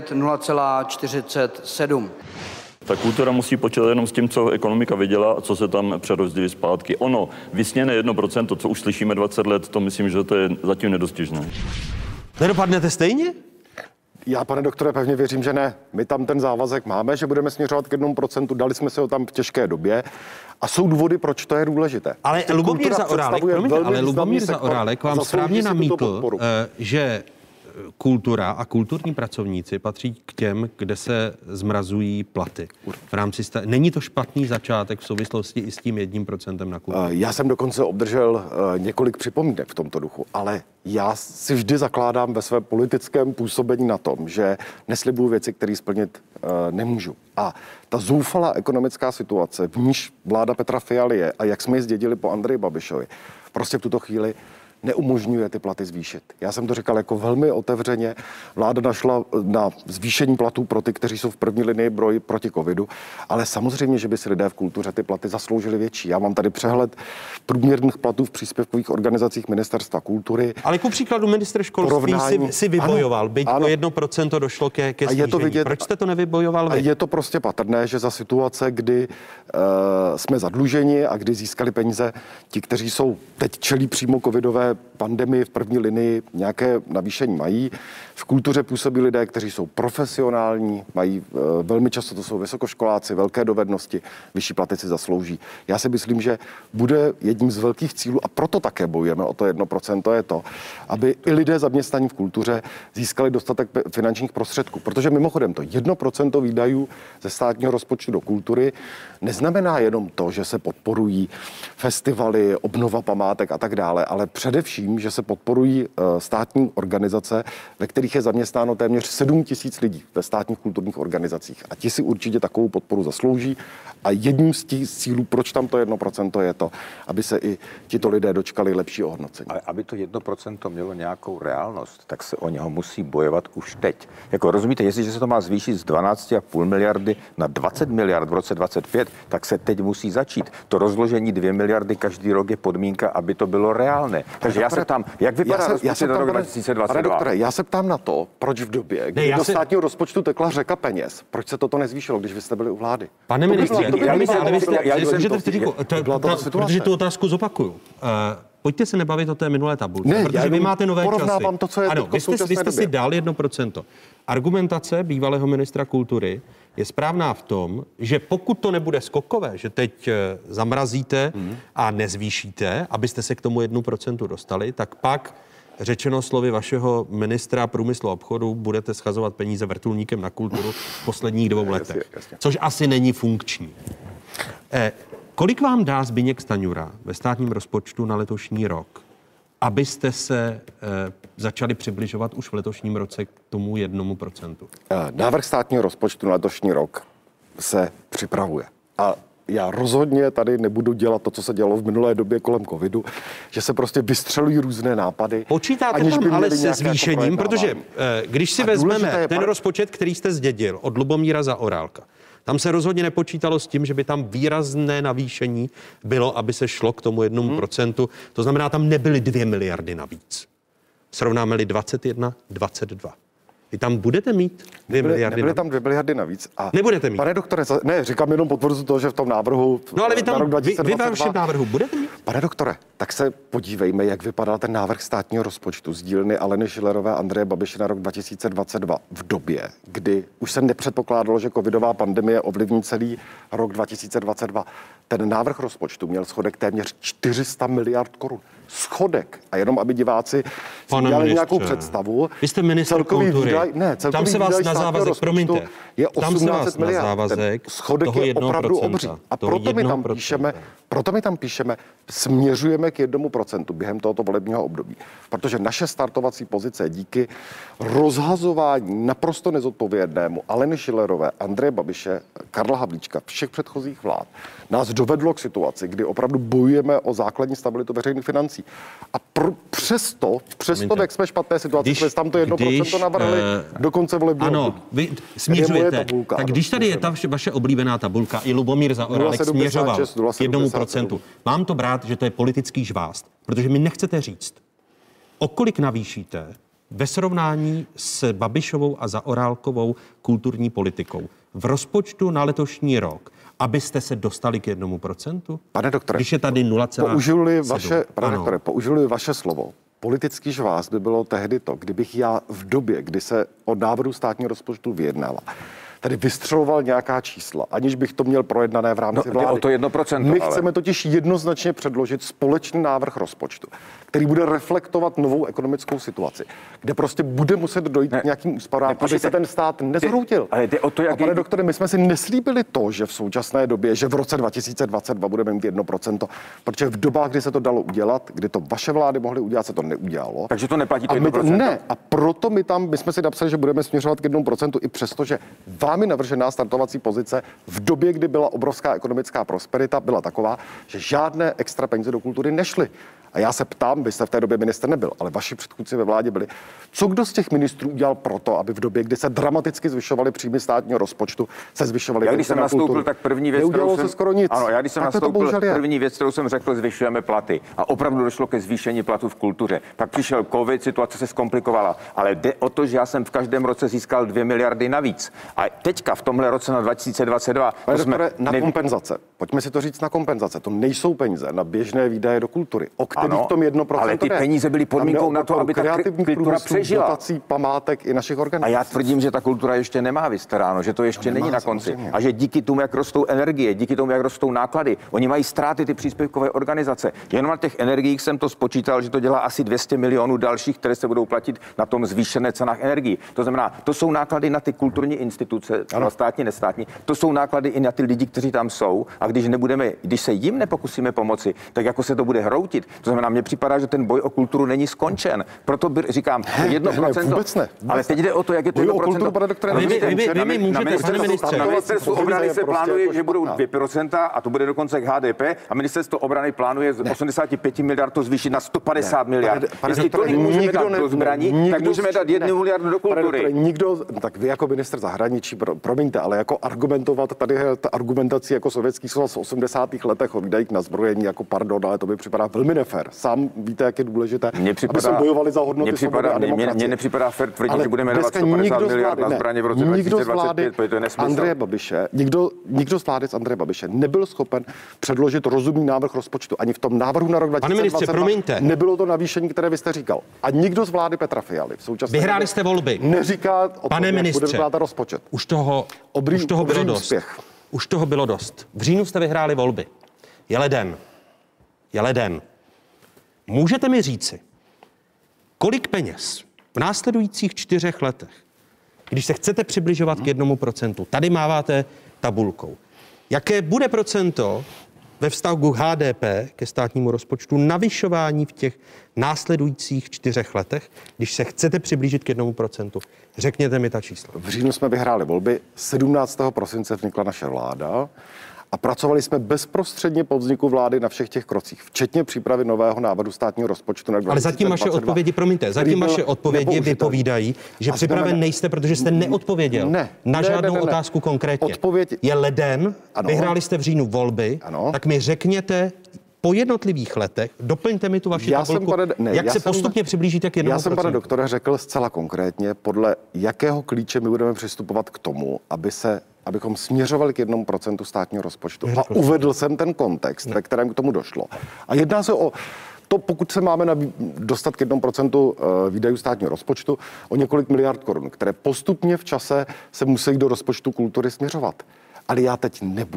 0,47. Ta kultura musí počítat jenom s tím, co ekonomika vydělá a co se tam přerozdělí zpátky. Ono, vysněné 1%, to, co už slyšíme 20 let, to myslím, že to je zatím nedostižné. Nedopadnete stejně? Já, pane doktore, pevně věřím, že ne. My tam ten závazek máme, že budeme směřovat k 1%, dali jsme si ho tam v těžké době a jsou důvody, proč to je důležité. Ale Lubomír Zaorálek vám správně namítl, že kultura a kulturní pracovníci patří k těm, kde se zmrazují platy. V rámci Není to špatný začátek v souvislosti i s tím 1% na kulturu? Já jsem dokonce obdržel několik připomínek v tomto duchu, ale já si vždy zakládám ve svém politickém působení na tom, že neslibuju věci, které splnit nemůžu. A ta zoufalá ekonomická situace, v níž vláda Petra Fialy je a jak jsme ji zdědili po Andreji Babišovi, prostě v tuto chvíli neumožňuje ty platy zvýšit. Já jsem to říkal jako velmi otevřeně. Vláda našla na zvýšení platů pro ty, kteří jsou v první linii boji proti covidu, ale samozřejmě, že by si lidé v kultuře ty platy zasloužili větší. Já mám tady přehled průměrných platů v příspěvkových organizacích Ministerstva kultury. Ale ku příkladu ministr školství si vybojoval, byť o 1% došlo ke snížení. Je to vidět, proč jste to nevybojoval vy? Je to prostě patrné, že za situace, kdy jsme zadluženi a kdy získali peníze ti, kteří jsou teď čelí přímo covidové pandemii v první linii, nějaké navýšení mají. V kultuře působí lidé, kteří jsou profesionální, mají velmi často to jsou vysokoškoláci, velké dovednosti, vyšší platy si zaslouží. Já si myslím, že bude jedním z velkých cílů a proto také bojujeme o to 1%, je to, aby i lidé zaměstnaní v kultuře získali dostatek finančních prostředků. Protože mimochodem to 1% výdajů ze státního rozpočtu do kultury neznamená jenom to, že se podporují festivaly, obnova památek a tak dále, ale především, že se podporují státní organizace, ve kterých je zaměstnáno téměř 7 000 lidí ve státních kulturních organizacích. A ti si určitě takovou podporu zaslouží. A jedním z těch cílů, proč tam to 1% je to, aby se i tito lidé dočkali lepší ohodnocení. Ale aby to 1% mělo nějakou reálnost, tak se o něho musí bojovat už teď. Jako rozumíte, jestliže se to má zvýšit z 12,5 miliardy na 20 miliard v roce 2025, tak se teď musí začít. To rozložení 2 miliardy každý rok je podmínka, aby to bylo reálné. Takže já se ptám, jak vypadá rozpočet na rok 2022? Pane doktore, já se ptám na to, proč v době, kdy do státního rozpočtu tekla řeka peněz, proč se toto nezvýšilo, když vy jste byli u vlády? Pane ministře, protože tu otázku zopakuju. Pojďte se nebavit o té minulé tabulce, protože vy máte nové časy. To, co je ano, vy jste si dal 1%. Argumentace bývalého ministra kultury je správná v tom, že pokud to nebude skokové, že teď zamrazíte a nezvýšíte, abyste se k tomu 1% dostali, tak pak řečeno slovy vašeho ministra průmyslu a obchodu, budete schazovat peníze vrtulníkem na kulturu v posledních 2 letech. Což asi není funkční. Kolik vám dá Zbyněk Stanjura ve státním rozpočtu na letošní rok, abyste se začali přibližovat už v letošním roce k tomu 1%? Návrh státního rozpočtu na letošní rok se připravuje. A já rozhodně tady nebudu dělat to, co se dělalo v minulé době kolem covidu, že se prostě vystřelují různé nápady. Počítáte tam ale se zvýšením, protože když si vezmeme ten rozpočet, který jste zdědil od Lubomíra Zaorálka, tam se rozhodně nepočítalo s tím, že by tam výrazné navýšení bylo, aby se šlo k tomu 1%. To znamená, tam nebyly 2 miliardy navíc. Srovnáme-li 21, 22. Vy tam budete mít 2 miliardy navíc? Tam 2 miliardy navíc. A nebudete mít. Pane doktore, ne, říkám jenom potvrzu toho, že v tom návrhu no ale vy tam, vy ve vašem návrhu budete mít? Pane doktore, tak se podívejme, jak vypadal ten návrh státního rozpočtu z dílny Aleny Schillerové a Andreje Babiše na rok 2022 v době, kdy už se nepředpokládalo, že covidová pandemie ovlivní celý rok 2022. Ten návrh rozpočtu měl schodek téměř 400 miliard korun. schodek. A jenom, aby diváci měli nějakou představu. Vy jste ministr kultury. Tam se vás na závazek, promiňte, je tam se vás 18 miliard. na závazek Schodek toho je opravdu obří. A proto my tam píšeme, směřujeme k 1% během tohoto volebního období. Protože naše startovací pozice díky rozhazování naprosto nezodpovědnému Aleny Schillerové, Andreje Babiše, Karla Havlíčka, všech předchozích vlád, nás dovedlo k situaci, kdy opravdu bojujeme o základní stabilitu veřejných financí. A přesto jak jsme špatné situaci, jsme tam to 1% navrhli do konce volebního období. Ano, vy směřujete. Tak když tady je ta vaše oblíbená tabulka, i Lubomír Zaorálek směřoval k 1%. Mám to brát, že to je politický žvást, protože mi nechcete říct, o kolik navýšíte ve srovnání s Babišovou a Zaorálkovou kulturní politikou v rozpočtu na letošní rok, abyste se dostali k 1%? Pane doktore, když je tady 0,7. Použili vaše slovo. Politický žvást by bylo tehdy to, kdybych já v době, kdy se o návrhu státního rozpočtu vyjednala, tady vystřeloval nějaká čísla, aniž bych to měl projednané v rámci vlády. O to 1%, My chceme totiž jednoznačně předložit společný návrh rozpočtu, který bude reflektovat novou ekonomickou situaci, kde prostě bude muset dojít k nějakým úsporám, aby se ten stát nezhroutil. Pane doktore, my jsme si neslíbili to, že v současné době, že v roce 2022 budeme mít 1%, protože v dobách, kdy se to dalo udělat, kdy to vaše vlády mohly udělat, se to neudělalo. Takže to neplatí to 1%? Ne, a proto my jsme si napsali, že budeme směřovat k 1%, i přesto, že vámi navržená startovací pozice v době, kdy byla obrovská ekonomická prosperita, byla taková, že žádné extra peníze do kultury nešly. A já se ptám, vy jste v té době ministr nebyl, ale vaši předchůdci ve vládě byli. Co kdo z těch ministrů udělal proto, aby v době, kdy se dramaticky zvyšovaly příjmy státního rozpočtu, se zvyšovaly peníze na kulturu? Když jsem nastoupil, tak první věc, kterou jsem řekl, zvyšujeme platy. A opravdu došlo ke zvýšení platů v kultuře. Pak přišel covid, situace se zkomplikovala, ale jde o to, že já jsem v každém roce získal 2 miliardy navíc. A teďka v tomhle roce na 2022 kompenzace. Pojďme si to říct na kompenzace. To nejsou peníze na běžné výdaje do kultury. V tom 1%. Ale ty peníze byly podmínkou na to, aby ta kultura přežila. Dotací, památek i našich organizací. A já tvrdím, že ta kultura ještě nemá vystaráno, že to ještě není na konci. Samozřejmě. A že díky tomu, jak rostou energie, díky tomu, jak rostou náklady, oni mají ztráty ty příspěvkové organizace. Jenom na těch energiích jsem to spočítal, že to dělá asi 200 milionů dalších, které se budou platit na tom zvýšené cenách energií. To znamená, to jsou náklady na ty kulturní instituce, státní, nestátní. To jsou náklady i na ty lidi, kteří tam jsou. A když se jim nepokusíme pomoci, tak jako se to bude hroutit. To znamená, mně připadá, že ten boj o kulturu není skončen. Proto říkám, 1%. Vůbec ne. Ale teď jde o to, jak je to 1%. Vy mi můžete, pane ministře. Na ministerstvu obrany se plánuje, že budou 2% a to bude dokonce k HDP a ministerstvo obrany plánuje z 85 miliard to zvýšit na 150 miliard. Jestli tolik můžeme dát do zbraní, tak můžeme dát 1 miliardu do kultury. Tak vy jako ministr zahraničí, promiňte, ale jako argumentovat tady argumentací jako sovětských svaz v 80. letech o výdajích na zbrojení, jako pardon, ale to mi připadá velmi nefér. Sám víte, jak je důležité, aby jsme bojovali za hodnoty svobody a demokracie. Mně nepřipadá fér tvrdit, že budeme dávat 150 miliard na zbraně v roce 2025, protože to je nesmysl. Andreje Babiše, nikdo z vlády z Andreje Babiše nebyl schopen předložit rozumný návrh rozpočtu. Ani v tom návrhu na rok 2022 nebylo to navýšení, které vy jste říkal. A nikdo z vlády Petra Fialy v současné Vyhráli jste volby. Neříká o tom, pane ministře, jak bude vypadat rozpočet. Už toho bylo dost. Úspěch. Už toho bylo dost. V říjnu jste vyhráli volby. Je leden. Můžete mi říci, kolik peněz v následujících 4 letech, když se chcete přibližovat k 1%, tady máváte tabulkou, jaké bude procento ve vztahu k HDP, ke státnímu rozpočtu, navyšování v těch následujících 4 letech, když se chcete přiblížit k 1%. Řekněte mi ta čísla. V říjnu jsme vyhráli volby, 17. prosince vznikla naše vláda a pracovali jsme bezprostředně po vzniku vlády na všech těch krocích, včetně přípravy nového návrhu státního rozpočtu na 2022. Ale zatím vaše odpovědi, zatím vaše odpovědi vypovídají, že připraven nejste, protože jste neodpověděl na žádnou otázku konkrétně. Je leden, vyhráli jste v říjnu volby, tak mi řekněte po jednotlivých letech, doplňte mi tu vaši tabulku, jak se postupně přiblížíte k 1%. Já jsem, pane doktore, řekl zcela konkrétně, podle jakého klíče my budeme přistupovat k tomu, abychom směřovali k 1% státního rozpočtu. A uvedl jsem ten kontext, ve kterém k tomu došlo. A jedná se o to, pokud se máme dostat k 1% výdajů státního rozpočtu, o několik miliard korun, které postupně v čase se musí do rozpočtu kultury směřovat. Ale já teď nebudu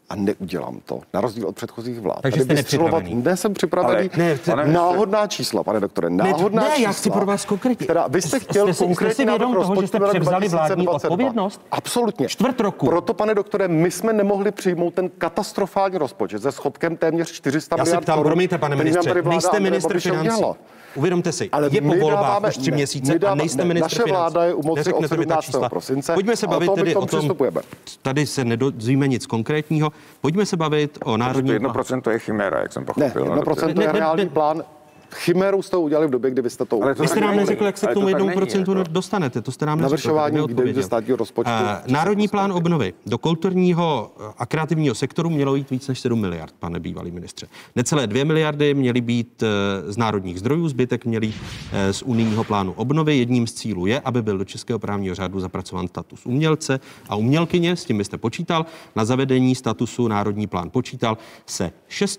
a neudělám to, na rozdíl od předchozích vlád. Takže jste nepřipravený. Ne, jsem připravený. Náhodná čísla, pane doktore, náhodná čísla. Ne, já chci pro vás konkrétně. Vy jste chtěl konkrétně návrh rozpočtu, že jste převzali vládní odpovědnost? Absolutně. Čtvrt roku. Proto, pane doktore, my jsme nemohli přijmout ten katastrofální rozpočet se schodkem téměř 400 miliard korun. Já se ptám, promiňte, pane ministře, nejste ministr financí. Uvědomte si, ale je po volbách už 3 měsíce a nejste ministr financí. Naše vláda je u moci od 17. prosince. Pojďme se bavit tedy o tom, přistupujeme. tady se nedozvíme nic konkrétního. Pojďme se bavit o národním... 1% to je chiméra, jak jsem pochopil. Ne, 1% je reálný plán. Chiméru jste udělali v době, kdy vy jste to... Vy jste nám neřekl, jak se k tomu 1% dostanete. To jste nám neřekl. Navyšování výdajů ze státního rozpočtu. Národní plán obnovy. Do kulturního a kreativního sektoru mělo jít víc než 7 miliard, pane bývalý ministře. Necelé 2 miliardy měly být z národních zdrojů, zbytek měli z unijního plánu obnovy. Jedním z cílů je, aby byl do českého právního řádu zapracován status umělce a umělkyně, s tím byste počítal. Na zavedení statusu Národní plán počítal se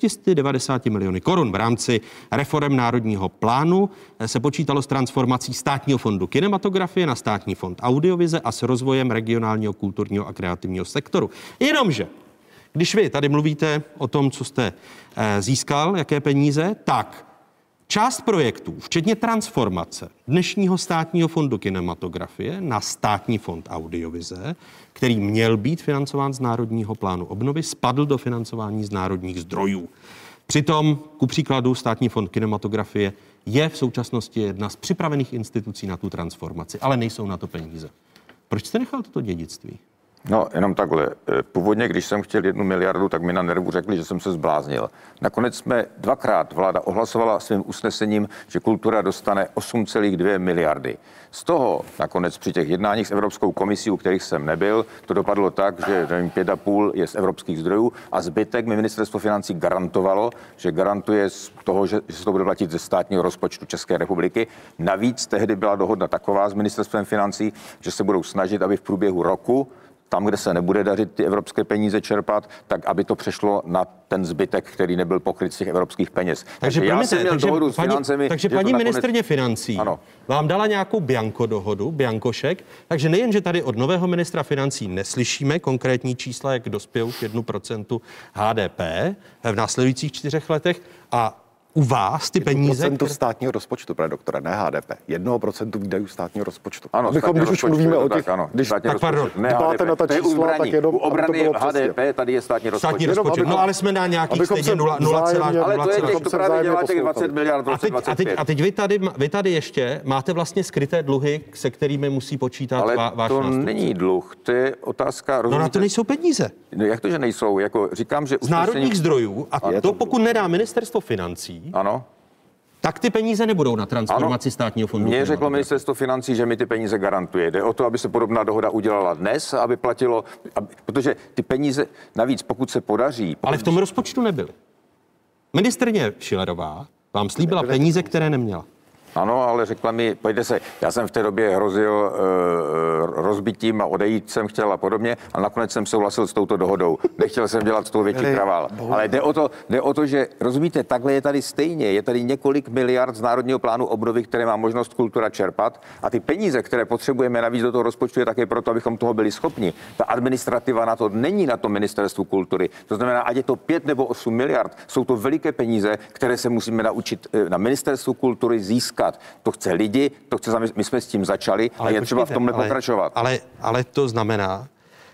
690 miliony korun. V rámci reforem Národního plánu se počítalo s transformací Státního fondu kinematografie na Státní fond audiovize a s rozvojem regionálního kulturního a kreativního sektoru. Jenomže, když vy tady mluvíte o tom, co jste získal, jaké peníze, tak část projektů, včetně transformace dnešního Státního fondu kinematografie na Státní fond audiovize, který měl být financován z Národního plánu obnovy, spadl do financování z národních zdrojů. Přitom, ku příkladu, Státní fond kinematografie je v současnosti jedna z připravených institucí na tu transformaci, ale nejsou na to peníze. Proč jste nechal toto dědictví? No, jenom takhle. Původně, když jsem chtěl 1 miliardu, tak mi na nervu řekli, že jsem se zbláznil. Nakonec jsme dvakrát vláda ohlasovala svým usnesením, že kultura dostane 8,2 miliardy. Z toho nakonec při těch jednáních s Evropskou komisí, u kterých jsem nebyl, to dopadlo tak, že 5,5 je z evropských zdrojů a zbytek mi ministerstvo financí garantovalo, že garantuje z toho, že se to bude platit ze státního rozpočtu České republiky. Navíc tehdy byla dohoda taková s ministerstvem financí, že se budou snažit, aby v průběhu roku tam, kde se nebude dařit ty evropské peníze čerpat, tak aby to přešlo na ten zbytek, který nebyl pokryt z těch evropských peněz. Takže já jsem měl dohodu s financemi. Takže paní ministryně financí vám dala nějakou bianko dohodu, biankošek, takže nejen, že tady od nového ministra financí neslyšíme konkrétní čísla, jak dospějou k 1% HDP v následujících 4 letech a u vás ty peníze... 1% státního rozpočtu, pane doktore, ne HDP. 1% výdajů státního rozpočtu. Ano, když už mluvíme o těch... Tak pardon, dbáte na ta čísla, tak jenom... U obrany je HDP, tady je státní rozpočet. No ale jsme na nějakých stejně 0,0. Ale to je těch, to právě dělá těch 20 miliard v roce 2025. A teď vy tady ještě máte vlastně skryté dluhy, se kterými musí počítat váš nástup. Ale to není dluh, to je otázka... No na to nejsou peníze. No jak to, že nejsou? Jako říkám, že... Z národních zdrojů, a to pokud nedá ministerstvo financí, ano, tak ty peníze nebudou na transformaci státního fondu. Mně řeklo ministerstvo financí, že mi ty peníze garantuje. Jde o to, aby se podobná dohoda udělala dnes, aby platilo, protože ty peníze, navíc pokud se podaří... Ale v tom rozpočtu nebyly. Ministryně Schillerová vám slíbila peníze, které neměla. Ano, ale řekla mi, pojďte se, já jsem v té době hrozil rozbitím a odejít jsem chtěl a podobně a nakonec jsem souhlasil s touto dohodou. Nechtěl jsem dělat z toho větší kravál. Ale jde o to, že rozumíte, takhle je tady stejně. Je tady několik miliard z Národního plánu obnovy, které má možnost kultura čerpat a ty peníze, které potřebujeme navíc do toho rozpočtu, je také proto, abychom toho byli schopni. Ta administrativa na to není na tom ministerstvu kultury. To znamená, ať je to 5 nebo 8 miliard, jsou to veliké peníze, které se musíme naučit na ministerstvu kultury získat. To chce lidi, my jsme s tím začali a je třeba v tomhle pokračovat. Ale to znamená,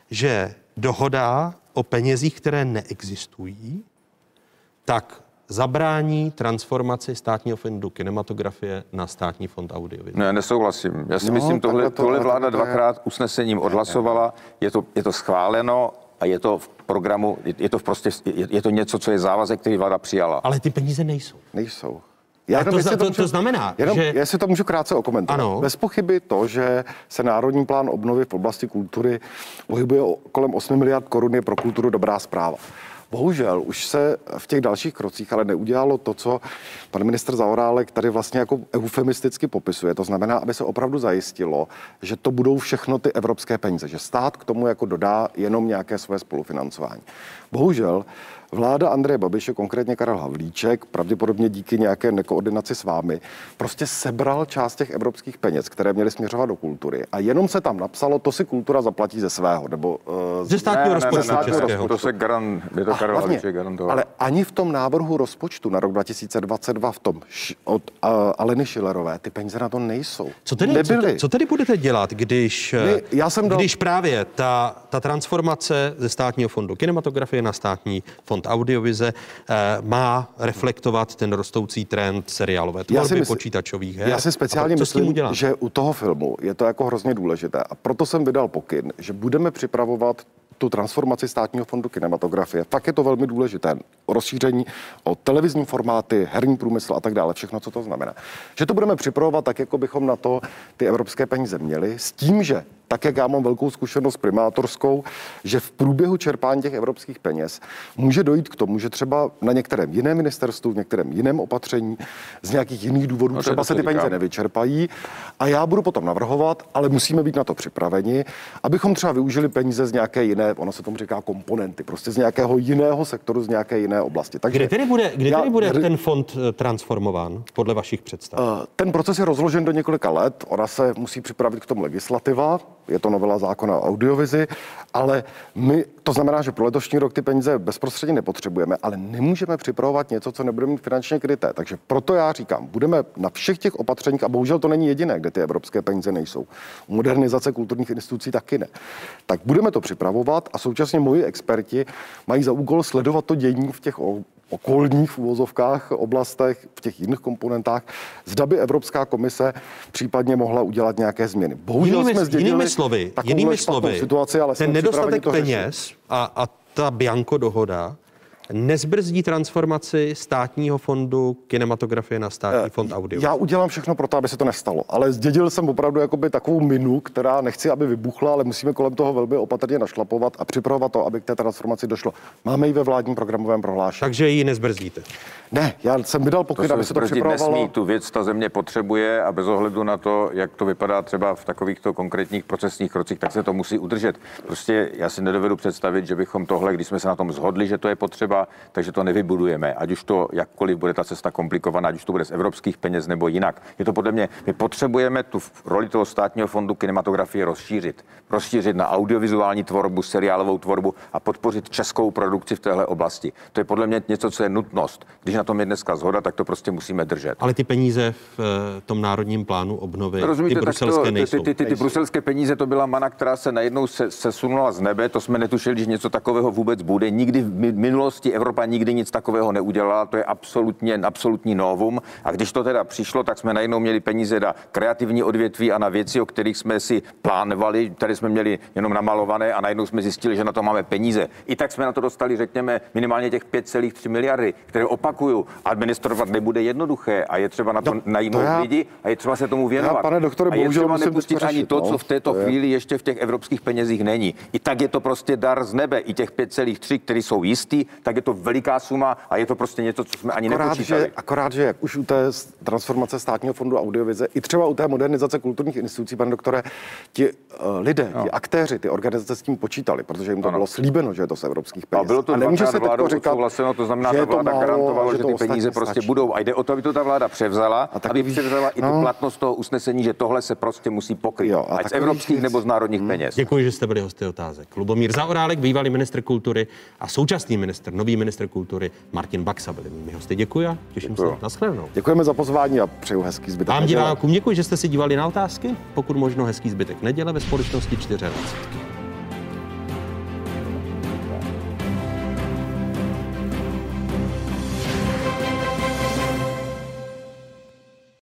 že dohoda o penězích, které neexistují, tak zabrání transformaci Státního fondu kinematografie na Státní fond audiovize. Ne, nesouhlasím. Já si myslím, tohle vláda dvakrát usnesením odhlasovala, je to schváleno a je to v programu, je to něco, co je závazek, který vláda přijala. Ale ty peníze nejsou. Nejsou. To znamená, že... Jestli to můžu krátce okomentovat. Bez pochyby to, že se Národní plán obnovy v oblasti kultury pohybuje kolem 8 miliard korun, je pro kulturu dobrá zpráva. Bohužel už se v těch dalších krocích ale neudělalo to, co pan ministr Zaorálek tady vlastně jako eufemisticky popisuje. To znamená, aby se opravdu zajistilo, že to budou všechno ty evropské peníze, že stát k tomu jako dodá jenom nějaké své spolufinancování. Bohužel vláda Andreje Babiše, konkrétně Karel Havlíček, pravděpodobně díky nějaké nekoordinaci s vámi, prostě sebral část těch evropských peněz, které měly směřovat do kultury. A jenom se tam napsalo, to si kultura zaplatí ze svého, nebo ze státního rozpočtu. To se je to Karel Havlíček garantoval. Ale ani v tom návrhu rozpočtu na rok 2022 v tom od Aleny Schillerové ty peníze na to nejsou. Co tedy budete dělat, když právě ta transformace ze státního fondu kinematografie na státní fond audiovize má reflektovat ten rostoucí trend seriálové tvorby, počítačových her? Já si speciálně myslím, že u toho filmu je to jako hrozně důležité a proto jsem vydal pokyn, že budeme připravovat tu transformaci státního fondu kinematografie. Fakt je to velmi důležité. Rozšíření o televizní formáty, herní průmysl a tak dále, všechno, co to znamená. Že to budeme připravovat tak, jako bychom na to ty evropské peníze měli, s tím, že tak, jak já mám velkou zkušenost primátorskou, že v průběhu čerpání těch evropských peněz může dojít k tomu, že třeba na některém jiném ministerstvu, v některém jiném opatření z nějakých jiných důvodů třeba se ty peníze nevyčerpají a já budu potom navrhovat, ale musíme být na to připraveni, abychom třeba využili peníze z nějaké jiné, ono se tomu říká komponenty, prostě z nějakého jiného sektoru, z nějaké jiné oblasti. Takže kdy tedy bude ten fond transformován podle vašich představ? Ten proces je rozložen do několika let, ona se musí připravit k tomu legislativa, je to novela zákona o audiovizi, ale to znamená, že pro letošní rok ty peníze bezprostředně nepotřebujeme, ale nemůžeme připravovat něco, co nebudeme mít finančně kryté. Takže proto já říkám, budeme na všech těch opatřeních, a bohužel to není jediné, kde ty evropské peníze nejsou. U modernizace kulturních institucí taky ne. Tak budeme to připravovat a současně moji experti mají za úkol sledovat to dění v těch okolních v uvozovkách oblastech, v těch jiných komponentách, zda by Evropská komise případně mohla udělat nějaké změny. Bohužel jsme zdědili jinými slovy, situaci, ale ten nedostatek peněz a ta bianco dohoda nezbrzdí transformaci státního fondu kinematografie na státní fond audiovize. Já udělám všechno pro to, aby se to nestalo, ale zdědil jsem opravdu jakoby takovou minu, která nechci, aby vybuchla, ale musíme kolem toho velmi opatrně našlapovat a připravovat to, aby k té transformaci došlo. Máme ji ve vládním programovém prohlášení. Takže ji nezbrzdíte? Ne, já jsem vydal pokyn, aby se to připravovalo. Nesmí, tu věc ta země potřebuje a bez ohledu na to, jak to vypadá třeba v takovýchto konkrétních procesních krocích, tak se to musí udržet. Prostě já si nedovedu představit, že bychom tohle, když jsme se na tom shodli, že to je potřeba, takže to nevybudujeme. Ať už to jakkoliv bude ta cesta komplikovaná, ať už to bude z evropských peněz nebo jinak. Je to podle mě, my potřebujeme tu roli toho státního fondu kinematografie rozšířit na audiovizuální tvorbu, seriálovou tvorbu a podpořit českou produkci v téhle oblasti. To je podle mě něco, co je nutnost. Když na tom je dneska shoda, tak to prostě musíme držet. Ale ty peníze v tom národním plánu obnovy, ty bruselské nejsou. Ty bruselské peníze, to byla mana, která se najednou sesunula z nebe. To jsme netušili, že něco takového vůbec bude. Nikdy v minulosti Evropa nikdy nic takového neudělala, to je absolutní novum. A když to teda přišlo, tak jsme najednou měli peníze na kreativní odvětví a na věci, o kterých jsme si plánovali, tady jsme měli jenom namalované a najednou jsme zjistili, že na to máme peníze. I tak jsme na to dostali, řekněme, minimálně těch 5,3 miliardy, které opakuju, administrovat nebude jednoduché a je třeba na to najmout lidi a je třeba se tomu věnovat. Pane doktore, a je třeba nepustit ani to, co v této chvíli ještě v těch evropských penězích není. I tak je to prostě dar z nebe, i těch 5,3, které jsou jistý, tak je to veliká suma a je to prostě něco, co jsme ani nepočítali. Akorát, že jak už u té transformace státního fondu audiovize, i třeba u té modernizace kulturních institucí, pane doktore, ti lidé, ti aktéři, ty organizace s tím počítali, protože jim to bylo slíbeno, že je to z evropských peněz. A bylo to nemůže se vládou odsouhlaseno, to znamená, že ta vláda garantovala, že ty peníze prostě budou. A jde o to, aby to ta vláda převzala, aby převzala i tu platnost toho usnesení, že tohle se prostě musí pokrýt. Ať z evropských nebo z národních peněz. Děkuji, že jste byli hosty otázek. Lubomír Zaorálek, bývalý ministr kultury a současný nový ministr kultury Martin Baxa byli mými hosty. Děkuji a těším se na shledanou. Děkujeme za pozvání a přeju hezký zbytek. Vám divákům děkuji, že jste si dívali na otázky. Pokud možno hezký zbytek neděle ve společnosti 24.